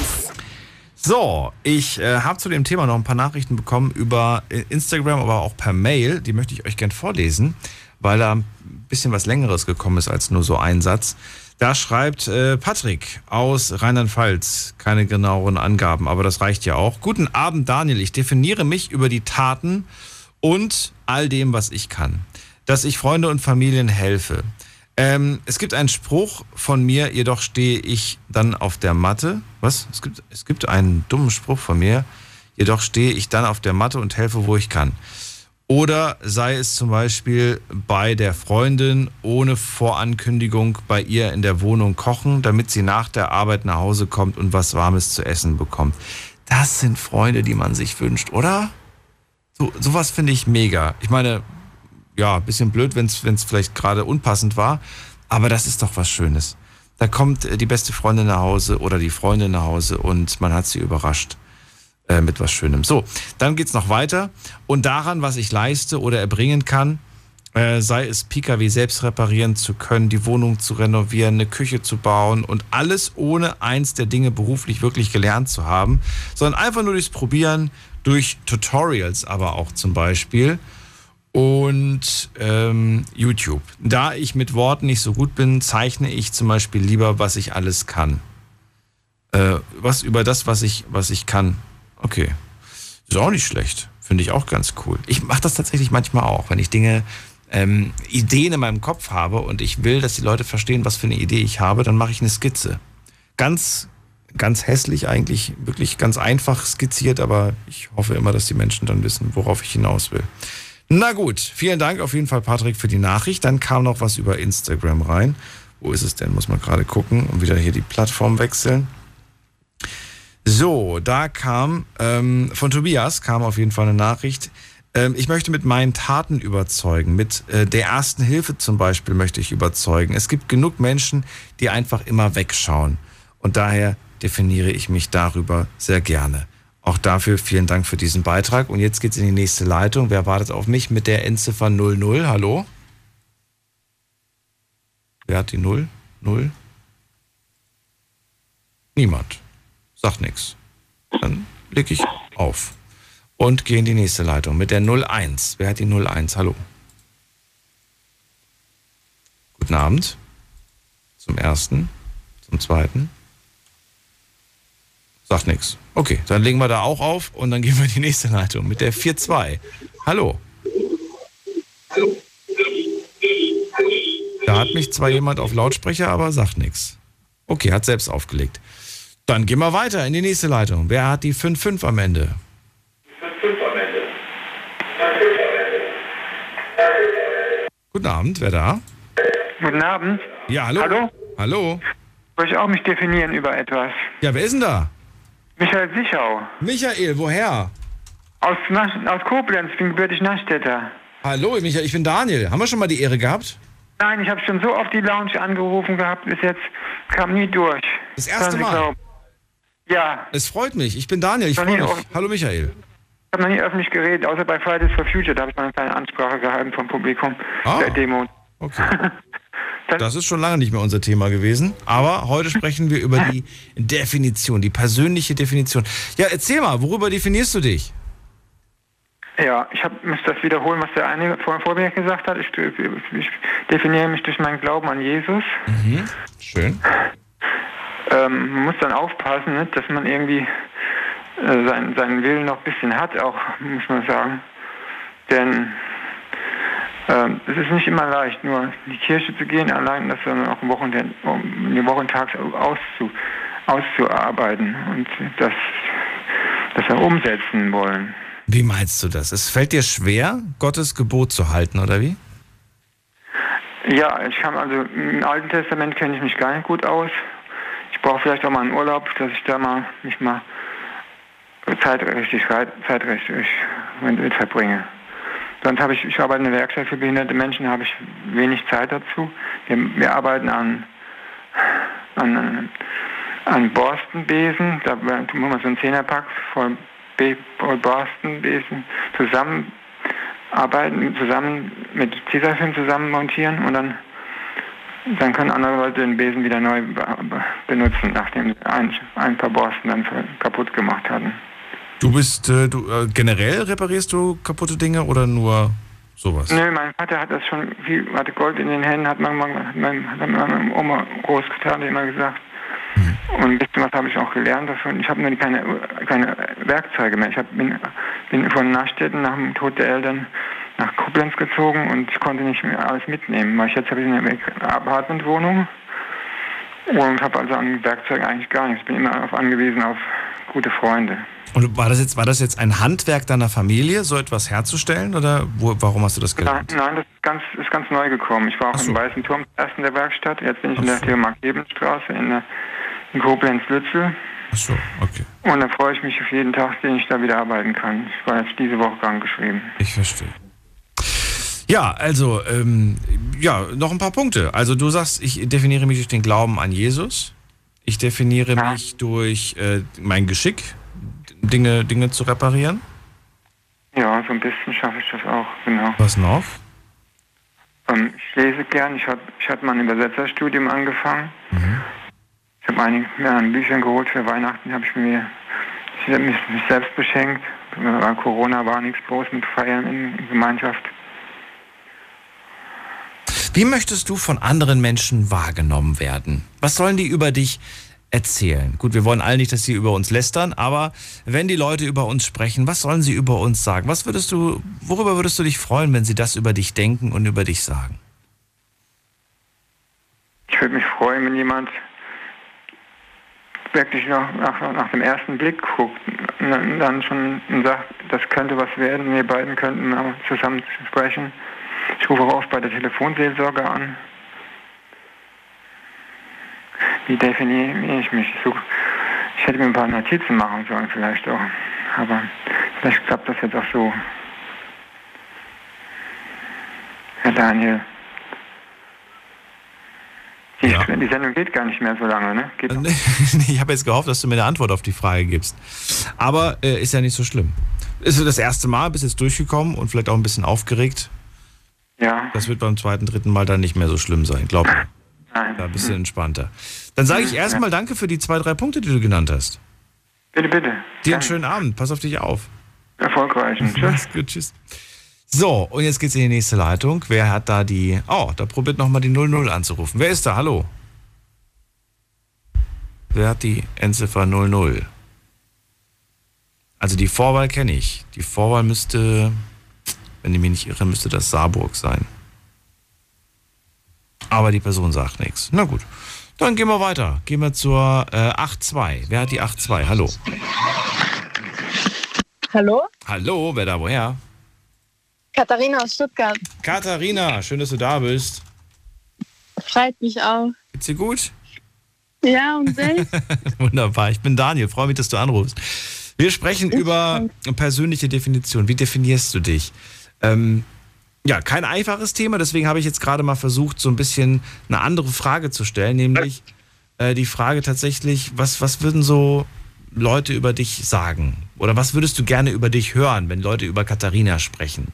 So, ich habe zu dem Thema noch ein paar Nachrichten bekommen über Instagram, aber auch per Mail. Die möchte ich euch gern vorlesen, weil da ein bisschen was Längeres gekommen ist als nur so ein Satz. Da schreibt Patrick aus Rheinland-Pfalz, keine genaueren Angaben, aber das reicht ja auch. Guten Abend, Daniel. Ich definiere mich über die Taten und all dem, was ich kann. Dass ich Freunde und Familien helfe. Es gibt einen Spruch von mir, jedoch stehe ich dann auf der Matte. Was? Es gibt einen dummen Spruch von mir, jedoch stehe ich dann auf der Matte und helfe, wo ich kann. Oder sei es zum Beispiel bei der Freundin ohne Vorankündigung bei ihr in der Wohnung kochen, damit sie nach der Arbeit nach Hause kommt und was Warmes zu essen bekommt. Das sind Freunde, die man sich wünscht, oder? Sowas finde ich mega. Ich meine, ja, ein bisschen blöd, wenn es vielleicht gerade unpassend war, aber das ist doch was Schönes. Da kommt die beste Freundin nach Hause oder die Freundin nach Hause und man hat sie überrascht mit was Schönem. So, dann geht's noch weiter und daran, was ich leiste oder erbringen kann, sei es Pkw selbst reparieren zu können, die Wohnung zu renovieren, eine Küche zu bauen und alles ohne eins der Dinge beruflich wirklich gelernt zu haben, sondern einfach nur durchs Probieren, durch Tutorials aber auch zum Beispiel und YouTube. Da ich mit Worten nicht so gut bin, zeichne ich zum Beispiel lieber, was ich alles kann. Was über das, was ich kann. Okay. Ist auch nicht schlecht. Finde ich auch ganz cool. Ich mache das tatsächlich manchmal auch, wenn ich Dinge, Ideen in meinem Kopf habe und ich will, dass die Leute verstehen, was für eine Idee ich habe, dann mache ich eine Skizze. Ganz hässlich eigentlich, wirklich ganz einfach skizziert, aber ich hoffe immer, dass die Menschen dann wissen, worauf ich hinaus will. Na gut, vielen Dank auf jeden Fall, Patrick, für die Nachricht. Dann kam noch was über Instagram rein. Wo ist es denn? Muss man gerade gucken und wieder hier die Plattform wechseln. So, da kam, von Tobias kam auf jeden Fall eine Nachricht. Ich möchte mit meinen Taten überzeugen. Mit der ersten Hilfe zum Beispiel möchte ich überzeugen. Es gibt genug Menschen, die einfach immer wegschauen. Und daher definiere ich mich darüber sehr gerne. Auch dafür vielen Dank für diesen Beitrag. Und jetzt geht's in die nächste Leitung. Wer wartet auf mich mit der Endziffer 00? Hallo? Wer hat die 0? 0? Niemand. Sagt nichts. Dann leg ich auf und gehe in die nächste Leitung mit der 01. Wer hat die 01? Hallo. Guten Abend. Zum ersten, zum zweiten. Sagt nichts. Okay, dann legen wir da auch auf und dann gehen wir in die nächste Leitung mit der 42. Hallo. Da hat mich zwar jemand auf Lautsprecher, aber sagt nichts. Okay, hat selbst aufgelegt. Dann gehen wir weiter in die nächste Leitung. Wer hat die 55 am Ende? Guten Abend, wer da? Guten Abend. Ja, hallo. Hallo? Hallo. Soll ich auch mich definieren über etwas? Ja, wer ist denn da? Michael Sichau. Michael, woher? Aus Koblenz, bin gebürtig Nachstädter. Hallo, Michael, ich bin Daniel. Haben wir schon mal die Ehre gehabt? Nein, ich habe schon so oft die Lounge angerufen gehabt, bis jetzt kam nie durch. Das erste Mal? Ja. Es freut mich. Ich bin Daniel, ich freue mich. Hallo Michael. Ich habe noch nie öffentlich geredet, außer bei Fridays for Future. Da habe ich mal eine kleine Ansprache gehalten vom Publikum der Demo. Okay. Das ist schon lange nicht mehr unser Thema gewesen. Aber heute sprechen wir über die Definition, die persönliche Definition. Ja, erzähl mal, worüber definierst du dich? Ja, ich muss das wiederholen, was der eine vor mir gesagt hat. Ich definiere mich durch meinen Glauben an Jesus. Mhm. Schön. Man muss dann aufpassen, nicht, dass man irgendwie seinen Willen noch ein bisschen hat, auch, muss man sagen. Denn es ist nicht immer leicht, nur in die Kirche zu gehen, allein das dann auch um den Wochentag auszuarbeiten und das wir umsetzen wollen. Wie meinst du das? Es fällt dir schwer, Gottes Gebot zu halten, oder wie? Ja, im Alten Testament kenne ich mich gar nicht gut aus. Ich brauche vielleicht auch mal einen Urlaub, dass ich da mich mal zeitrechtlich mit verbringe. Sonst ich arbeite in einer Werkstatt für behinderte Menschen, habe ich wenig Zeit dazu. Wir arbeiten an Borstenbesen, da tun wir mal so einen 10er-Pack voll Borstenbesen zusammen mit Tesafilm zusammen montieren und dann können andere Leute den Besen wieder neu benutzen, nachdem ein paar Borsten dann kaputt gemacht hatten. Du bist, generell reparierst du kaputte Dinge oder nur sowas? Nö, mein Vater hat das schon hatte Gold in den Händen, hat meine Oma groß getan, immer gesagt. Und ein bisschen was habe ich auch gelernt davon. Ich habe nur keine Werkzeuge mehr. Ich bin von Nachstetten nach dem Tod der Eltern nach Koblenz gezogen und ich konnte nicht mehr alles mitnehmen. Weil jetzt habe ich eine Apartmentwohnung und habe also an Werkzeugen eigentlich gar nichts. Ich bin immer angewiesen auf gute Freunde. Und war das jetzt ein Handwerk deiner Familie, so etwas herzustellen? Oder warum hast du das gelernt? Nein, das ist ganz neu gekommen. Ich war auch im Weißen Turm erst in der Werkstatt. Jetzt bin ich in der Theodor-Mark-Eben-Straße in Koblenz-Lützel. Ach so, okay. Und da freue ich mich auf jeden Tag, den ich da wieder arbeiten kann. Ich war jetzt diese Woche krankgeschrieben. Ich verstehe. Ja, also, noch ein paar Punkte. Also du sagst, ich definiere mich durch den Glauben an Jesus. Ich definiere mich durch mein Geschick, Dinge zu reparieren. Ja, so ein bisschen schaffe ich das auch, genau. Was noch? Ich lese gern. Ich hatte mal ein Übersetzerstudium angefangen. Mhm. Ich habe einige Bücher geholt für Weihnachten. Ich habe mich selbst beschenkt. Corona war nichts bloß mit Feiern in Gemeinschaft. Wie möchtest du von anderen Menschen wahrgenommen werden? Was sollen die über dich erzählen? Gut, wir wollen alle nicht, dass sie über uns lästern, aber wenn die Leute über uns sprechen, was sollen sie über uns sagen? Worüber würdest du dich freuen, wenn sie das über dich denken und über dich sagen? Ich würde mich freuen, wenn jemand wirklich nach dem ersten Blick guckt und dann schon sagt, das könnte was werden, wir beiden könnten mal zusammen sprechen. Ich rufe auch oft bei der Telefonseelsorge an. Wie definiere ich mich? Ich hätte mir ein paar Notizen machen sollen vielleicht auch. Aber vielleicht klappt das jetzt auch so. Herr Daniel. Die Sendung geht gar nicht mehr so lange, ne? Ich habe jetzt gehofft, dass du mir eine Antwort auf die Frage gibst. Aber ist ja nicht so schlimm. Ist das erste Mal, bist jetzt durchgekommen und vielleicht auch ein bisschen aufgeregt. Ja. Das wird beim zweiten, dritten Mal dann nicht mehr so schlimm sein, glaub mir. Da bist du entspannter. Dann sage ich erstmal danke für die 2, 3 Punkte, die du genannt hast. Bitte, bitte. Dir einen schönen Abend. Pass auf dich auf. Erfolgreichen. Tschüss. Gut, tschüss. So, und jetzt geht's in die nächste Leitung. Wer hat da die... Oh, da probiert nochmal die 00 anzurufen. Wer ist da? Hallo? Wer hat die Endziffer 00? Also die Vorwahl kenne ich. Die Vorwahl müsste, wenn ich mich nicht irre, müsste das Saarburg sein. Aber die Person sagt nichts. Na gut, dann gehen wir weiter. Gehen wir zur 82. Wer hat die 82? Hallo. Hallo? Hallo, wer da woher? Katharina aus Stuttgart. Katharina, schön, dass du da bist. Freut mich auch. Geht's dir gut? Ja, und selbst? Wunderbar, ich bin Daniel, freue mich, dass du anrufst. Wir sprechen über persönliche Definition. Wie definierst du dich? Ja, kein einfaches Thema, deswegen habe ich jetzt gerade mal versucht, so ein bisschen eine andere Frage zu stellen, nämlich die Frage tatsächlich, was würden so Leute über dich sagen? Oder was würdest du gerne über dich hören, wenn Leute über Katharina sprechen?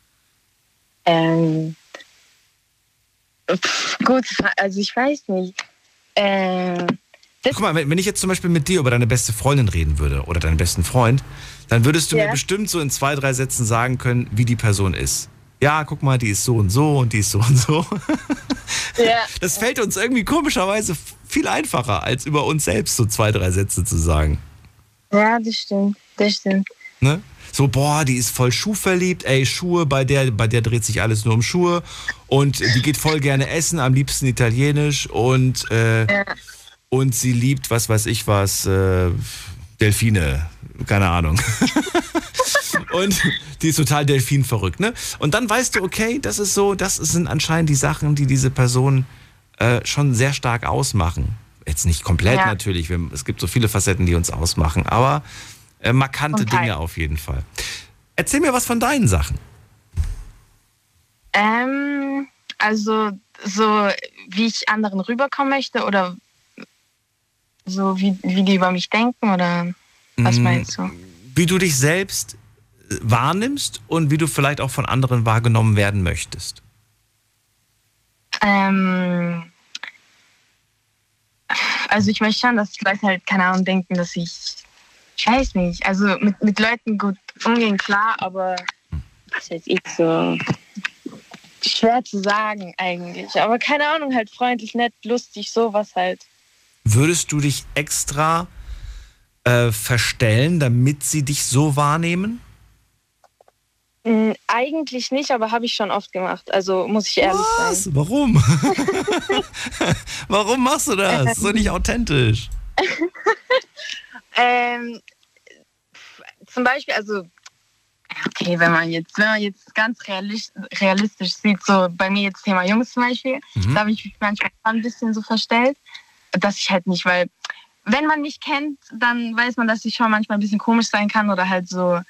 Gut, also ich weiß nicht. Guck mal, wenn ich jetzt zum Beispiel mit dir über deine beste Freundin reden würde oder deinen besten Freund, dann würdest du mir bestimmt so in 2, 3 Sätzen sagen können, wie die Person ist. Ja, guck mal, die ist so und so und die ist so und so. Ja. Das fällt uns irgendwie komischerweise viel einfacher, als über uns selbst so 2, 3 Sätze zu sagen. Ja, das stimmt. Ne? So, boah, die ist voll schuhverliebt, ey, Schuhe, bei der dreht sich alles nur um Schuhe und die geht voll gerne essen, am liebsten italienisch und sie liebt, was weiß ich was, Delfine, keine Ahnung. Und die ist total delfinverrückt, ne? Und dann weißt du, okay, das sind anscheinend die Sachen, die diese Person schon sehr stark ausmachen. Jetzt nicht komplett natürlich, es gibt so viele Facetten, die uns ausmachen, aber markante Dinge auf jeden Fall. Erzähl mir was von deinen Sachen. Also so wie ich anderen rüberkommen möchte oder so wie die über mich denken oder was meinst du? Wie du dich selbst wahrnimmst und wie du vielleicht auch von anderen wahrgenommen werden möchtest. Also ich möchte schon, dass die Leute halt, keine Ahnung, denken, dass ich weiß nicht, also mit Leuten gut umgehen, klar, aber was weiß ich, so schwer zu sagen eigentlich. Aber keine Ahnung, halt freundlich, nett, lustig, sowas halt. Würdest du dich extra verstellen, damit sie dich so wahrnehmen? Eigentlich nicht, aber habe ich schon oft gemacht. Also muss ich ehrlich sein. Warum? Warum machst du das? So nicht authentisch. Zum Beispiel, also okay, wenn man jetzt ganz realistisch sieht, so bei mir jetzt Thema Jungs zum Beispiel, da habe ich mich manchmal ein bisschen so verstellt, dass ich halt nicht, weil wenn man mich kennt, dann weiß man, dass ich schon manchmal ein bisschen komisch sein kann oder halt so,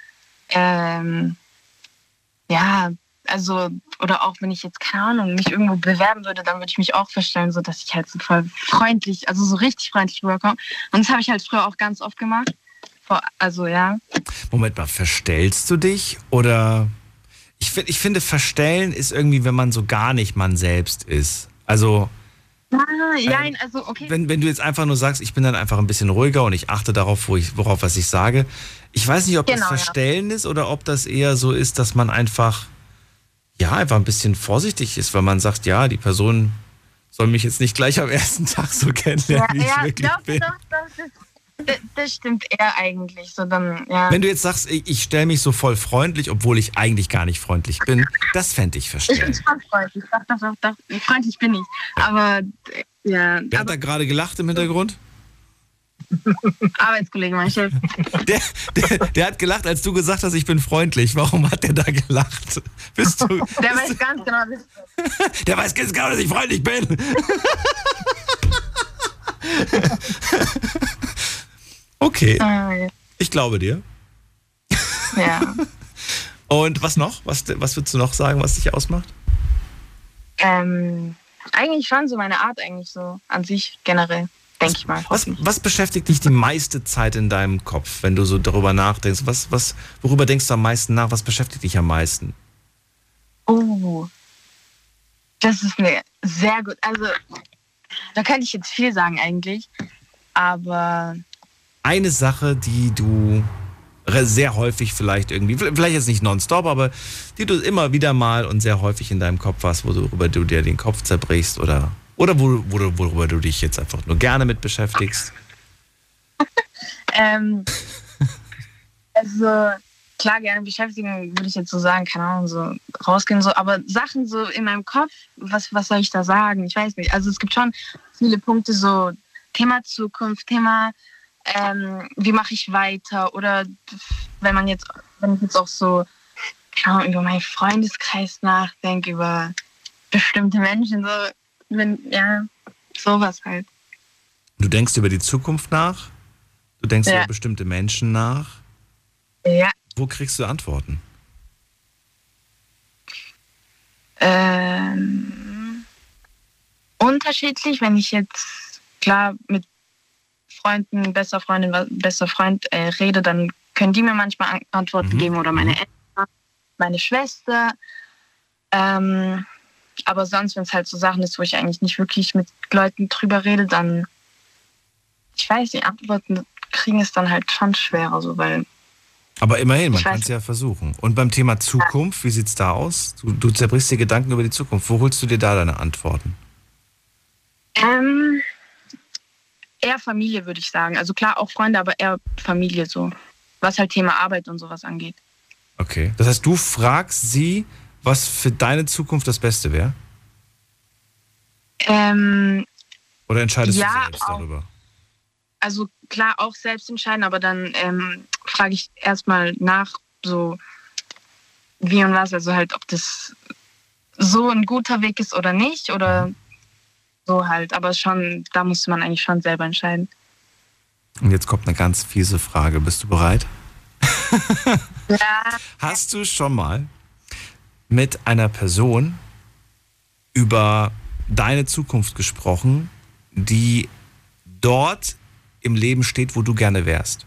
ja, also, oder auch wenn ich jetzt, keine Ahnung, mich irgendwo bewerben würde, dann würde ich mich auch verstellen, so dass ich halt so voll freundlich, also so richtig freundlich rüberkomme. Und das habe ich halt früher auch ganz oft gemacht. Also, ja. Moment mal, verstellst du dich? Oder ich finde, verstellen ist irgendwie, wenn man so gar nicht man selbst ist. Also, also okay. Wenn du jetzt einfach nur sagst, ich bin dann einfach ein bisschen ruhiger und ich achte darauf, worauf was ich sage. Ich weiß nicht, ob das Verstellen ist oder ob das eher so ist, dass man einfach ein bisschen vorsichtig ist, weil man sagt, ja, die Person soll mich jetzt nicht gleich am ersten Tag so kennenlernen, wie ich wirklich bin. Das stimmt eher eigentlich. So dann, ja. Wenn du jetzt sagst, ich stelle mich so voll freundlich, obwohl ich eigentlich gar nicht freundlich bin, das fände ich verstellen. Ich bin schon freundlich. Doch. Freundlich bin ich. Aber, ja. Wer hat da gerade gelacht im Hintergrund? Arbeitskollege, mein Chef. Der hat gelacht, als du gesagt hast, ich bin freundlich. Warum hat der da gelacht? Der weiß ganz genau, der weiß ganz genau, dass ich freundlich bin. Okay. Ich glaube dir. Ja. Und was noch? Was würdest du noch sagen, was dich ausmacht? Eigentlich schon so meine Art eigentlich so an sich generell. Denke ich mal. Was beschäftigt dich die meiste Zeit in deinem Kopf, wenn du so darüber nachdenkst? Worüber denkst du am meisten nach? Was beschäftigt dich am meisten? Oh, das ist mir sehr gut. Also Da könnte ich jetzt viel sagen eigentlich. Aber eine Sache, die du sehr häufig vielleicht jetzt nicht nonstop, aber die du immer wieder mal und sehr häufig in deinem Kopf hast, worüber du dir den Kopf zerbrichst oder worüber du dich jetzt einfach nur gerne mit beschäftigst? Also klar, gerne beschäftigen, würde ich jetzt so sagen, keine Ahnung, so rausgehen, so, aber Sachen so in meinem Kopf, was soll ich da sagen? Ich weiß nicht. Also es gibt schon viele Punkte, so Thema Zukunft, Thema wie mache ich weiter? Oder wenn ich jetzt auch so über meinen Freundeskreis nachdenke, über bestimmte Menschen, sowas halt. Du denkst über die Zukunft nach? Du denkst über bestimmte Menschen nach? Ja. Wo kriegst du Antworten? Unterschiedlich, wenn ich jetzt klar mit Freunden, bester Freundin, bester Freund rede, dann können die mir manchmal Antworten geben oder meine Eltern, meine Schwester. Aber sonst, wenn es halt so Sachen ist, wo ich eigentlich nicht wirklich mit Leuten drüber rede, dann, ich weiß nicht, Antworten kriegen ist dann halt schon schwerer, so, weil... Aber immerhin, man kann es ja versuchen. Und beim Thema Zukunft, wie sieht's da aus? Du zerbrichst dir Gedanken über die Zukunft. Wo holst du dir da deine Antworten? Eher Familie, würde ich sagen. Also klar, auch Freunde, aber eher Familie so. Was halt Thema Arbeit und sowas angeht. Okay. Das heißt, du fragst sie, was für deine Zukunft das Beste wäre? Oder entscheidest du selbst darüber? Also klar, auch selbst entscheiden, aber dann frage ich erstmal nach, so wie und was. Also halt, ob das so ein guter Weg ist oder nicht. Oder so halt. Aber schon, da musste man eigentlich schon selber entscheiden. Und jetzt kommt eine ganz fiese Frage. Bist du bereit? Ja. Hast du schon mal mit einer Person über deine Zukunft gesprochen, die dort im Leben steht, wo du gerne wärst?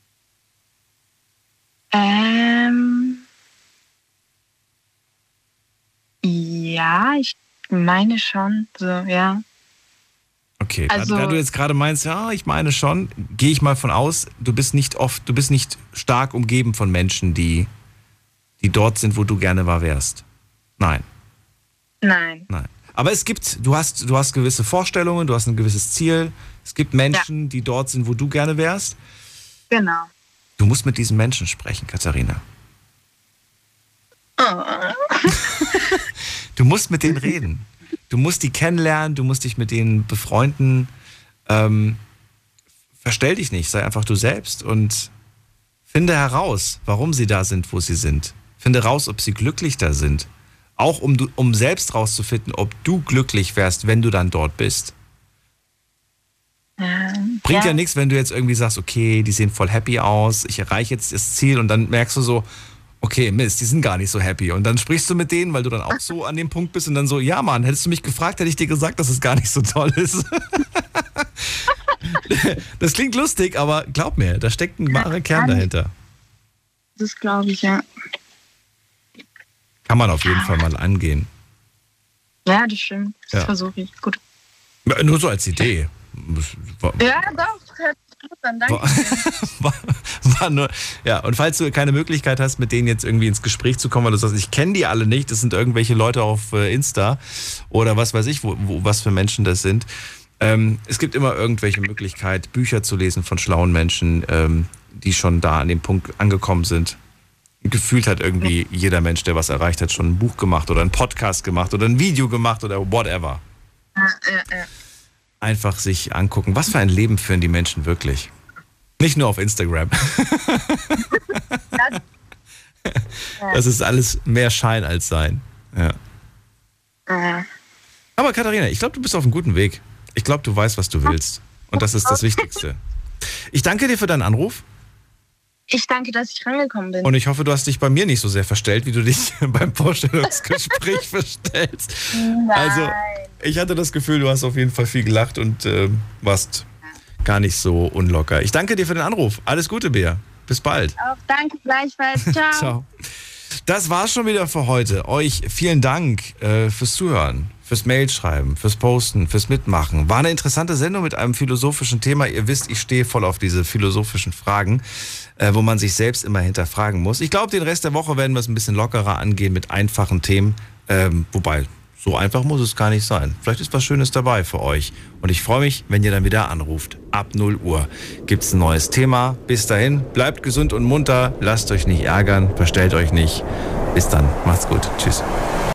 Ja, ich meine schon. So, ja. Okay, also, da du jetzt gerade meinst, ja, ich meine schon, gehe ich mal von aus, du bist nicht stark umgeben von Menschen, die dort sind, wo du gerne wärst. Nein. Nein. Aber du hast gewisse Vorstellungen, du hast ein gewisses Ziel. Es gibt Menschen, die dort sind, wo du gerne wärst. Genau. Du musst mit diesen Menschen sprechen, Katharina. Oh. Du musst mit denen reden. Du musst die kennenlernen, du musst dich mit denen befreunden. Verstell dich nicht, sei einfach du selbst und finde heraus, warum sie da sind, wo sie sind. Finde raus, ob sie glücklich da sind. Auch um selbst rauszufinden, ob du glücklich wärst, wenn du dann dort bist. Bringt ja nichts, wenn du jetzt irgendwie sagst, okay, die sehen voll happy aus, ich erreiche jetzt das Ziel und dann merkst du so, okay, Mist, die sind gar nicht so happy. Und dann sprichst du mit denen, weil du dann auch so an dem Punkt bist und dann so, ja Mann, hättest du mich gefragt, hätte ich dir gesagt, dass es gar nicht so toll ist. Das klingt lustig, aber glaub mir, da steckt ein wahrer Kern dahinter. Das glaube ich, ja. Kann man auf jeden Fall mal angehen. Ja, das stimmt. Das versuche ich. Gut. Nur so als Idee. Ja, doch. Dann danke. War nur, ja, und falls du keine Möglichkeit hast, mit denen jetzt irgendwie ins Gespräch zu kommen, weil du sagst, ich kenne die alle nicht, das sind irgendwelche Leute auf Insta oder was weiß ich, was für Menschen das sind. Es gibt immer irgendwelche Möglichkeiten, Bücher zu lesen von schlauen Menschen, die schon da an dem Punkt angekommen sind. Gefühlt hat irgendwie jeder Mensch, der was erreicht hat, schon ein Buch gemacht oder einen Podcast gemacht oder ein Video gemacht oder whatever. Einfach sich angucken, was für ein Leben führen die Menschen wirklich. Nicht nur auf Instagram. Das ist alles mehr Schein als Sein. Ja. Aber Katharina, ich glaube, du bist auf einem guten Weg. Ich glaube, du weißt, was du willst. Und das ist das Wichtigste. Ich danke dir für deinen Anruf. Ich danke, dass ich rangekommen bin. Und ich hoffe, du hast dich bei mir nicht so sehr verstellt, wie du dich beim Vorstellungsgespräch verstellst. Nein. Also, ich hatte das Gefühl, du hast auf jeden Fall viel gelacht und warst gar nicht so unlocker. Ich danke dir für den Anruf. Alles Gute, Bea. Bis bald. Auch danke gleichfalls. Ciao. Ciao. Das war's schon wieder für heute. Euch vielen Dank fürs Zuhören, fürs Mailschreiben, fürs Posten, fürs Mitmachen. War eine interessante Sendung mit einem philosophischen Thema. Ihr wisst, ich stehe voll auf diese philosophischen Fragen, wo man sich selbst immer hinterfragen muss. Ich glaube, den Rest der Woche werden wir es ein bisschen lockerer angehen mit einfachen Themen. Wobei, so einfach muss es gar nicht sein. Vielleicht ist was Schönes dabei für euch. Und ich freue mich, wenn ihr dann wieder anruft. Ab 0 Uhr gibt es ein neues Thema. Bis dahin, bleibt gesund und munter. Lasst euch nicht ärgern. Verstellt euch nicht. Bis dann. Macht's gut. Tschüss.